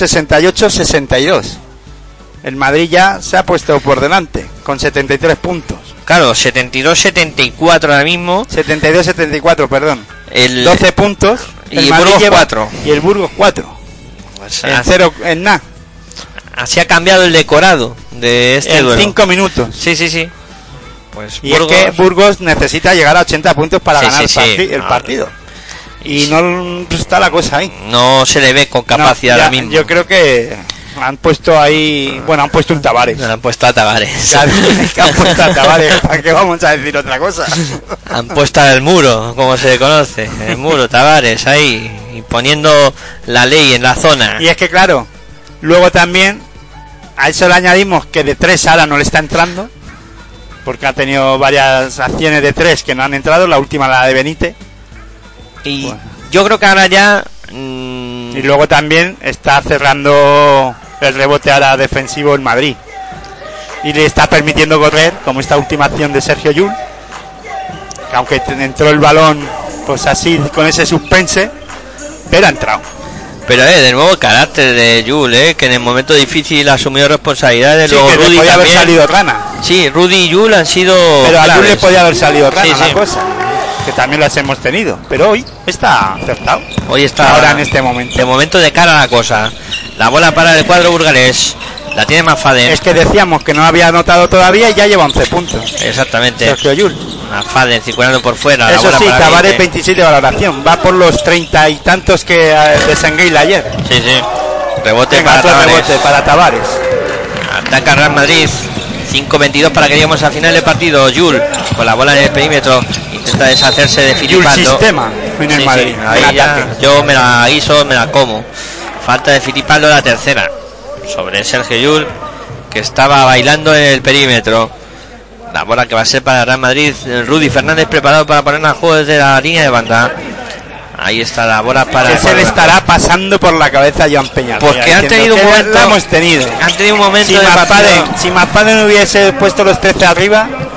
68-62. El Madrid ya se ha puesto por delante con 73 puntos. Claro, 72-74 ahora mismo. 72-74, perdón. 12 puntos. Y el Burgos 4. Y el Burgos 4. Pues en nada. Así ha cambiado el decorado de este duelo. En 5 minutos. Sí. Pues y Burgos... es que Burgos necesita llegar a 80 puntos para ganar el partido. Y no está la cosa ahí. No se le ve con capacidad ahora mismo. Yo creo que han puesto ahí... Bueno, han puesto un Tavares. Han puesto a Tavares. Claro, han puesto a Tavares. ¿Para qué vamos a decir otra cosa? Han puesto al muro, como se le conoce. El muro, Tavares, ahí, imponiendo la ley en la zona. Y es que, claro, luego también a eso le añadimos que de 3 ahora no le está entrando. Porque ha tenido varias acciones de 3 que no han entrado. La última, la de Benítez. Y bueno, yo creo que ahora ya... Y luego también está cerrando el rebote ahora defensivo en Madrid. Y le está permitiendo correr, como esta última acción de Sergio Yul. Que aunque entró el balón, pues así, con ese suspense, pero ha entrado. Pero de nuevo el carácter de Yul, que en el momento difícil ha asumido responsabilidades. Sí, luego que Rudy podía también. Haber salido rana. Sí, Rudy y Yul han sido... Pero a claves. Yul le podía haber salido rana la sí. cosa. Que también las hemos tenido, pero hoy está acertado. Hoy está ahora en este momento. De momento de cara a la cosa. La bola para el cuadro burgalés. La tiene Mafaden. Es que decíamos que no había anotado todavía y ya lleva 11 puntos. Exactamente. Sergio Yul. Mafaden circulando por fuera. Eso sí, Tavares 27 de valoración. Va por los 30 y tantos que de Sengueil ayer. Sí. Rebote Venga, para Tavares. Ataca Real Madrid. 5-22 para que lleguemos al final del partido. Yul con la bola en el perímetro. Intenta deshacerse de Filipaldo. Yul sistema en el Madrid. Ahí ya, yo me la guiso, me la como. Falta de Filipaldo la tercera. Sobre Sergio Yul, que estaba bailando en el perímetro. La bola que va a ser para Real Madrid. Rudy Fernández preparado para poner al juego desde la línea de banda. Ahí está la bola para... ¿Qué se le estará pasando por la cabeza a Joan Peña? Porque han tenido un momento... La hemos tenido. Han tenido un momento si Mafaden hubiese puesto los 13 arriba,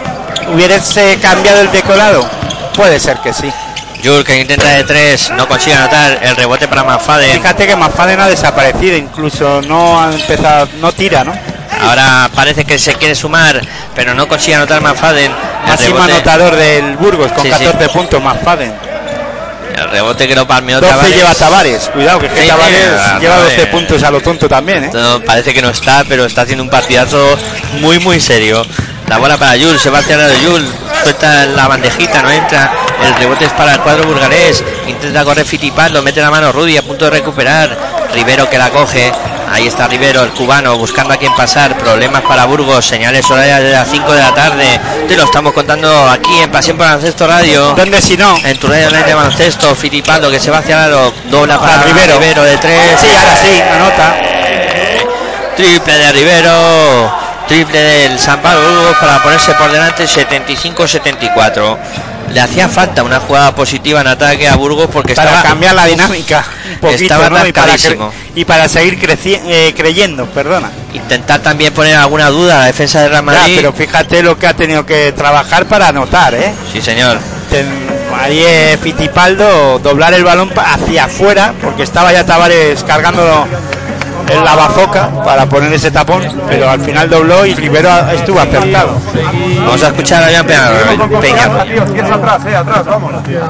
¿Hubiese cambiado el decorado? Puede ser que sí. Yul que intenta de 3, no consigue anotar. El rebote para McFadden. Fíjate que McFadden ha desaparecido, incluso no ha empezado, no tira, ¿no? Ahora parece que se quiere sumar, pero no consigue anotar McFadden. Máximo anotador del Burgos con 14 puntos McFadden. El rebote que lo palmeó 12 Tavares. lleva Tavares, cuidado que Sí, Tavares lleva 12 Tavares. puntos a lo tonto también, ¿eh? No, parece que no está, pero está haciendo un partidazo muy serio. La bola para Yul, se va hacia el Yul, suelta la bandejita, no entra. El rebote es para el cuadro burgalés. Intenta correr Fittipaldo, mete la mano Rudy a punto de recuperar. Rivero que la coge. Ahí está Rivero, el cubano, buscando a quién pasar. Problemas para Burgos, señales horarias de las 5 de la tarde. Te lo estamos contando aquí en Pasión por Baloncesto Radio. ¿Dónde si no? En tu radio online de baloncesto. Fittipaldo que se va hacia el aro, dobla para Rivero de 3. Sí, ahora sí, anota. Triple de Rivero. Triple del San Pablo Burgos para ponerse por delante 75-74. Le hacía falta una jugada positiva en ataque a Burgos porque para estaba cambiar la dinámica un poquito, estaba ¿no? atascadísimo. Y para seguir creyendo, perdona. Intentar también poner alguna duda a la defensa de Real Madrid. Ya, pero fíjate lo que ha tenido que trabajar para anotar, ¿eh? Sí, señor. Ahí Fittipaldo doblar el balón hacia afuera porque estaba ya Tavares cargándolo en la bazoca para poner ese tapón, pero al final dobló y Rivero estuvo acertado. Vamos a escuchar a Jan Peña. Atrás, vamos.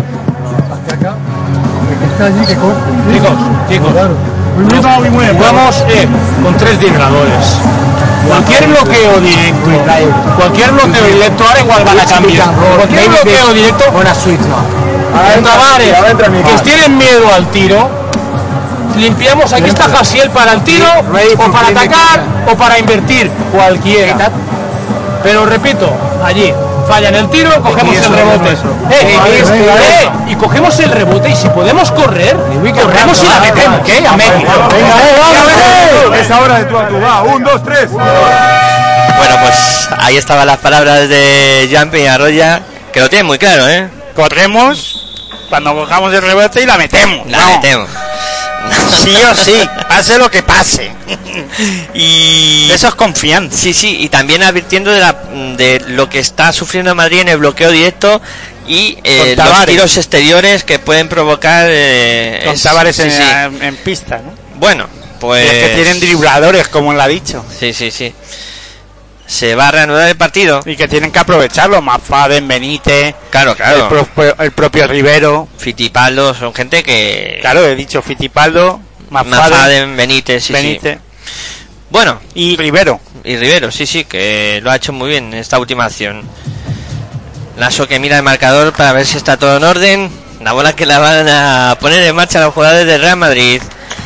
Chicos, jugamos con 3 vibradores. Cualquier bloqueo directo, ahora igual van a cambiar. Cualquier bloqueo directo, Tavares, que tienen miedo al tiro. Limpiamos, aquí está Jasiel para el tiro, o para atacar, o para invertir, cualquiera. Pero repito, allí fallan el tiro, cogemos el rebote. Y cogemos el rebote, y si podemos correr, corremos y la metemos. A México. Es ahora de tú a tú, va, 1, 2, 3. Bueno, pues ahí estaban las palabras de Jan Peñarroya, que lo tiene muy claro, ¿eh? Corremos cuando cojamos el rebote y la metemos. La metemos. Sí o sí, pase lo que pase. Y eso es confianza. Sí, y también advirtiendo de lo que está sufriendo Madrid en el bloqueo directo y los tiros exteriores que pueden provocar con Tavares en pista, ¿no? Bueno, pues y es que tienen dribladores, como él ha dicho. Sí. Se va a reanudar el partido y que tienen que aprovecharlo. McFadden, Benítez, claro. El propio Rivero, Fittipaldo, son gente que... Claro, he dicho Fittipaldo, McFadden, Benítez, sí. Bueno, y Rivero, sí, que lo ha hecho muy bien en esta última acción. Lasso que mira el marcador para ver si está todo en orden. La bola que la van a poner en marcha los jugadores del Real Madrid.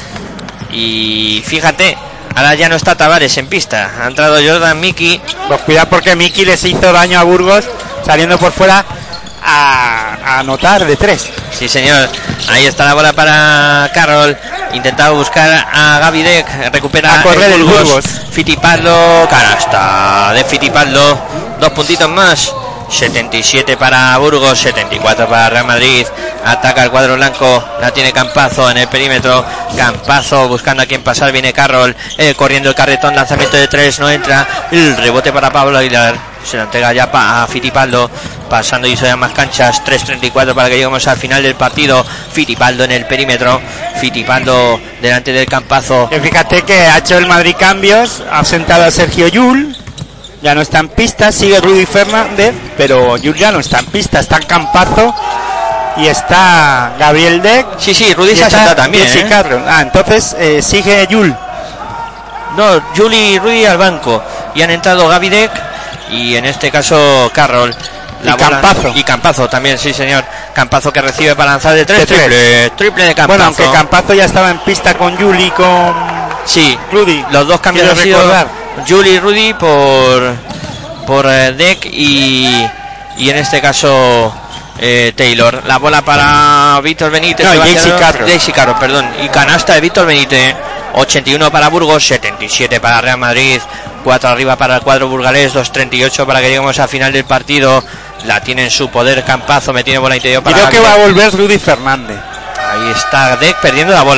Y fíjate, ahora ya no está Tavares en pista. Ha entrado Jordan Miki. Pues cuidado porque Miki les hizo daño a Burgos saliendo por fuera a anotar de 3. Sí, señor. Ahí está la bola para Carroll. Intentaba buscar a Gavidec. Recupera a correr el Burgos. Fittipaldo. Canasta de Fittipaldo. 2 puntitos más. 77 para Burgos, 74 para Real Madrid. Ataca el cuadro blanco, la tiene Campazo en el perímetro. Campazo buscando a quien pasar, viene Carroll, corriendo el carretón, lanzamiento de 3, no entra. El rebote para Pablo Aguilar, se la entrega ya a Fittipaldo, pasando y se dan más canchas. 3:34 para que lleguemos al final del partido. Fittipaldo en el perímetro, Fittipaldo delante del Campazo. Fíjate que ha hecho el Madrid cambios, ha sentado a Sergio Yul. Ya no está en pista, sigue Rudy Fernández, pero Yul ya no está en pista, está en Campazo y está Gabriel Deck. Sí, Rudy se ha sentado también. Entonces sigue Yul. No, Yul y Rudy al banco. Y han entrado Gaby Deck y en este caso Carroll. Y Campazo también, sí señor. Campazo que recibe para lanzar de 3. Triple de Campazo. Bueno, aunque Campazo ya estaba en pista con Yul y con Rudy. Los dos cambios han sido Yuli y Rudy por Deck y en este caso Taylor. La bola para Víctor Benítez. JC Carroll, perdón. Y canasta de Víctor Benítez. 81 para Burgos, 77 para Real Madrid. 4 arriba para el cuadro burgalés, 2:38 para que lleguemos al final del partido. La tiene en su poder Campazo, me tiene bola interior para... Creo que va a volver Rudy Fernández. Ahí está Deck perdiendo la bola.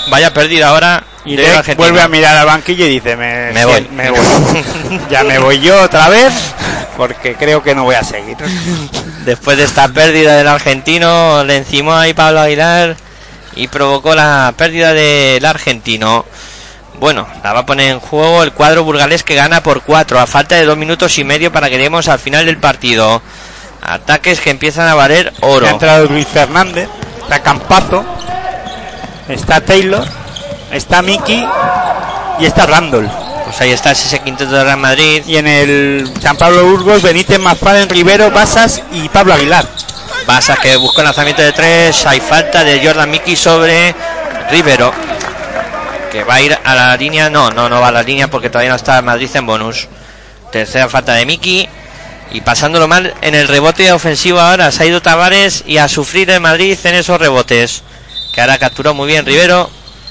Vaya pérdida ahora. Y vuelve a mirar al banquillo y dice, me voy. Ya me voy yo otra vez, porque creo que no voy a seguir. Después de esta pérdida del argentino, le encimó ahí Pablo Aguilar y provocó la pérdida del argentino. Bueno, la va a poner en juego el cuadro burgalés, que gana por 4 a falta de 2 minutos y medio para que lleguemos al final del partido. Ataques que empiezan a valer oro. Ha entrado Luis Fernández, está Campazo, está Taylor, está Miki y está Randall. Pues ahí está ese quinteto de Real Madrid. Y en el San Pablo Burgos, Benítez, McFadden, Rivero, Basas y Pablo Aguilar. Basas, que busca el lanzamiento de 3. Hay falta de Jordan Miki sobre Rivero, que va a ir a la línea. No va a la línea porque todavía no está Madrid en bonus. Tercera falta de Miki. Y pasándolo mal en el rebote ofensivo ahora se ha ido Tavares, y a sufrir el Madrid en esos rebotes, que ahora capturó muy bien Rivero.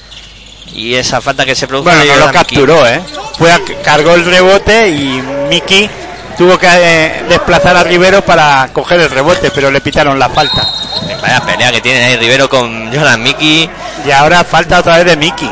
Y esa falta que se produjo, bueno, no lo capturó, cargó el rebote y Miki tuvo que desplazar a Rivero para coger el rebote, pero le pitaron la falta. Vaya pelea que tiene ahí Rivero con Jordan Miki. Y ahora falta otra vez de Miki.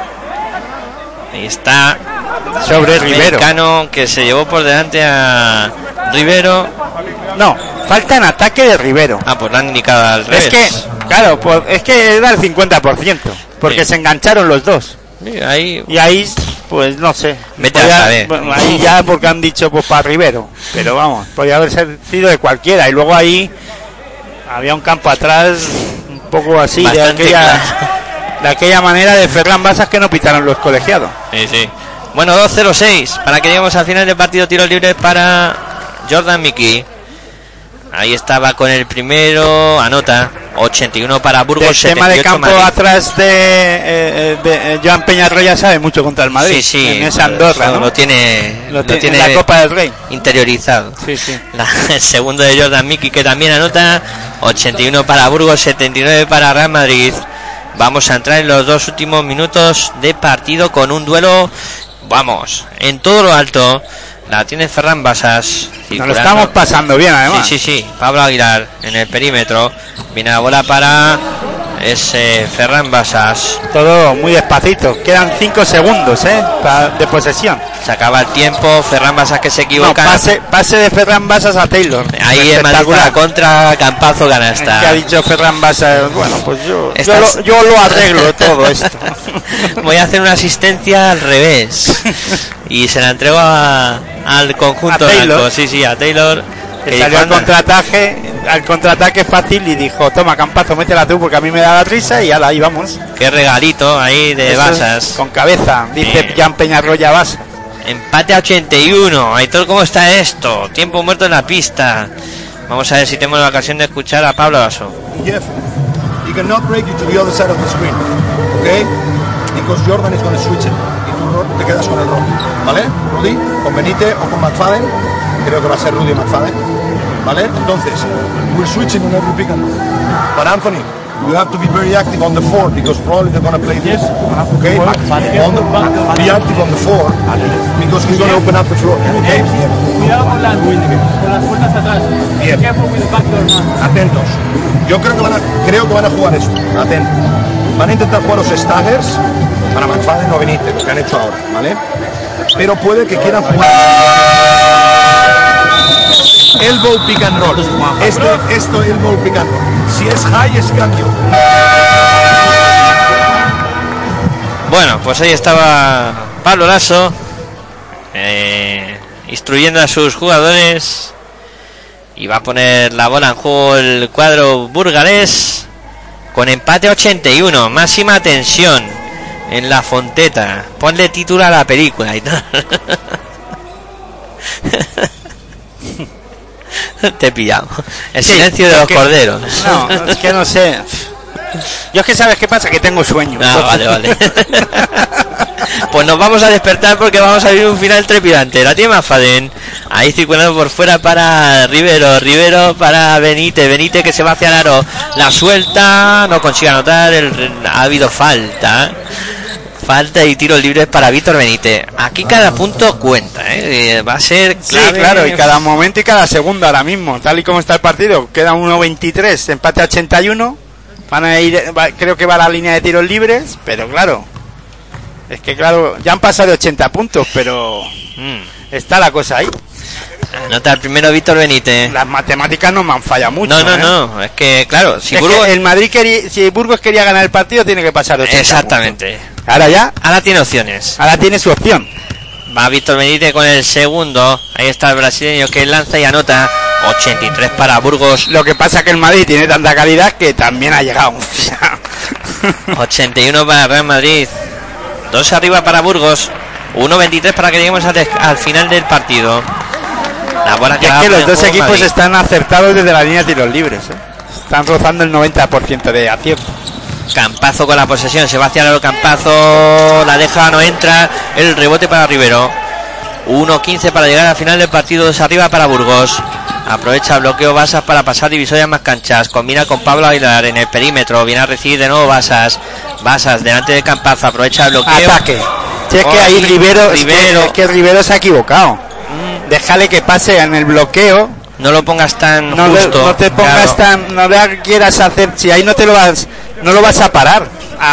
Ahí está sobre Rivero, americano, que se llevó por delante a Rivero. No, falta en ataque de Rivero. Pues la han indicado al revés. Es que, claro, es que era el 50%, porque se engancharon los dos. Sí, ahí... Y ahí, pues no sé. Vete a saber. Bueno, ahí ya porque han dicho pues para Rivero. Pero vamos, podía haber sido de cualquiera. Y luego ahí había un campo atrás, un poco así, de aquella manera de Ferran Basas, que no pitaron los colegiados. Sí. Bueno, 2-0-6 para que lleguemos al final del partido. Tiros libres para Jordan Miki. Ahí estaba con el primero, anota 81 para Burgos. El tema de campo Madrid. Atrás de Joan Peñarroya sabe mucho contra el Madrid. Sí, en esa Andorra, ¿no? Lo tiene en la Copa del Rey interiorizado. Sí. El segundo de Jordan Miki, que también anota 81 para Burgos, 79 para Real Madrid. Vamos a entrar en los 2 últimos minutos de partido con un duelo, vamos, en todo lo alto. La tiene Ferran Basas. Nos lo estamos pasando bien, además. Sí. Pablo Aguilar en el perímetro. Viene la bola para Ferran Basas. Todo muy despacito. Quedan 5 segundos de posesión. Se acaba el tiempo. Ferran Basas, que se equivoca. Pase de Ferran Basas a Taylor. Ahí en Madrid contra Campazo canasta. Que ha dicho Ferran Basas. Bueno, pues yo lo arreglo todo esto. Voy a hacer una asistencia al revés. Y se la entrego al conjunto blanco. Sí, a Taylor. Que salió al contraataque fácil y dijo: toma, Campazo, métela tú porque a mí me da la risa, y ala, ahí vamos. Qué regalito ahí de Basas. Con cabeza, dice Jan Peñarroya Basas. Empate a 81. Aitor, ¿cómo está esto? Tiempo muerto en la pista. Vamos a ver si tenemos la ocasión de escuchar a Pablo Lasso. Jeff, you cannot break it to the other side of the screen, okay? Because Jordan is going to switch it. Y tú te quedas con el rol, ¿vale? Rudy, con Benítez o con McFadden. Creo que va a ser Rudy McFadden, ¿vale? Entonces, we're switching on every pick and roll. But Anthony, you have to be very active on the 4 because probably they're going to play this. Okay? Be active on the 4 because he's going to open up the floor. Okay? Cuidado con las puertas atrás. Bien. Atentos. Yo creo que van a jugar esto. Atentos. Van a intentar jugar los staggers para McFadden o Benítez, lo que han hecho ahora, ¿vale? Pero puede que quieran jugar elbow pick and roll. Esto elbow pick and roll. Si es high, es cambio. Bueno, pues ahí estaba Pablo Lasso instruyendo a sus jugadores, y va a poner la bola en juego el cuadro burgalés con empate 81. Máxima tensión en la Fonteta. Ponle título a la película y tal. Te he pillado. El silencio de los corderos. No, es que no sé. Yo es que, ¿sabes qué pasa? Que tengo sueño. Vale. Pues nos vamos a despertar porque vamos a vivir un final trepidante. La tiene McFadden. Ahí circulando por fuera para Rivero para Benítez, que se va hacia el aro. La suelta, no consigue anotar. Ha habido falta y tiros libres para Víctor Benítez. Aquí cada punto cuenta, va a ser clave. Sí, claro, y cada momento y cada segundo ahora mismo, tal y como está el partido. Queda 1-23, empate a 81. Van a ir, creo que va a la línea de tiros libres, pero claro, es que claro, ya han pasado de 80 puntos, pero está la cosa ahí. Anota el primero Víctor Benítez. Las matemáticas no me han fallado mucho. No, es que claro, si Burgos... el Madrid si Burgos quería ganar el partido, tiene que pasar de 80 Exactamente. Puntos. Ahora tiene opciones. Ahora tiene su opción. Va Víctor Benítez con el segundo. Ahí está el brasileño que lanza y anota. 83 para Burgos. Lo que pasa es que el Madrid tiene tanta calidad que también ha llegado. 81 para Real Madrid. 2 arriba para Burgos. 1.23 para que lleguemos al final del partido. La bola que es que los dos equipos Madrid. Están acertados desde la línea de tiros libres. Están rozando el 90% de acierto. Campazo con la posesión. Sebastián Campazo la deja, no entra. El rebote para Rivero. 1.15 para llegar al final del partido. 2 arriba para Burgos. Aprovecha el bloqueo Basas para pasar divisorias más canchas. Combina con Pablo Aguilar en el perímetro. Viene a recibir de nuevo Basas. Basas delante de Campazo. Aprovecha el bloqueo. Ataque. Si es que ahí Rivero. Es que Rivero se ha equivocado. Déjale que pase en el bloqueo. No lo pongas tan justo. No te pongas tan. No le quieras hacer. Si ahí no lo vas a parar.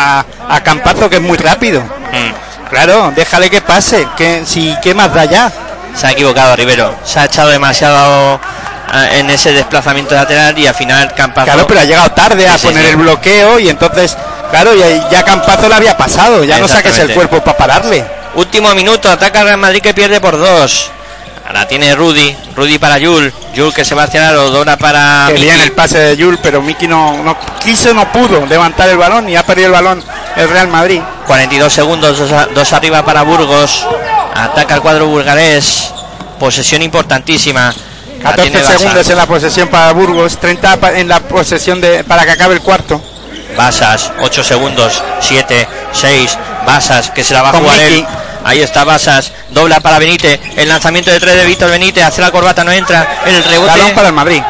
A Campazo, que es muy rápido. Claro, déjale que pase. ¿Qué más da ya? Se ha equivocado Rivero. Se ha echado demasiado en ese desplazamiento lateral y al final Campazo. Claro, pero ha llegado tarde a poner el bloqueo y entonces. Claro, ya Campazo le había pasado. Ya no saques el cuerpo para pararle. Último minuto. Ataca Real Madrid que pierde por 2. Ahora tiene Rudy para Yul que se va hacia lo dona para que Miki. bien el pase de Yul, pero Miki no pudo levantar el balón y ha perdido el balón el Real Madrid. 42 segundos, 2 arriba para Burgos. Ataca el cuadro burgalés. Posesión importantísima. 14 segundos en la posesión para Burgos, 30 en la posesión para que acabe el cuarto. Basas, 8 segundos, 7, 6, Basas, que se la va a jugar él. Ahí está Basas, dobla para Benítez, el lanzamiento de 3 de Víctor Benítez, hace la corbata, no entra, el rebote. Balón para el Madrid.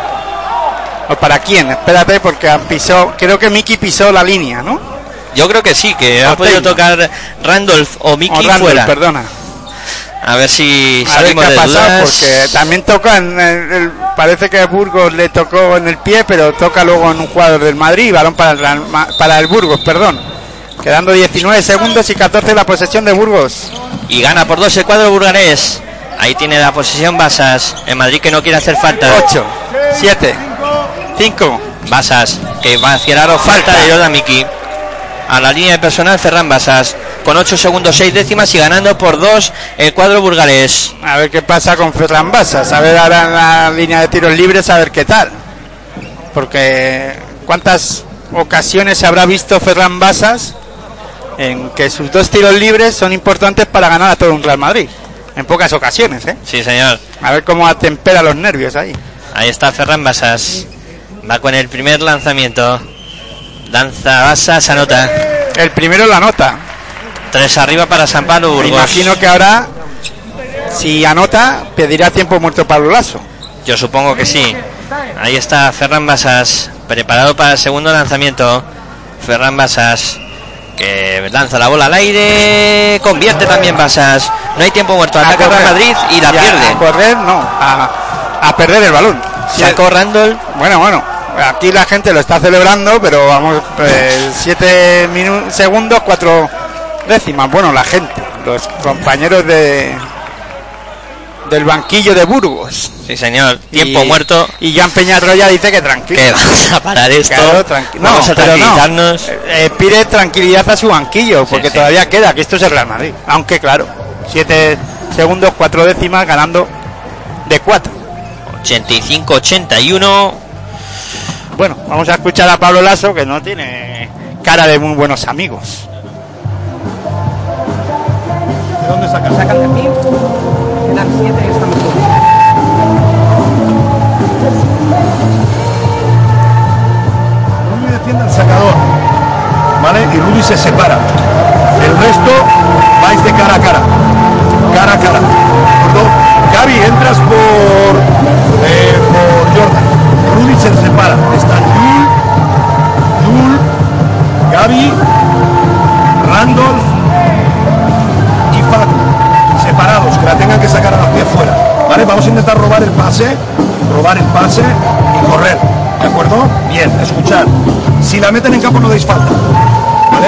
¿O para quién? Espérate, porque creo que Miki pisó la línea, ¿no? Yo creo que sí, que ha podido tocar Randolph o Miki fuera. Perdona. A ver si salimos de dudas. Porque también toca parece que Burgos le tocó en el pie, pero toca luego en un jugador del Madrid, balón para el Burgos, perdón. Quedando 19 segundos y 14 la posesión de Burgos. Y gana por 2 el cuadro burgalés. Ahí tiene la posesión Basas. En Madrid que no quiere hacer falta. 8, 7, 5. Basas, que va hacia el aro. Falta de Yoda Miki. A la línea de personal Ferran Basas. Con 8 segundos 6 décimas y ganando por 2 el cuadro burgalés. A ver qué pasa con Ferran Basas. A ver ahora en la línea de tiros libres, a ver qué tal. Porque ¿cuántas ocasiones se habrá visto Ferran Basas en que sus 2 tiros libres son importantes para ganar a todo un Real Madrid? En pocas ocasiones, ¿eh? Sí, señor. A ver cómo atempera los nervios ahí. Ahí está Ferran Basas. Va con el primer lanzamiento. Lanza Basas, anota. El primero la anota. 3 arriba para San Pablo Burgos. Me imagino que ahora, si anota, pedirá tiempo muerto Pablo Lasso. Yo supongo que sí. Ahí está Ferran Basas, preparado para el segundo lanzamiento. Ferran Basas, que lanza la bola al aire, convierte también Basas. No hay tiempo muerto, ataca Real Madrid y la pierde. A correr, no, a perder el balón. Sacó Randall. Bueno, aquí la gente lo está celebrando, pero vamos, 7 segundos, 4 décimas. Bueno, la gente, los compañeros del banquillo de Burgos. Sí, señor. Tiempo muerto. Y Jan Peñarroya dice que tranquilo. Que vamos a parar esto. Claro, vamos a tranquilizarnos. Pide tranquilidad a su banquillo, porque todavía queda, que esto es el Real Madrid. Aunque claro, 7 segundos, 4 décimas, ganando de 4. 85-81. Bueno, vamos a escuchar a Pablo Lasso, que no tiene cara de muy buenos amigos. ¿De dónde sacan? Sacan de aquí. Quedan 7 y estamos todos. Rudy defiende al sacador, ¿vale? Y Rudy se separa. El resto vais de cara a cara. Cara a cara. Gaby, entras por Jordan. Rudy se separa. Están Yul, Gaby, Randolph y Facu. Separados, que la tengan que sacar hacia afuera. ¿Vale? Vamos a intentar robar el pase y correr. ¿De acuerdo? Bien, escuchad. Si la meten en campo no deis falta. ¿Vale?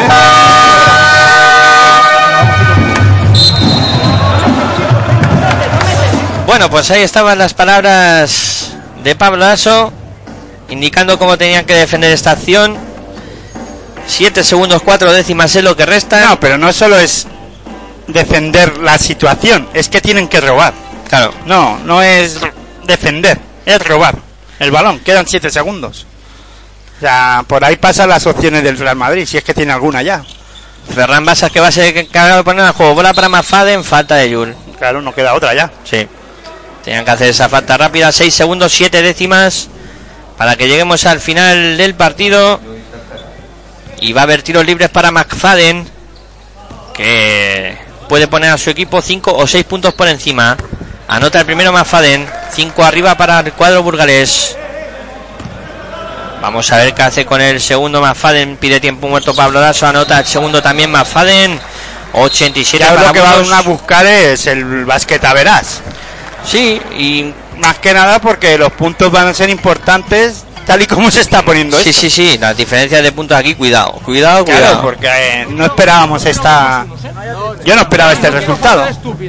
Bueno, pues ahí estaban las palabras de Pablo Lasso, indicando cómo tenían que defender esta acción. 7 segundos 4 décimas es lo que resta. No, pero no solo es defender la situación, es que tienen que robar. Claro. No es defender, es robar el balón. Quedan 7 segundos. O sea, por ahí pasan las opciones del Real Madrid, si es que tiene alguna ya. Ferran Basas, que va a ser encargado de poner al juego. Bola para McFadden, falta de Jul. Claro, no queda otra ya. Sí. Tenían que hacer esa falta rápida. 6 segundos 7 décimas para que lleguemos al final del partido. Y va a haber tiros libres para McFadden, que puede poner a su equipo 5 o 6 puntos por encima. Anota el primero McFadden, 5 arriba para el cuadro burgalés. Vamos a ver qué hace con el segundo McFadden. Pide tiempo muerto Pablo Lasso, anota el segundo también McFadden. 87 ya para lo que Burgos. van a buscar es el básquet a verás. Sí, y más que nada porque los puntos van a ser importantes tal y como se está poniendo sí, esto. sí, las diferencias de puntos aquí, cuidado. Claro, porque no esperábamos yo no esperaba este resultado.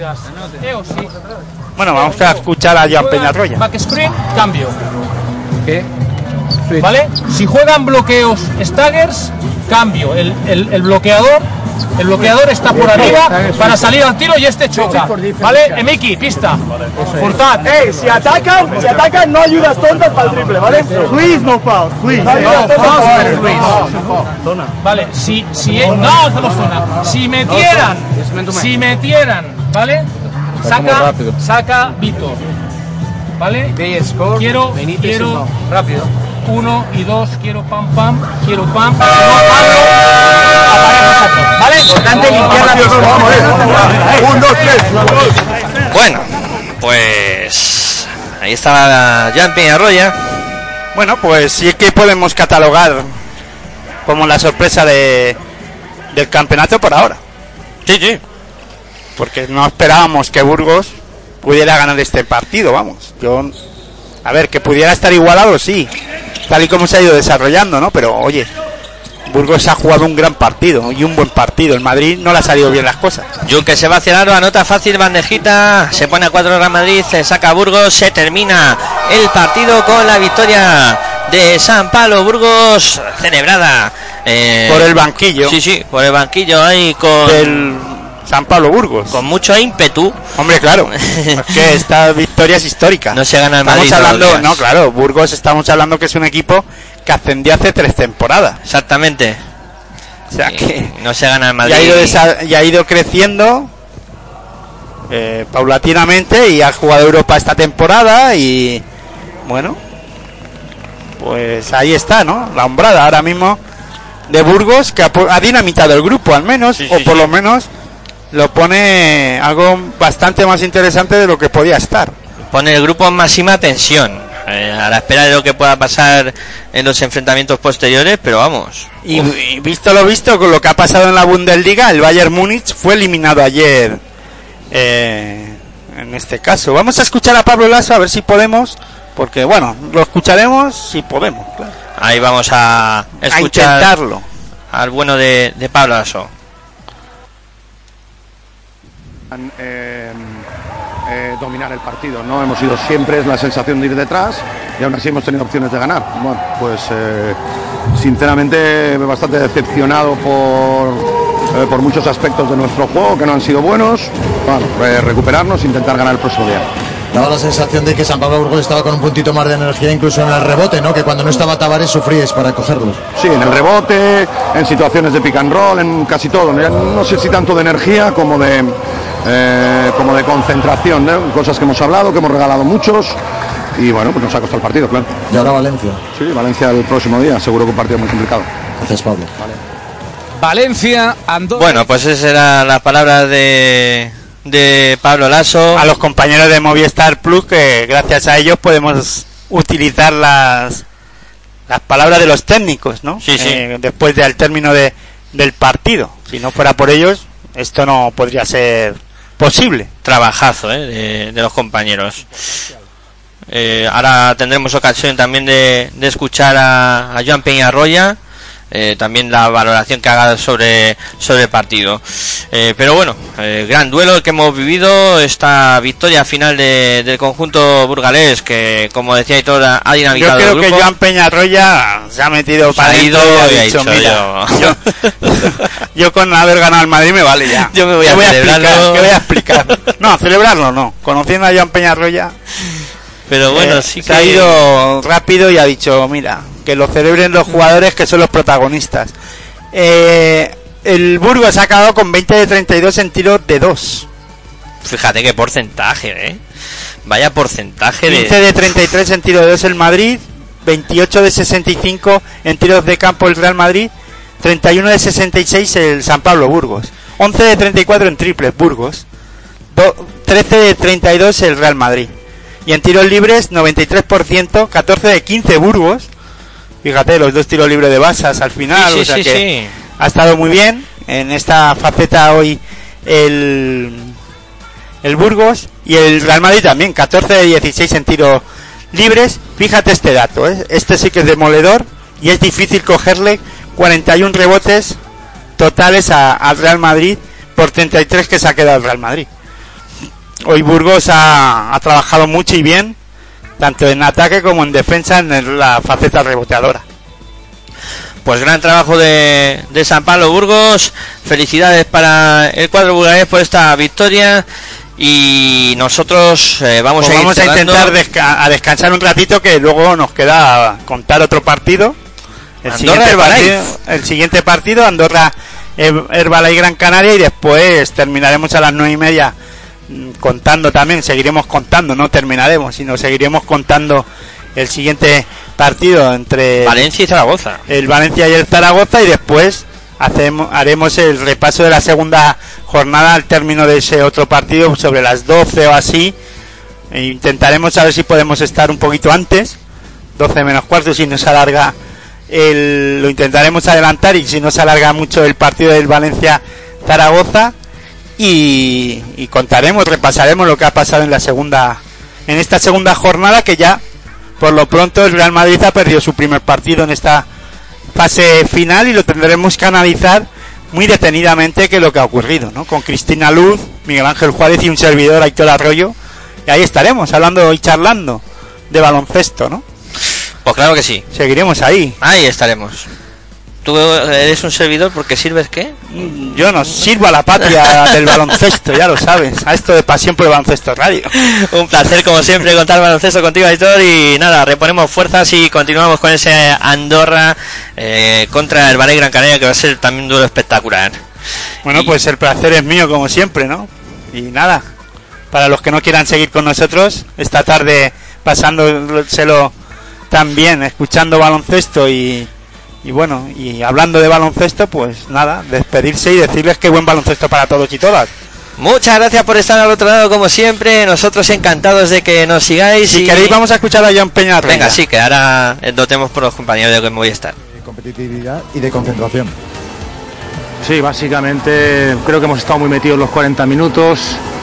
Bueno, vamos a escuchar a Joan Peñarroya. Back screen, cambio. ¿Qué? ¿Vale? Si juegan bloqueos staggers, cambio. El bloqueador está por arriba para salir al tiro y este choca. ¿Vale? Emiki, pista. Furtat. Si atacan, no ayudas tontas para el triple, ¿vale? Please, no foul, please. Vale, no hacemos zona. Si metieran, ¿vale? Saca Víctor. ¿Vale? Quiero rápido. 1 y 2, quiero pam, quiero pam. ¿Vale? Importante limpiar la pista. 1, 2, 3. Bueno, pues ahí estaba Joan Peñarroya. Bueno, pues sí que podemos catalogar como la sorpresa del campeonato por ahora. Sí. Porque no esperábamos que Burgos pudiera ganar este partido, vamos. A ver, que pudiera estar igualado, sí, tal y como se ha ido desarrollando, ¿no? Pero, oye, Burgos ha jugado un gran partido y un buen partido. En Madrid no le ha salido bien las cosas. Jun, que se va hacia el aro, anota fácil, bandejita, se pone a 4 Real Madrid, se saca a Burgos, se termina el partido con la victoria de San Pablo. Burgos celebrada por el banquillo. Sí, por el banquillo ahí con del San Pablo Burgos. Con mucho ímpetu. Hombre, claro. Es que esta victoria es histórica. No se gana el Madrid. Estamos hablando, no, claro, Burgos estamos hablando que es un equipo que ascendió hace 3 temporadas. Exactamente. O sea que no se gana el Madrid. Y ha ido creciendo paulatinamente y ha jugado Europa esta temporada y bueno, pues ahí está, ¿no? La hombrada ahora mismo de Burgos, que ha dinamitado el grupo al menos, por lo menos lo pone algo bastante más interesante de lo que podía estar. Pone el grupo en máxima tensión, a la espera de lo que pueda pasar en los enfrentamientos posteriores, pero vamos. Y visto lo visto con lo que ha pasado en la Bundesliga, el Bayern Múnich fue eliminado ayer en este caso. Vamos a escuchar a Pablo Lasso a ver si podemos, porque bueno, lo escucharemos si podemos, claro. Ahí vamos a escuchar a intentarlo al bueno de Pablo Lasso. Dominar el partido, no hemos ido siempre, es la sensación de ir detrás y aún así hemos tenido opciones de ganar. Bueno, pues sinceramente bastante decepcionado por muchos aspectos de nuestro juego que no han sido buenos. Bueno, recuperarnos, intentar ganar el próximo día. Daba la sensación de que San Pablo Burgos estaba con un puntito más de energía incluso en el rebote, ¿no? Que cuando no estaba Tavares sufríais para cogerlos. Sí, en el rebote, en situaciones de pick and roll, en casi todo. No sé si tanto de energía como de concentración, ¿no? Cosas que hemos hablado, que hemos regalado muchos y bueno, pues nos ha costado el partido, claro. Y ahora Valencia. Sí, Valencia el próximo día, seguro que un partido muy complicado. Gracias, Pablo. Vale. Valencia, Andorra. Bueno, pues esas eran las palabras de Pablo Lasso. A los compañeros de Movistar Plus, que gracias a ellos podemos utilizar las palabras de los técnicos, ¿no? Sí. Después del término del partido. Si no fuera por ellos, esto no podría ser posible. Trabajazo de los compañeros. ahora tendremos ocasión también de escuchar a Joan Peñarroya, también la valoración que haga sobre el partido. Pero bueno, gran duelo el que hemos vivido, esta victoria final del conjunto burgalés, que como decía Aitor, ha dinamizado el grupo. Yo creo que Joan Peñarroya se ha metido para adentro y ha dicho, mira, yo con haber ganado el Madrid me vale ya. Yo me voy a celebrarlo. ¿Qué voy a explicar? No, celebrarlo no. Conociendo a Joan Peñarroya, pero bueno, sí que se ha ido rápido y ha dicho, mira, que lo celebren los jugadores que son los protagonistas. El Burgos ha acabado con 20 de 32 en tiros de 2. Fíjate qué porcentaje, vaya porcentaje. 15 de 33 en tiros de 2 el Madrid, 28 de 65 en tiros de campo el Real Madrid, 31 de 66 el San Pablo Burgos, 11 de 34 en triples Burgos, 13 de 32 el Real Madrid. Y en tiros libres 93%, 14 de 15 Burgos. Fíjate, los 2 tiros libres de Basas al final, o sea que ha estado muy bien en esta faceta hoy el Burgos. Y el Real Madrid también, 14 de 16 en tiros libres. Fíjate este dato, este sí que es demoledor y es difícil cogerle 41 rebotes totales al Real Madrid por 33 que se ha quedado el Real Madrid. Hoy Burgos ha trabajado mucho y bien, tanto en ataque como en defensa en la faceta reboteadora. Pues gran trabajo de San Pablo Burgos, felicidades para el cuadro burgalés por esta victoria, y nosotros vamos a intentar descansar un ratito, que luego nos queda contar otro partido. El siguiente partido, Andorra Herbalife Gran Canaria, y después terminaremos a las 9:30 contando también, seguiremos contando, no terminaremos, sino seguiremos contando el siguiente partido entre Valencia y Zaragoza. El Valencia y el Zaragoza, y después haremos el repaso de la segunda jornada al término de ese otro partido sobre las 12 o así. E intentaremos a ver si podemos estar un poquito antes, 12 menos cuarto, si nos alarga lo intentaremos adelantar, y si no se alarga mucho el partido del Valencia Zaragoza. Y contaremos, repasaremos lo que ha pasado en esta segunda jornada, que ya por lo pronto el Real Madrid ha perdido su primer partido en esta fase final, y lo tendremos que analizar muy detenidamente qué es lo que ha ocurrido, ¿no? Con Cristina Luz, Miguel Ángel Juárez y un servidor, Aitor Arroyo, y ahí estaremos hablando y charlando de baloncesto, ¿no? Pues claro que sí. Seguiremos ahí. Ahí estaremos. ¿Tú eres un servidor porque sirves qué? Yo no sirvo a la patria del baloncesto, ya lo sabes. A esto de Pasión por el Baloncesto Radio. Un placer, como siempre, contar baloncesto contigo, Aitor. Y nada, reponemos fuerzas y continuamos con ese Andorra contra el Herbalife Gran Canaria, que va a ser también un duelo espectacular. Bueno, pues el placer es mío, como siempre, ¿no? Y nada, para los que no quieran seguir con nosotros, esta tarde pasándoselo también, escuchando baloncesto y bueno, y hablando de baloncesto, pues nada, despedirse y decirles que buen baloncesto para todos y todas. Muchas gracias por estar al otro lado, como siempre. Nosotros encantados de que nos sigáis. Si queréis, vamos a escuchar a Joan Peñarroya. Venga, sí, que ahora dotemos por los compañeros de que me voy a estar. De competitividad y de concentración. Sí, básicamente creo que hemos estado muy metidos los 40 minutos,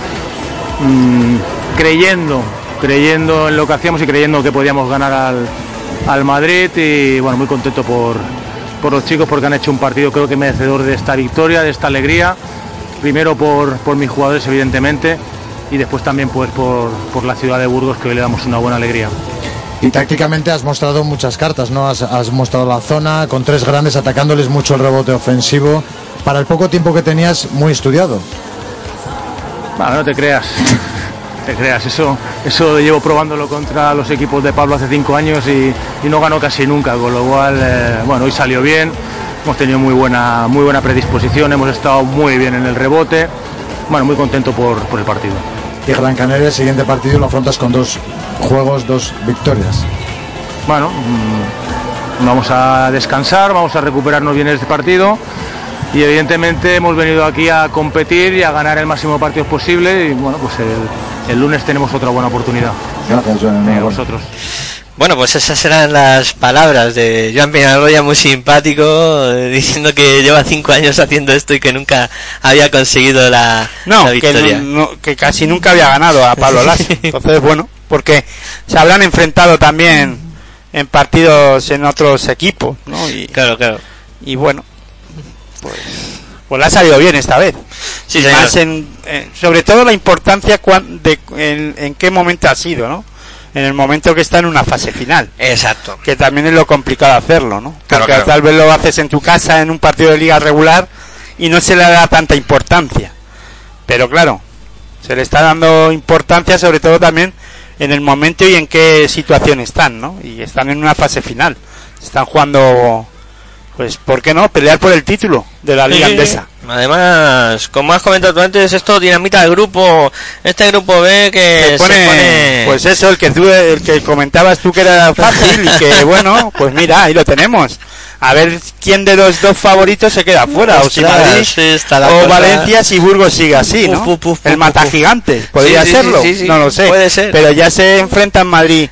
creyendo en lo que hacíamos y creyendo que podíamos ganar al Madrid, y bueno, muy contento por los chicos, porque han hecho un partido creo que merecedor de esta victoria, de esta alegría, primero por mis jugadores evidentemente, y después también pues por la ciudad de Burgos, que hoy le damos una buena alegría. Y tácticamente has mostrado muchas cartas, ¿no? Has mostrado la zona con 3 grandes, atacándoles mucho el rebote ofensivo, para el poco tiempo que tenías muy estudiado. Bueno, no te creas. Eso llevo probándolo contra los equipos de Pablo hace 5 años y no ganó casi nunca, con lo cual bueno, hoy salió bien, hemos tenido muy buena predisposición, hemos estado muy bien en el rebote, bueno, muy contento por el partido. Y Gran Canaria, el siguiente partido lo afrontas con 2 juegos, 2 victorias. Bueno, vamos a descansar, vamos a recuperarnos bien este partido. Y evidentemente hemos venido aquí a competir y a ganar el máximo de partidos posible, y bueno, pues el lunes tenemos otra buena oportunidad. Gracias, Joan. Venga, vosotros. Bueno, pues esas eran las palabras de Joan Peñarroya, muy simpático, diciendo que lleva 5 años haciendo esto y que nunca había conseguido la victoria. Que casi nunca había ganado a Pablo Lasso. Entonces, bueno, porque se habrán enfrentado también en partidos en otros equipos, ¿no? Y, claro. Y bueno, pues le ha salido bien esta vez. Sí, más sobre todo la importancia en qué momento ha sido, ¿no? En el momento que está en una fase final. Exacto. Que también es lo complicado hacerlo, ¿no? Porque Claro. tal vez lo haces en tu casa en un partido de liga regular y no se le da tanta importancia. Pero claro, se le está dando importancia sobre todo también en el momento y en qué situación están, ¿no? Y están en una fase final. Están jugando, pues, ¿por qué no? Pelear por el título de la Liga Endesa. Además, como has comentado tú antes, esto dinamita el grupo, este grupo B que se pone... Pues eso, el que comentabas tú que era fácil y que bueno, pues mira, ahí lo tenemos. A ver quién de los dos favoritos se queda fuera, o si Madrid o Valencia, si Burgos sigue así, ¿no? El mata gigante, podría serlo, no lo sé, puede ser. Pero ya se enfrentan Madrid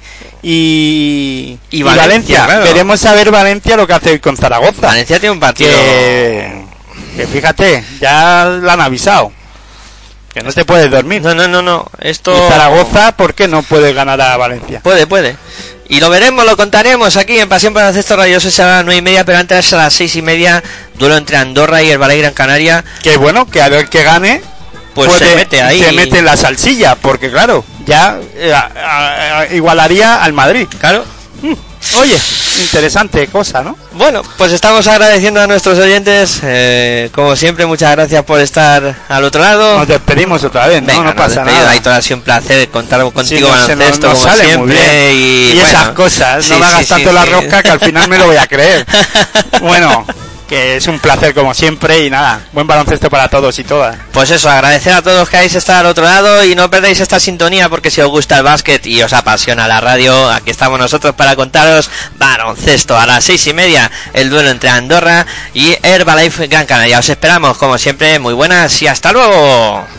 y Valencia. Claro. Veremos a ver Valencia lo que hace hoy con Zaragoza. Valencia tiene un partido que fíjate, ya lo han avisado, que no te puedes dormir. No. Esto... Y Zaragoza, ¿por qué no puede ganar a Valencia? Puede. Y lo veremos, lo contaremos aquí en Pasión por el Baloncesto Radio a las 9:30, pero antes a las 6:30, duelo entre Andorra y Herbalife Gran Canaria. Que bueno, que a ver que gane, pues se mete ahí. Se mete en la salsilla, porque claro, ya igualaría al Madrid. Claro. Oye, interesante cosa, ¿no? Bueno, pues estamos agradeciendo a nuestros oyentes, como siempre, muchas gracias por estar al otro lado. Nos despedimos otra vez, Venga, no pasa nada. Aitor, ha sido un placer contar contigo baloncesto, nos como sale siempre. Muy bien. Y bueno, esas cosas, no me hagas tanto la rosca que al final me lo voy a creer. Bueno, que es un placer como siempre y nada, buen baloncesto para todos y todas. Pues eso, agradecer a todos que hayáis estado al otro lado y no perdáis esta sintonía, porque si os gusta el básquet y os apasiona la radio, aquí estamos nosotros para contaros baloncesto. A las 6:30 el duelo entre Andorra y Herbalife Gran Canaria. Os esperamos como siempre, muy buenas y hasta luego.